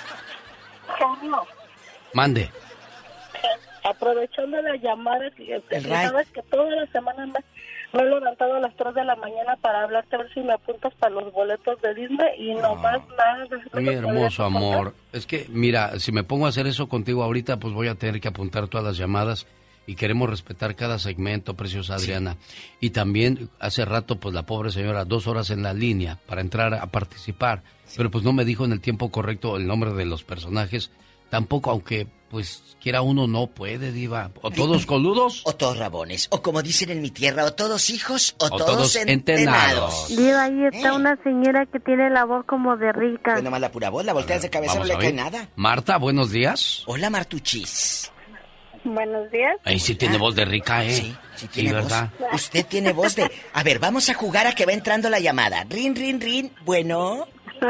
Genio, Mande. aprovechando la llamada, que El que ray. sabes que toda la semana me, me he levantado a las tres de la mañana para hablarte a ver si me apuntas para los boletos de Disney y nomás nada. no Mi me hermoso podías amor. Es que, mira, si me pongo a hacer eso contigo ahorita, pues voy a tener que apuntar todas las llamadas y queremos respetar cada segmento, preciosa Adriana. Y también, hace rato, pues la pobre señora, dos horas en la línea para entrar a participar, pero pues no me dijo en el tiempo correcto el nombre de los personajes. Tampoco, aunque, pues, quiera uno, no puede, diva. O todos coludos. O todos rabones. O como dicen en mi tierra, o todos hijos, o, O todos, todos entenados. Diva, ahí está ¿Eh? una señora que tiene la voz como de rica. Pues nomás la pura voz, la volteas de cabeza, no Vamos le a cae ver. nada. Marta, buenos días. Hola, Martuchis. Buenos días. Ahí sí tiene voz de rica, ¿eh? Sí, sí tiene ¿verdad? voz. Usted tiene voz de... A ver, vamos a jugar a que va entrando la llamada. Rin, rin, rin. Bueno.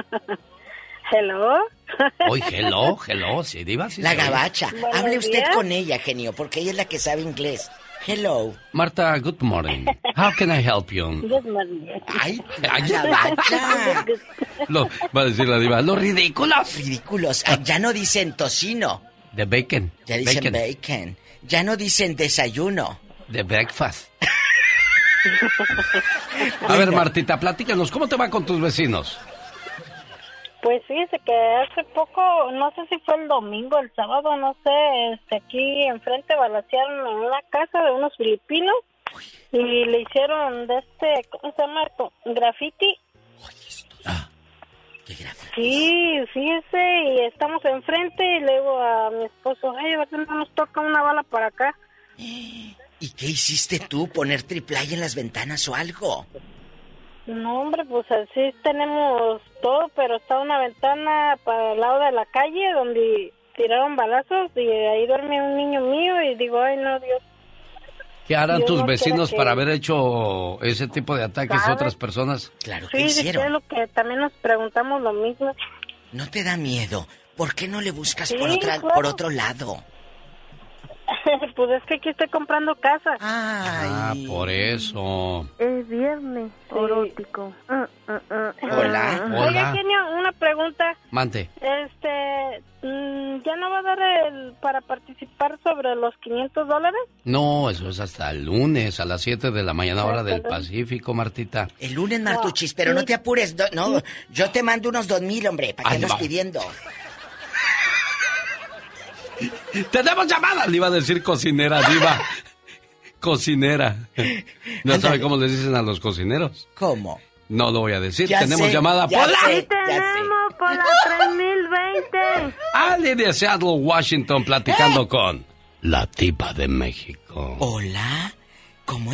Hello. Hoy, hello, hello, sí, diva, sí. La se oye. gabacha. Buenos Hable usted días. con ella, genio, porque ella es la que sabe inglés. Hello. Marta, good morning. How can I help you? Good morning. Ay, Ay, la gabacha. Lo, va a decir la diva, los ridículos. Ridículos. Ah, ya no dicen tocino. De bacon. Ya dicen bacon. bacon. Ya no dicen desayuno. De breakfast. A ver, Martita, platícanos, ¿cómo te va con tus vecinos? Pues fíjese que hace poco, no sé si fue el domingo, el sábado, no sé, este, aquí enfrente balacearon en una casa de unos filipinos y le hicieron de este, ¿cómo se llama? Graffiti. Sí, fíjese, y estamos enfrente y le digo a mi esposo, ay, ¿por qué no nos toca una bala para acá? ¿Y qué hiciste tú? ¿Poner triplay en las ventanas o algo? No, hombre, pues así tenemos todo, pero está una ventana para el lado de la calle donde tiraron balazos y ahí duerme un niño mío y digo, ay, no, Dios. ¿Qué harán Yo tus no vecinos quiero que- para haber hecho ese tipo de ataques a ¿Sabe? otras personas? Claro, Sí, es lo que también nos preguntamos lo mismo. ¿No te da miedo? ¿Por qué no le buscas Sí, por otra, claro. por otro lado? Pues es que aquí estoy comprando casa. Ah, por eso. Es viernes erótico. Hola. Oye, Hola. genio, una pregunta. Mante. Este, mm, ¿ya no va a dar el para participar sobre los quinientos dólares? No, eso es hasta el lunes a las siete de la mañana, hora del Pacífico, Martita. El lunes, Martuchis, pero no te apures. do- No, yo te mando unos dos mil, hombre. ¿Para qué Ay, andas va. pidiendo? ¡Tenemos llamada! Le iba a decir cocinera, diva. Cocinera. ¿No Ándale. sabe cómo les dicen a los cocineros? ¿Cómo? No lo voy a decir. Ya Tenemos sé, llamada ya Pola. sé, ya sé. Tenemos por la tres mil veinte. Ale de Seattle, Washington, platicando con la tipa de México. Hola, ¿cómo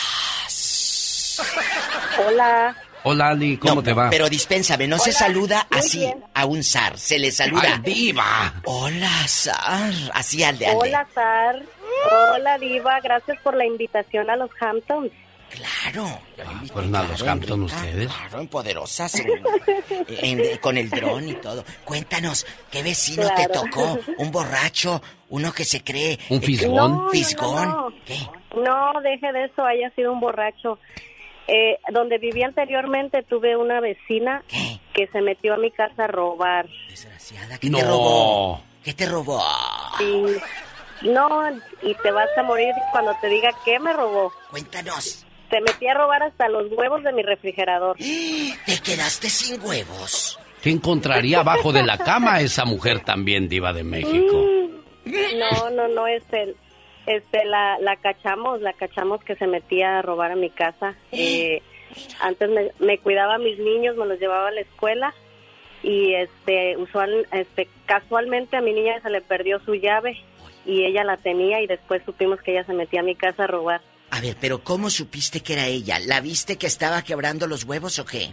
estás? Hola. Hola, Ali, ¿cómo No, te va? Pero dispénsame, no se Hola, saluda muy así bien. a un zar, se le saluda. ¡Ay, diva! Hola, zar. Así al de al de. Hola, Sar. Hola, Diva. Gracias por la invitación a los Hamptons. Claro. ¿Fueron a los Hampton ustedes? Claro, en poderosas. en- en- con el dron y todo. Cuéntanos, ¿qué vecino te Claro. tocó? ¿Un borracho? ¿Uno que se cree? ¿Un eh, fisgón? No, no, ¿Fisgón? no. ¿Qué? No, deje de eso, haya sido un borracho. Eh, donde vivía anteriormente tuve una vecina ¿Qué? que se metió a mi casa a robar. Desgraciada, ¿qué No. te robó? ¿Qué te robó? Y no, y te vas a morir cuando te diga qué me robó. Cuéntanos. Se metía a robar hasta los huevos de mi refrigerador. ¿Te quedaste sin huevos? ¿Qué encontraría abajo de la cama esa mujer también, diva de México? No, no, no, este, este, la, la cachamos, la cachamos que se metía a robar a mi casa. Eh, antes me, me cuidaba a mis niños, me los llevaba a la escuela y este, usual, este, casualmente a mi niña se le perdió su llave y ella la tenía y después supimos que ella se metía a mi casa a robar. A ver, pero ¿cómo supiste que era ella? ¿La viste que estaba quebrando los huevos o qué?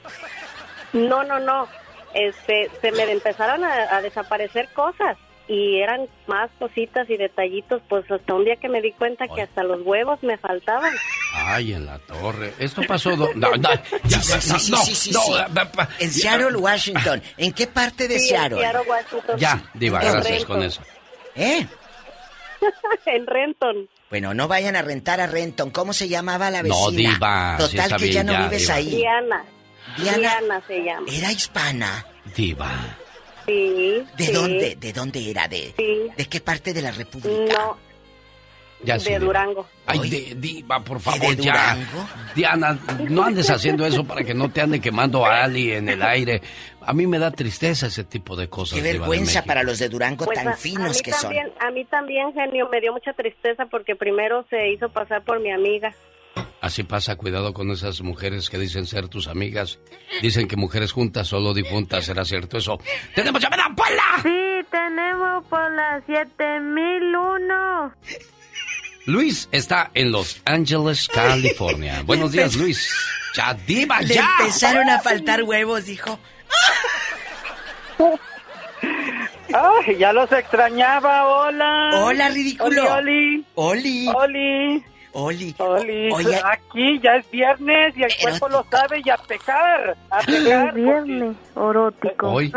No, no, no, este, se me empezaron a, a desaparecer cosas. Y eran más cositas y detallitos, pues hasta un día que me di cuenta que hasta los huevos me faltaban. Ay, en la torre. Esto pasó... do- No, no, ya, Sí, sí, sí, no, sí, sí, no, sí. no, pa- pa- En Seattle, Washington. ¿En qué parte de Sí, en Seattle? Seattle, Washington. Ya, diva, En gracias Renton. con eso. ¿Eh? En Renton. Bueno, no vayan a rentar a Renton. ¿Cómo se llamaba la vecina? No, diva, sí Total está que bien, ya no ya, vives diva. ahí. Diana. Diana. Diana se llama. ¿Era hispana? Diva. Sí. ¿De sí. dónde? ¿De dónde era? ¿De, Sí. ¿De qué parte de la República? No, Ya de sí, diva. Durango. Ay, de- diva, por ¿De favor, ya. Durango? Diana, no andes haciendo eso para que no te ande quemando a Ali en el aire. A mí me da tristeza ese tipo de cosas. Qué diva de vergüenza México. para los de Durango Pues tan a- a finos mí que también, A mí también, genio, me dio mucha tristeza porque primero se hizo pasar por mi amiga. Así pasa, cuidado con esas mujeres que dicen ser tus amigas. Dicen que mujeres juntas, solo difuntas. ¿Será cierto eso? ¡Tenemos llamada, Pola! Sí, tenemos por las siete mil uno. Luis está en Los Ángeles, California. Buenos días, Luis. ¡Ya, diva, son... Le ya! empezaron a faltar huevos, dijo. Ay, ya los extrañaba, hola. Hola, ridículo. Oli, Oli. Oli. Oli. Oli. Oye. Aquí ya es viernes y el cuerpo lo sabe y a pecar. A pecar. viernes erótico. Hoy.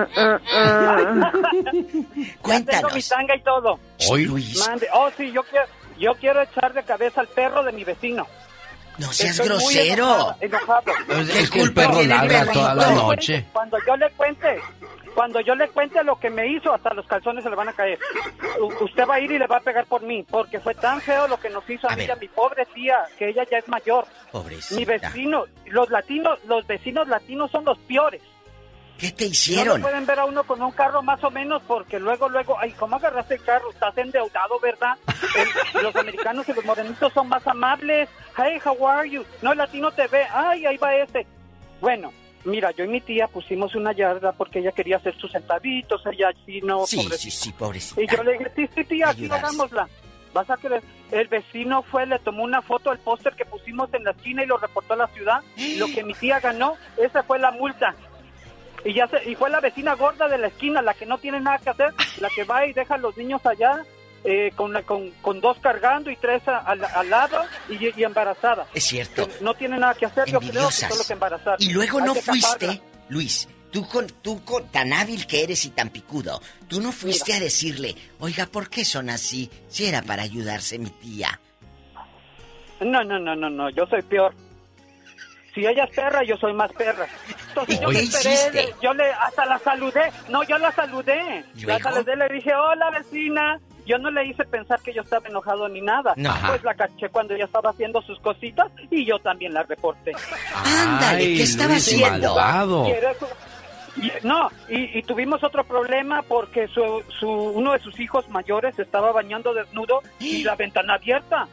Cuéntanos. Tengo mi tanga y todo. Hoy. Mande. Oh, sí, yo quiero, yo quiero echar de cabeza al perro de mi vecino. No seas Estoy muy grosero. enojado, enojado. Pues es que el perro ladra toda la noche. Cuando yo le cuente, cuando yo le cuente lo que me hizo, hasta los calzones se le van a caer. U- usted va a ir y le va a pegar por mí, porque fue tan feo lo que nos hizo a, mí y a mi pobre tía, que ella ya es mayor. Pobrecita. Mi vecino, los latinos, los vecinos latinos son los peores. ¿Qué te No hicieron? lo pueden ver a uno con un carro más o menos porque luego, luego, ay, ¿cómo agarraste el carro? Estás endeudado, ¿verdad? El- los americanos y los morenitos son más amables. Hey, how are you? No, el latino te ve. Ay, ahí va ese. Bueno, mira, yo y mi tía pusimos una yarda porque ella quería hacer sus centavitos. Ella sí, no, Sí, pobrecita. sí, sí, pobrecita. Y yo le dije, sí, sí, tía, aquí Ayudarse. hagámosla. Vas a creer, el vecino fue, le tomó una foto al póster que pusimos en la esquina y lo reportó a la ciudad. Lo que mi tía ganó, esa fue la multa. Y ya se, y fue la vecina gorda de la esquina, la que no tiene nada que hacer, la que va y deja a los niños allá, eh, con, la- con, con dos cargando y tres a- al, al lado y, y embarazada. Es cierto. Que no tiene nada que hacer, yo creo que Envidiosas. solo que embarazar. Y luego Hay no que fuiste, taparla. Luis, tú con, tú con tan hábil que eres y tan picudo, tú no fuiste a decirle, oiga, ¿por qué son así? Si era para ayudarse mi tía. No, no, no, no, no, yo soy peor. Si ella es perra, yo soy más perra. Entonces yo ¿Qué le esperé, hiciste? yo le, hasta la saludé. No, yo la saludé. ¿Y La luego? saludé, le dije, hola vecina. Yo no le hice pensar que yo estaba enojado ni nada. No. Pues la caché cuando ella estaba haendo sus cositas y yo también la reporté. Ándale, Ay, ¿qué estaba Luis, haciendo? malvado. Y era su- y- no, y, y tuvimos otro problema porque su, su, uno de sus hijos mayores estaba bañando desnudo y la ventana abierta.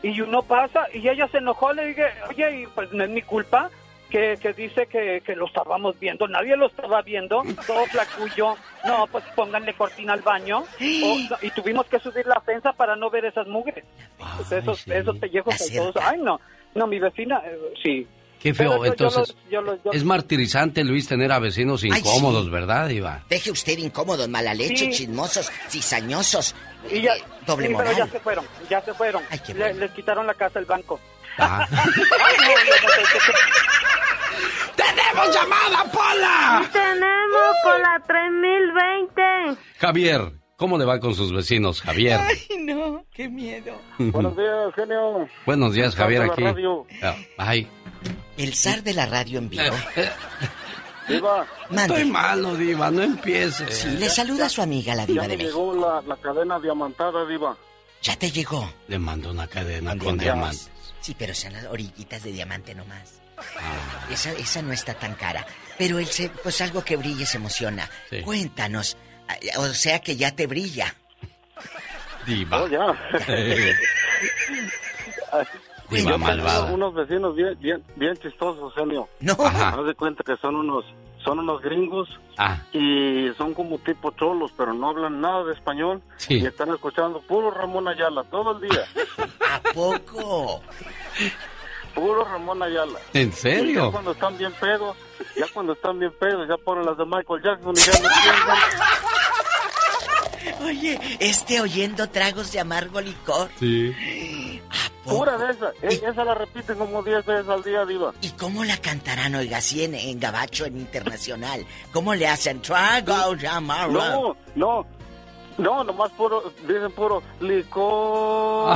y uno pasa y ella se enojó, le dije, oye, y pues no es mi culpa que, que dice que, que lo estábamos viendo, nadie lo estaba viendo, todo flacuyo, no, pues pónganle cortina al baño, o, y tuvimos que subir la fensa para no ver esas mugres, pues esos, sí. esos pellejos todos, ay no, no, mi vecina, eh, sí. Qué feo, yo, entonces, yo lo, yo lo, yo... es martirizante, Luis, tener a vecinos incómodos, ay, sí. ¿verdad, Diva? Deje usted incómodos, mala leche, sí. chismosos, cizañosos, y ya, eh, doble sí, moral. Pero ya se fueron, ya se fueron, ay, Le, bueno. les quitaron la casa al banco. Ah. Ay, no, no, no, ¡tenemos llamada, Pola! ¡Tenemos Pola tres mil veinte! Javier, ¿cómo le va con sus vecinos, Javier? Ay, no, qué miedo. Buenos días, genio. Buenos días, Javier, aquí. Ah, ay. El zar de la radio en vivo. Diva. Estoy malo, Diva, no empiece. Sí, le saluda a su amiga, la Diva ya de me México. llegó la, la cadena diamantada, Diva. ¿Ya te llegó? Le mando una cadena con, con diamantes. Sí, pero son las orillitas de diamante nomás. Ah. Esa, esa no está tan cara. Pero él se, pues algo que brille se emociona. Sí. Cuéntanos. O sea que ya te brilla. Diva. Oh, ya. Diva malvada. Unos vecinos bien, bien, bien chistosos, genio. No. Haz de cuenta que son unos, son unos gringos. Ah. Y son como tipo cholos, pero no hablan nada de español. Sí. Y están escuchando puro Ramón Ayala todo el día. ¿A poco? Puro Ramón Ayala. ¿En serio? Y ya cuando están bien pedos, ya cuando están bien pedos, ya ponen las de Michael Jackson y ya no entienden. Oye, este oyendo tragos de amargo licor. Sí. Pura de esa. ¿Y? Esa la repiten como diez veces al día, Diva. ¿Y cómo la cantarán, oiga, así en, en gabacho, en internacional? ¿Cómo le hacen? Tragos de amargo. No, no. No, nomás puro, dicen puro licor.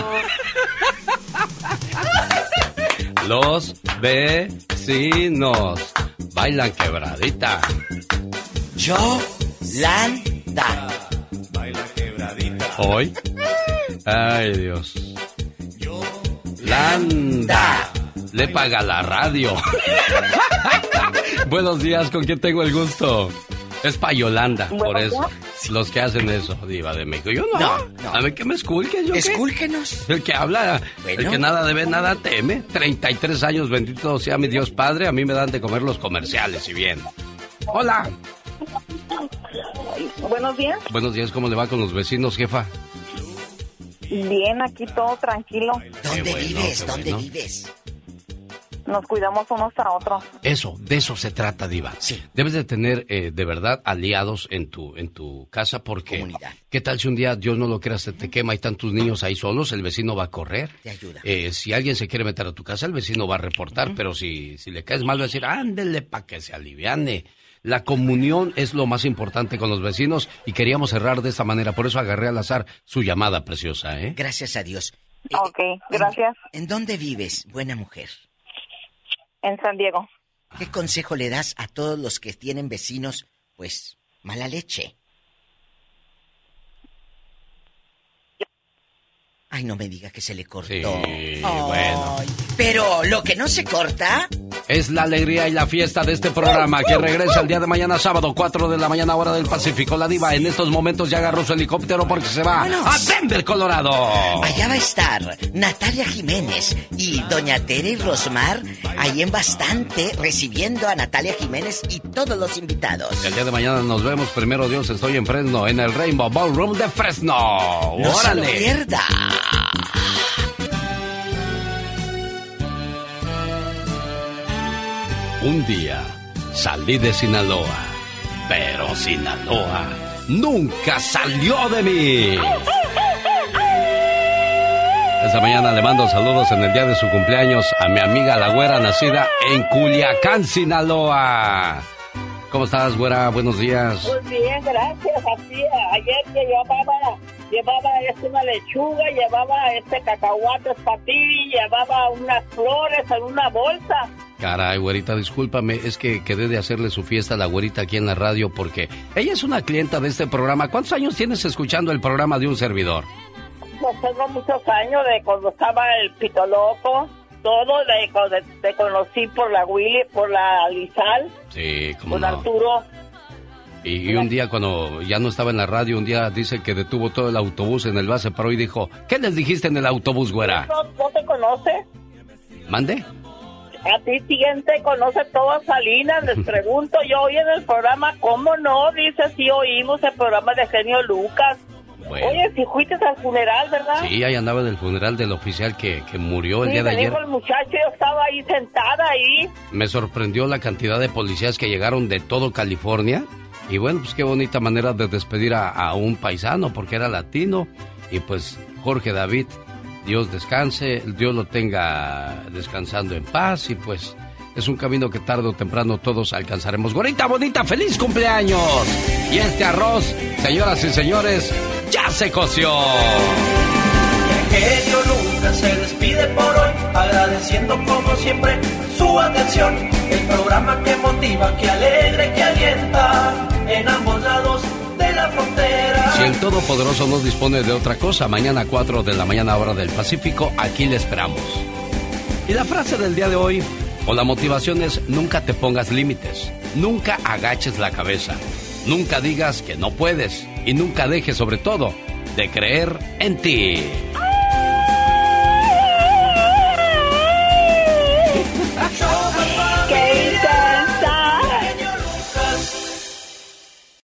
Los vecinos bailan quebradita. Yolanda. Baila quebradita. Hoy. Ay, Dios. Yolanda. Le paga la radio. Buenos días, ¿con quién tengo el gusto? Es pa' Yolanda, por eso. Los que hacen eso, Diva de México. Yo no. no, no. A ver que me esculquen. ¿Yo Escúlquenos. Qué? El que habla, bueno. El que nada debe, nada teme. treinta y tres años, bendito sea mi Dios Padre. A mí me dan de comer los comerciales, y bien. Hola. Buenos días. Buenos días, ¿cómo le va con los vecinos, jefa? Bien, aquí todo tranquilo. ¿Dónde bueno, vives? ¿Dónde bueno. vives? Nos cuidamos unos a otros. Eso, de eso se trata, Diva. Sí. Debes de tener eh, de verdad aliados en tu en tu casa porque comunidad. ¿Qué tal si un día Dios no lo quiera se te quema y están tus niños ahí solos? El vecino va a correr. Te ayuda. Eh, si alguien se quiere meter a tu casa, el vecino va a reportar, uh-huh. pero si si le caes mal va a decir, ándele pa' que se aliviane. La comunión es lo más importante con los vecinos y queríamos cerrar de esta manera, por eso agarré al azar su llamada preciosa, ¿eh? Gracias a Dios. Ok, gracias. ¿En, ¿en dónde vives, buena mujer? En San Diego. ¿Qué consejo le das a todos los que tienen vecinos, pues, mala leche? Ay, no me diga que se le cortó. Sí, Ay, bueno. Pero lo que no se corta... Es la alegría y la fiesta de este programa que regresa el día de mañana, sábado, cuatro de la mañana, hora del Pacífico. La Diva en estos momentos ya agarró su helicóptero porque se va Vámonos. a Denver, Colorado. Allá va a estar Natalia Jiménez y doña Tere Rosmar, ahí en Bastante, recibiendo a Natalia Jiménez y todos los invitados. El día de mañana nos vemos, primero Dios, estoy en Fresno, en el Rainbow Ballroom de Fresno. No ¡Órale! se lo pierda. Un día salí de Sinaloa, pero Sinaloa nunca salió de mí. Esta mañana le mando saludos en el día de su cumpleaños a mi amiga la güera, nacida en Culiacán, Sinaloa. ¿Cómo estás, güera? Buenos días. Muy bien, gracias. Así, ayer que llevaba, llevaba este, una lechuga, llevaba este cacahuates para ti, llevaba unas flores en una bolsa. Caray, güerita, discúlpame, es que quedé de hacerle su fiesta a la güerita aquí en la radio porque ella es una clienta de este programa. ¿Cuántos años tienes escuchando el programa de un servidor? Pues tengo muchos años, de cuando estaba el Pito Loco, todo, de cuando te conocí por la Willy, por la Lizal, sí, cómo con no. Arturo. Y, y un día cuando ya no estaba en la radio, un día dice que detuvo todo el autobús en el base paró y dijo, ¿qué les dijiste en el autobús, güera? ¿No, no te conoce? ¿Mande? A ti quién te conoce toda Salinas, les pregunto yo hoy en el programa, ¿cómo no? Dice, sí oímos el programa de Genio Lucas. Bueno. Oye, si fuiste al funeral, ¿verdad? Sí, ahí andaba en el funeral del oficial que, que murió el sí, día de me ayer. dijo el muchacho, yo estaba ahí sentada ahí. Me sorprendió la cantidad de policías que llegaron de todo California. Y bueno, pues qué bonita manera de despedir a, a un paisano, porque era latino. Y pues Jorge David, Dios descanse, Dios lo tenga descansando en paz. Y pues es un camino que tarde o temprano todos alcanzaremos. Gorita bonita, feliz cumpleaños. Y este arroz, señoras y señores, ya se coció. El genio Lucas se despide por hoy, agradeciendo como siempre su atención. El programa que motiva, que alegra y que alienta en ambos lados de la frontera. Si el Todopoderoso no dispone de otra cosa, mañana a cuatro de la mañana hora del Pacífico, aquí le esperamos. Y la frase del día de hoy, o la motivación es, nunca te pongas límites, nunca agaches la cabeza, nunca digas que no puedes y nunca dejes sobre todo de creer en ti.